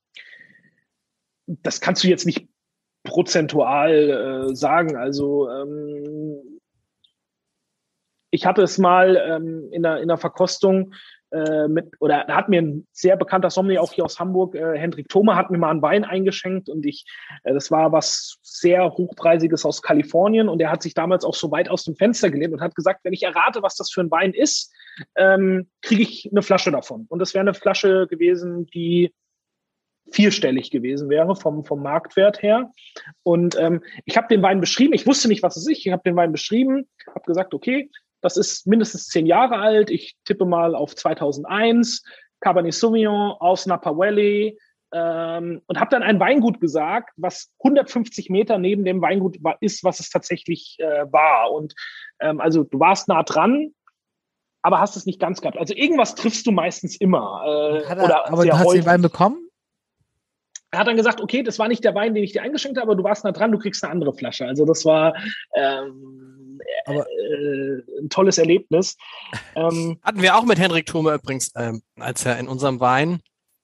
Das kannst du jetzt nicht prozentual äh, sagen. Also ähm, ich hatte es mal ähm, in der, in der Verkostung äh, mit, oder da hat mir ein sehr bekannter Sommelier auch hier aus Hamburg, äh, Hendrik Thoma, hat mir mal einen Wein eingeschenkt und ich, äh, das war was sehr Hochpreisiges aus Kalifornien und er hat sich damals auch so weit aus dem Fenster gelehnt und hat gesagt, wenn ich errate, was das für ein Wein ist, ähm, kriege ich eine Flasche davon. Und das wäre eine Flasche gewesen, die vierstellig gewesen wäre vom, vom Marktwert her. Und ähm, ich habe den Wein beschrieben, ich wusste nicht, was es ist, ich habe den Wein beschrieben, habe gesagt, okay, das ist mindestens zehn Jahre alt. Ich tippe mal auf zweitausendeins, Cabernet Sauvignon aus Napa Valley ähm, und habe dann ein Weingut gesagt, was hundertfünfzig Meter neben dem Weingut war, ist, was es tatsächlich äh, war. Und ähm, also du warst nah dran, aber hast es nicht ganz gehabt. Also irgendwas triffst du meistens immer. Äh, Hat er, oder aber sehr du hast häufig. den Wein bekommen? Er hat dann gesagt, okay, das war nicht der Wein, den ich dir eingeschenkt habe, aber du warst nah dran, du kriegst eine andere Flasche. Also das war ähm, aber äh, ein tolles Erlebnis. Ähm, Hatten wir auch mit Hendrik Thome übrigens, ähm, als er in unserem Wein,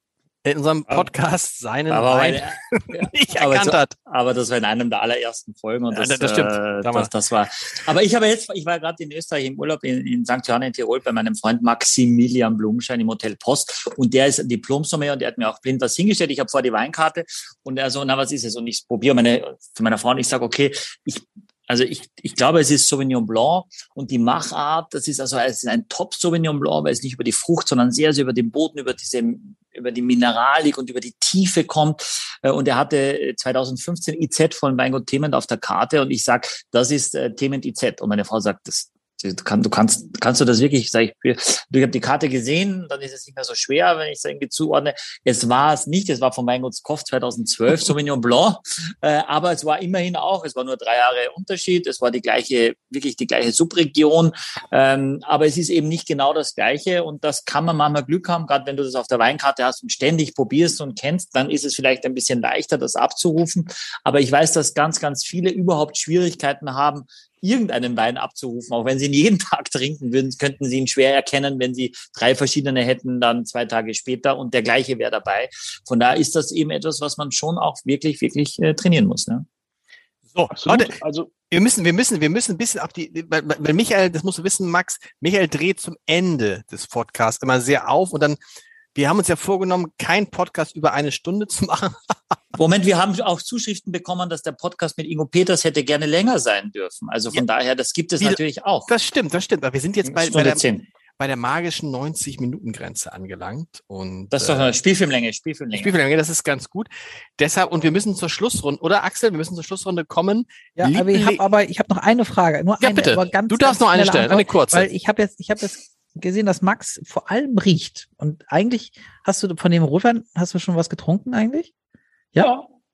in unserem Podcast seinen aber Wein meine, nicht aber erkannt so, hat. Aber das war in einem der allerersten Folgen und das, Ja, das stimmt. Äh, Damals. das, das war. Aber ich habe jetzt, ich war gerade in Österreich im Urlaub in, in Sankt Johann in Tirol bei meinem Freund Maximilian Blumenschein im Hotel Post und der ist Diplom-Sommelier und der hat mir auch blind was hingestellt. Ich habe vor die Weinkarte und er so, na was ist es? Und ich probiere meine zu meiner Frau und ich sage, okay, ich Also ich, ich glaube, es ist Sauvignon Blanc und die Machart, das ist also es ist ein Top Sauvignon Blanc, weil es nicht über die Frucht, sondern sehr, sehr über den Boden, über diese, über die Mineralik und über die Tiefe kommt. Und er hatte zweitausendfünfzehn I Z von Weingut Thement auf der Karte und ich sag, das ist Thement I Z. Und meine Frau sagt, das Du, kann, du kannst, kannst du das wirklich, sag ich, ich habe die Karte gesehen, dann ist es nicht mehr so schwer, wenn ich es irgendwie zuordne. Es war es nicht, es war von Weingut Koff zweitausendzwölf, Sauvignon Blanc, äh, aber es war immerhin auch, es war nur drei Jahre Unterschied, es war die gleiche, wirklich die gleiche Subregion, ähm, aber es ist eben nicht genau das Gleiche und das kann man manchmal Glück haben, gerade wenn du das auf der Weinkarte hast und ständig probierst und kennst, dann ist es vielleicht ein bisschen leichter, das abzurufen, aber ich weiß, dass ganz, ganz viele überhaupt Schwierigkeiten haben, irgendeinen Wein abzurufen, auch wenn sie ihn jeden Tag trinken würden, könnten sie ihn schwer erkennen, wenn sie drei verschiedene hätten, dann zwei Tage später und der gleiche wäre dabei. Von daher ist das eben etwas, was man schon auch wirklich, wirklich äh, trainieren muss. Ne? So, absolut. Leute, Also wir müssen, wir müssen, wir müssen ein bisschen auf die, weil, weil Michael, das musst du wissen, Max, Michael dreht zum Ende des Podcasts immer sehr auf und dann, wir haben uns ja vorgenommen, keinen Podcast über eine Stunde zu machen. Moment, wir haben auch Zuschriften bekommen, dass der Podcast mit Ingo Peters hätte gerne länger sein dürfen. Also von ja. daher, das gibt es Wie, natürlich auch. Das stimmt, das stimmt. Aber wir sind jetzt bei, bei, der, bei der magischen neunzig-Minuten-Grenze angelangt. Und, das ist doch eine Spielfilmlänge, Spielfilmlänge. Spielfilmlänge, das ist ganz gut. Deshalb, und wir müssen zur Schlussrunde, oder Axel, wir müssen zur Schlussrunde kommen. Ja, Lieb aber ich habe aber ich habe noch eine Frage. Nur ja, eine, bitte. Aber ganz, du darfst noch eine stellen, Antwort, eine kurze. Weil ich habe jetzt, ich habe jetzt gesehen, dass Max vor allem riecht. Und eigentlich hast du von dem Rotwein, hast du schon was getrunken eigentlich? Ja. ja.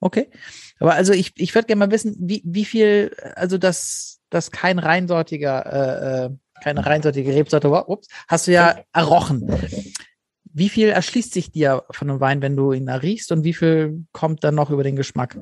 Okay. Aber also ich, ich würde gerne mal wissen, wie, wie viel, also das, das kein reinsortiger, äh, keine reinsortige Rebsorte war, ups, hast du ja errochen. Wie viel erschließt sich dir von einem Wein, wenn du ihn da riechst, und wie viel kommt dann noch über den Geschmack?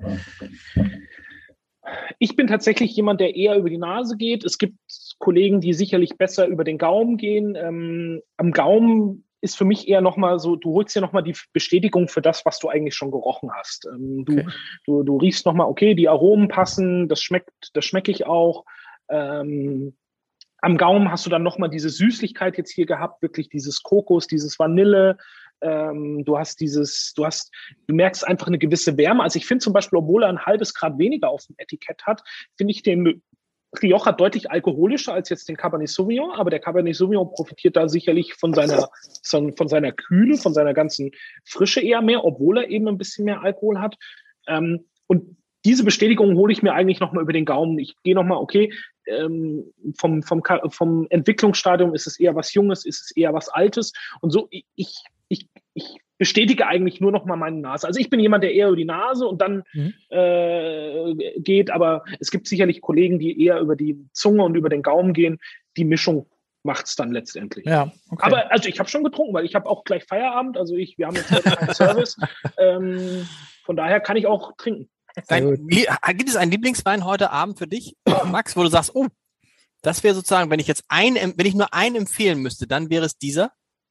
Ich bin tatsächlich jemand, der eher über die Nase geht. Es gibt Kollegen, die sicherlich besser über den Gaumen gehen. Ähm, am Gaumen ist für mich eher nochmal so, du holst dir nochmal die Bestätigung für das, was du eigentlich schon gerochen hast. Ähm, du, okay. du, du riechst nochmal, okay, die Aromen passen, das schmeckt, das schmecke ich auch. Ähm, am Gaumen hast du dann nochmal diese Süßlichkeit jetzt hier gehabt, wirklich dieses Kokos, dieses Vanille. Ähm, du hast dieses, du hast, du merkst einfach eine gewisse Wärme. Also ich finde zum Beispiel, obwohl er ein halbes Grad weniger auf dem Etikett hat, finde ich den Rioja deutlich alkoholischer als jetzt den Cabernet Sauvignon, aber der Cabernet Sauvignon profitiert da sicherlich von seiner, von seiner Kühle, von seiner ganzen Frische eher mehr, obwohl er eben ein bisschen mehr Alkohol hat. Ähm, und diese Bestätigung hole ich mir eigentlich nochmal über den Gaumen. Ich gehe nochmal, okay, ähm, vom, vom, vom Entwicklungsstadium ist es eher was Junges, ist es eher was Altes. Und so, ich, ich, ich bestätige eigentlich nur noch mal meine Nase. Also ich bin jemand, der eher über die Nase und dann mhm. äh, geht, aber es gibt sicherlich Kollegen, die eher über die Zunge und über den Gaumen gehen. Die Mischung macht's dann letztendlich. Ja, okay. Aber also ich habe schon getrunken, weil ich habe auch gleich Feierabend. Also ich, wir haben jetzt heute keinen Service. Ähm, von daher kann ich auch trinken. Dein, gibt es einen Lieblingswein heute Abend für dich, Max, wo du sagst, oh, das wäre sozusagen, wenn ich jetzt einen, wenn ich nur einen empfehlen müsste, dann wäre es dieser?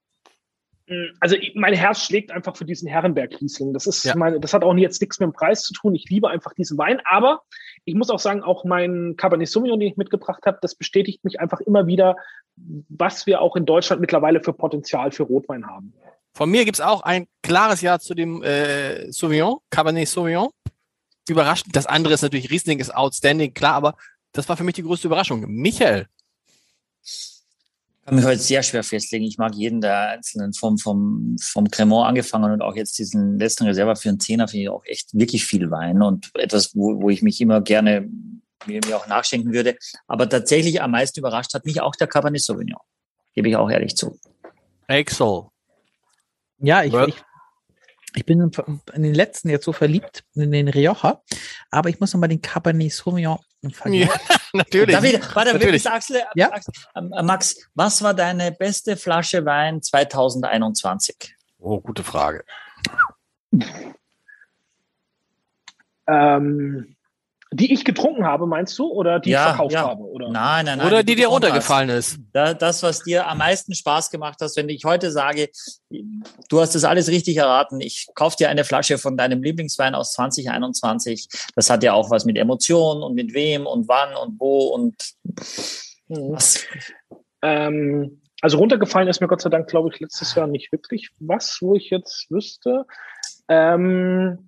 Also mein Herz schlägt einfach für diesen Herrenberg-Riesling. Das ist ja. meine, das hat auch jetzt nichts mit dem Preis zu tun. Ich liebe einfach diesen Wein. Aber ich muss auch sagen, auch mein Cabernet Sauvignon, den ich mitgebracht habe, das bestätigt mich einfach immer wieder, was wir auch in Deutschland mittlerweile für Potenzial für Rotwein haben. Von mir gibt es auch ein klares Ja zu dem äh, Sauvignon, Cabernet Sauvignon. Überraschend. Das andere ist natürlich, Riesling ist outstanding, klar, aber das war für mich die größte Überraschung. Michael. Ich kann mich heute sehr schwer festlegen. Ich mag jeden der einzelnen vom, vom, vom Cremant angefangen und auch jetzt diesen letzten Reserva für einen Zehner finde ich auch echt wirklich viel Wein und etwas, wo, wo ich mich immer gerne mir, mir auch nachschenken würde. Aber tatsächlich am meisten überrascht hat mich auch der Cabernet Sauvignon. Gebe ich auch ehrlich zu. Axel. Ja, ich, ich, ich bin in den letzten jetzt so verliebt in den Rioja, aber ich muss nochmal den Cabernet Sauvignon vergleichen. Ja, natürlich. David, warte, natürlich. Axel, ja? Axel, äh, Max, was war deine beste Flasche Wein zwanzig einundzwanzig? Oh, gute Frage. Ähm, die ich getrunken habe, meinst du? Oder die ja, ich verkauft ja. habe? Oder? Nein, nein, nein. Oder die dir runtergefallen ist. Das, was dir am meisten Spaß gemacht hat, wenn ich heute sage, du hast das alles richtig erraten, ich kaufe dir eine Flasche von deinem Lieblingswein aus zwanzig einundzwanzig. Das hat ja auch was mit Emotionen und mit wem und wann und wo und was. Ähm, also runtergefallen ist mir Gott sei Dank, glaube ich, letztes Jahr nicht wirklich was, wo ich jetzt wüsste. Ähm,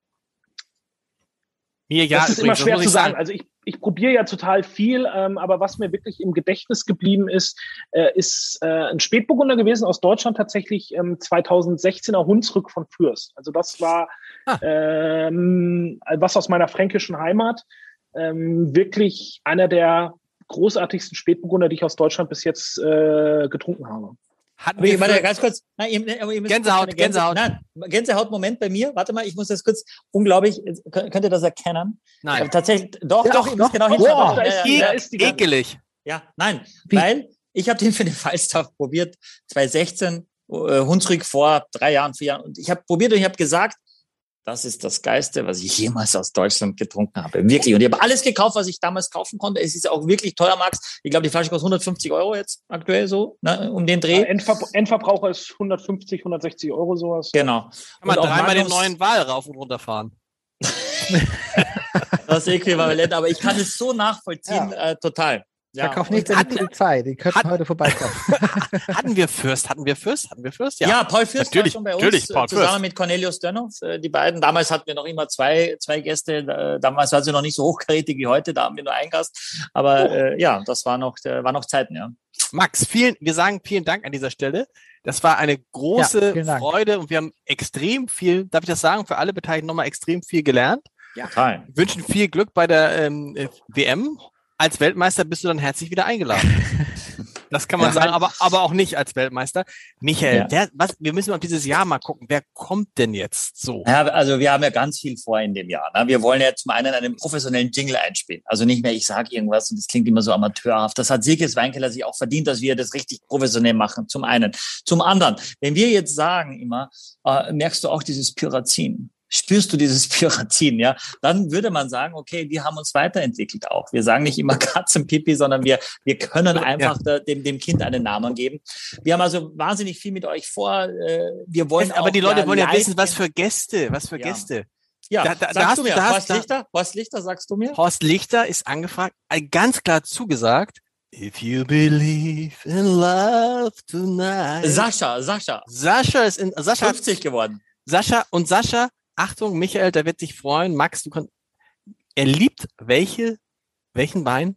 Mir ja, das ist übrigens, immer schwer das zu sagen. sagen. Also ich, ich probiere ja total viel, ähm, aber was mir wirklich im Gedächtnis geblieben ist, äh, ist äh, ein Spätburgunder gewesen aus Deutschland, tatsächlich ähm, zweitausendsechzehner Hunsrück von Fürst. Also das war ah. ähm, was aus meiner fränkischen Heimat. Ähm, wirklich einer der großartigsten Spätburgunder, die ich aus Deutschland bis jetzt äh, getrunken habe. Hatten wir warte, ganz kurz. Nein, ihr, aber ihr müsst Gänsehaut, Gänse, Gänsehaut. Nein, Gänsehaut-Moment bei mir. Warte mal, ich muss das kurz, unglaublich, könnt ihr das erkennen? Nein. Tatsächlich, doch, ja, doch, ihr müsst genau wow. hinschauen. Wow. Da ist die, da ist die ekelig. Ja, nein, Wie? weil ich habe den für den Falstaff probiert, zwanzig sechzehn, äh, Hunsrück vor drei Jahren, vier Jahren. Und ich habe probiert und ich habe gesagt, das ist das Geilste, was ich jemals aus Deutschland getrunken habe. Wirklich. Und ich habe alles gekauft, was ich damals kaufen konnte. Es ist auch wirklich teuer, Max. Ich glaube, die Flasche kostet hundertfünfzig Euro jetzt aktuell so, ne, um den Dreh. Ja, Endver- Endverbraucher ist hundertfünfzig, hundertsechzig Euro sowas. Genau. Kann man und dreimal den Magnus, neuen Wahl rauf und runter fahren. Das ist äquivalent, aber ich kann es so nachvollziehen, Ja. äh, total. Ja. Verkauf nichts an die Polizei, die könnten hat- heute vorbeikommen. Hatten wir Fürst? Hatten wir Fürst? Hatten wir Fürst? Ja, Paul Fürst natürlich, war schon bei uns, natürlich, Paul äh, zusammen Fürst. mit Cornelius Dönhoff, äh, die beiden. Damals hatten wir noch immer zwei, zwei Gäste. Äh, damals war sie noch nicht so hochkarätig wie heute, da haben wir nur einen Gast. Aber Oh. äh, ja, das war noch, äh, war noch Zeiten, ja. Max, vielen, wir sagen vielen Dank an dieser Stelle. Das war eine Ja, große vielen Dank. Freude und wir haben extrem viel, darf ich das sagen, für alle Beteiligten nochmal extrem viel gelernt. Ja. Total. Wir wünschen viel Glück bei der ähm, W M. Als Weltmeister bist du dann herzlich wieder eingeladen. Das kann man Ja. sagen, aber, aber auch nicht als Weltmeister. Michael, Ja. wer, was, wir müssen mal dieses Jahr mal gucken. Wer kommt denn jetzt so? Ja, also wir haben ja ganz viel vor in dem Jahr. Ne? Wir wollen ja zum einen einen professionellen Jingle einspielen. Also nicht mehr, ich sage irgendwas und das klingt immer so amateurhaft. Das hat Silkes Weinkeller sich auch verdient, dass wir das richtig professionell machen, zum einen. Zum anderen, wenn wir jetzt sagen immer, äh, merkst du auch dieses Pyrazin? Spürst du dieses Pyrazin, ja? Dann würde man sagen, okay, wir haben uns weiterentwickelt auch. Wir sagen nicht immer Katzenpipi, sondern wir, wir können einfach ja. dem, dem Kind einen Namen geben. Wir haben also wahnsinnig viel mit euch vor. Wir wollen es, aber auch die Leute ja wollen ja wissen, was für Gäste, was für ja. Gäste. Ja, da, da, sagst da hast, du mir, da Horst hast, Lichter? Horst Lichter, sagst du mir? Horst Lichter ist angefragt, ganz klar zugesagt. If you believe in love tonight. Sascha, Sascha. Sascha ist in, Sascha fünfzig geworden. Sascha und Sascha, Achtung, Michael, der wird sich freuen. Max, du kannst, er liebt welche, welchen Wein?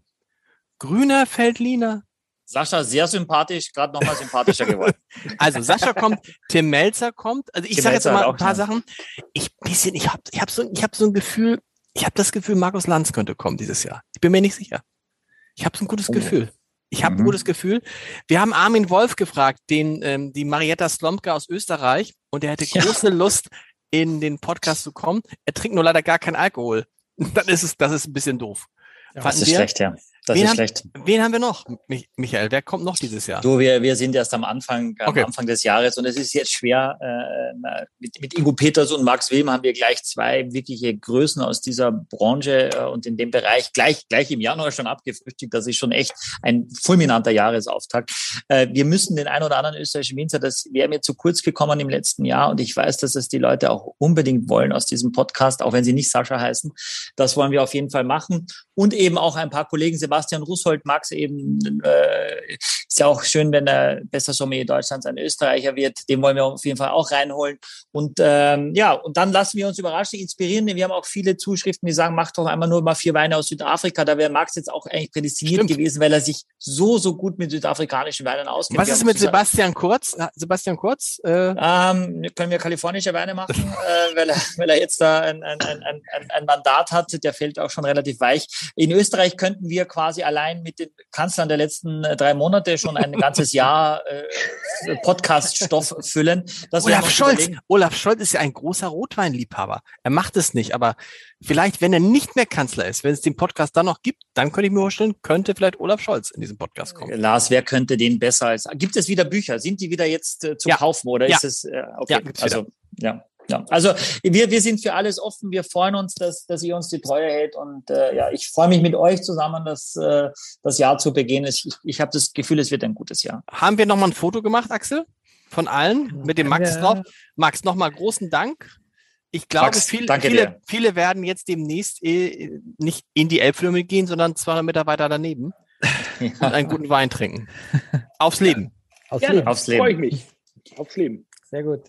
Grüner Veltliner. Sascha, sehr sympathisch, gerade nochmal sympathischer geworden. Also Sascha kommt, Tim Melzer kommt. Also ich sage jetzt mal ein paar ja. Sachen. Ich bisschen, ich habe ich hab so, ich hab so ein Gefühl, ich habe das Gefühl, Markus Lanz könnte kommen dieses Jahr. Ich bin mir nicht sicher. Ich habe so ein gutes oh. Gefühl. Ich habe mhm. ein gutes Gefühl. Wir haben Armin Wolf gefragt, den ähm, die Marietta Slomka aus Österreich, und er hätte große ja. Lust, in den Podcast zu kommen. Er trinkt nur leider gar keinen Alkohol. Dann ist es, das ist ein bisschen doof. Ja, das ist wir? schlecht, ja. Das wen ist haben, schlecht. Wen haben wir noch, Michael? Wer kommt noch dieses Jahr? Du, wir, wir sind erst am Anfang, am okay. Anfang des Jahres, und es ist jetzt schwer. Äh, mit, mit Ingo Peters und Max Wilm haben wir gleich zwei wirkliche Größen aus dieser Branche äh, und in dem Bereich gleich, gleich im Januar schon abgefrühstückt. Das ist schon echt ein fulminanter Jahresauftakt. Äh, wir müssen den ein oder anderen österreichischen Winzer, das wäre mir zu kurz gekommen im letzten Jahr, und ich weiß, dass es die Leute auch unbedingt wollen aus diesem Podcast, auch wenn sie nicht Sascha heißen. Das wollen wir auf jeden Fall machen. Und eben auch ein paar Kollegen, Sebastian Russold, Max eben, äh, ist ja auch schön, wenn der bester Sommelier Deutschlands ein Österreicher wird. Den wollen wir auf jeden Fall auch reinholen. Und ähm, ja, und dann lassen wir uns überraschen, inspirieren. Wir haben auch viele Zuschriften, die sagen, mach doch einmal nur mal vier Weine aus Südafrika. Da wäre Max jetzt auch eigentlich prädestiniert Stimmt. gewesen, weil er sich so, so gut mit südafrikanischen Weinen auskennt. Was ist mit Sebastian Kurz? Sebastian Kurz? Äh ähm, können wir kalifornische Weine machen, äh, weil, er, weil er jetzt da ein, ein, ein, ein, ein Mandat hat. Der fällt auch schon relativ weich. In Österreich könnten wir quasi allein mit den Kanzlern der letzten drei Monate schon ein ganzes Jahr äh, Podcast-Stoff füllen. Das Olaf Scholz. Olaf Scholz ist ja ein großer Rotweinliebhaber. Er macht es nicht, aber vielleicht, wenn er nicht mehr Kanzler ist, wenn es den Podcast dann noch gibt, dann könnte ich mir vorstellen, könnte vielleicht Olaf Scholz in diesen Podcast kommen. Lars, wer könnte den besser als... Gibt es wieder Bücher? Sind die wieder jetzt äh, zu ja. kaufen oder ja. ist es... Äh, okay, ja, gibt's also wieder. ja. Ja, also wir, wir sind für alles offen. Wir freuen uns, dass, dass ihr uns die Treue hält. Und äh, ja, ich freue mich mit euch zusammen, das, äh, das Jahr zu begehen. Ich, ich habe das Gefühl, es wird ein gutes Jahr. Haben wir nochmal ein Foto gemacht, Axel? Von allen? Mit dem Max ja. drauf? Max, nochmal großen Dank. Ich glaube, Max, viel, danke viele, dir. viele werden jetzt demnächst eh nicht in die Elbphilharmonie gehen, sondern zweihundert Meter weiter daneben ja. und einen guten Wein trinken. Aufs Leben. Aufs ja, Leben. Aufs Leben. Freue ich mich. Aufs Leben. Sehr gut.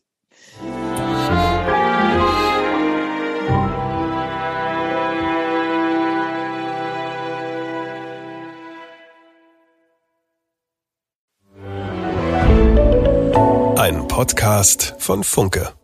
Ein Podcast von Funke.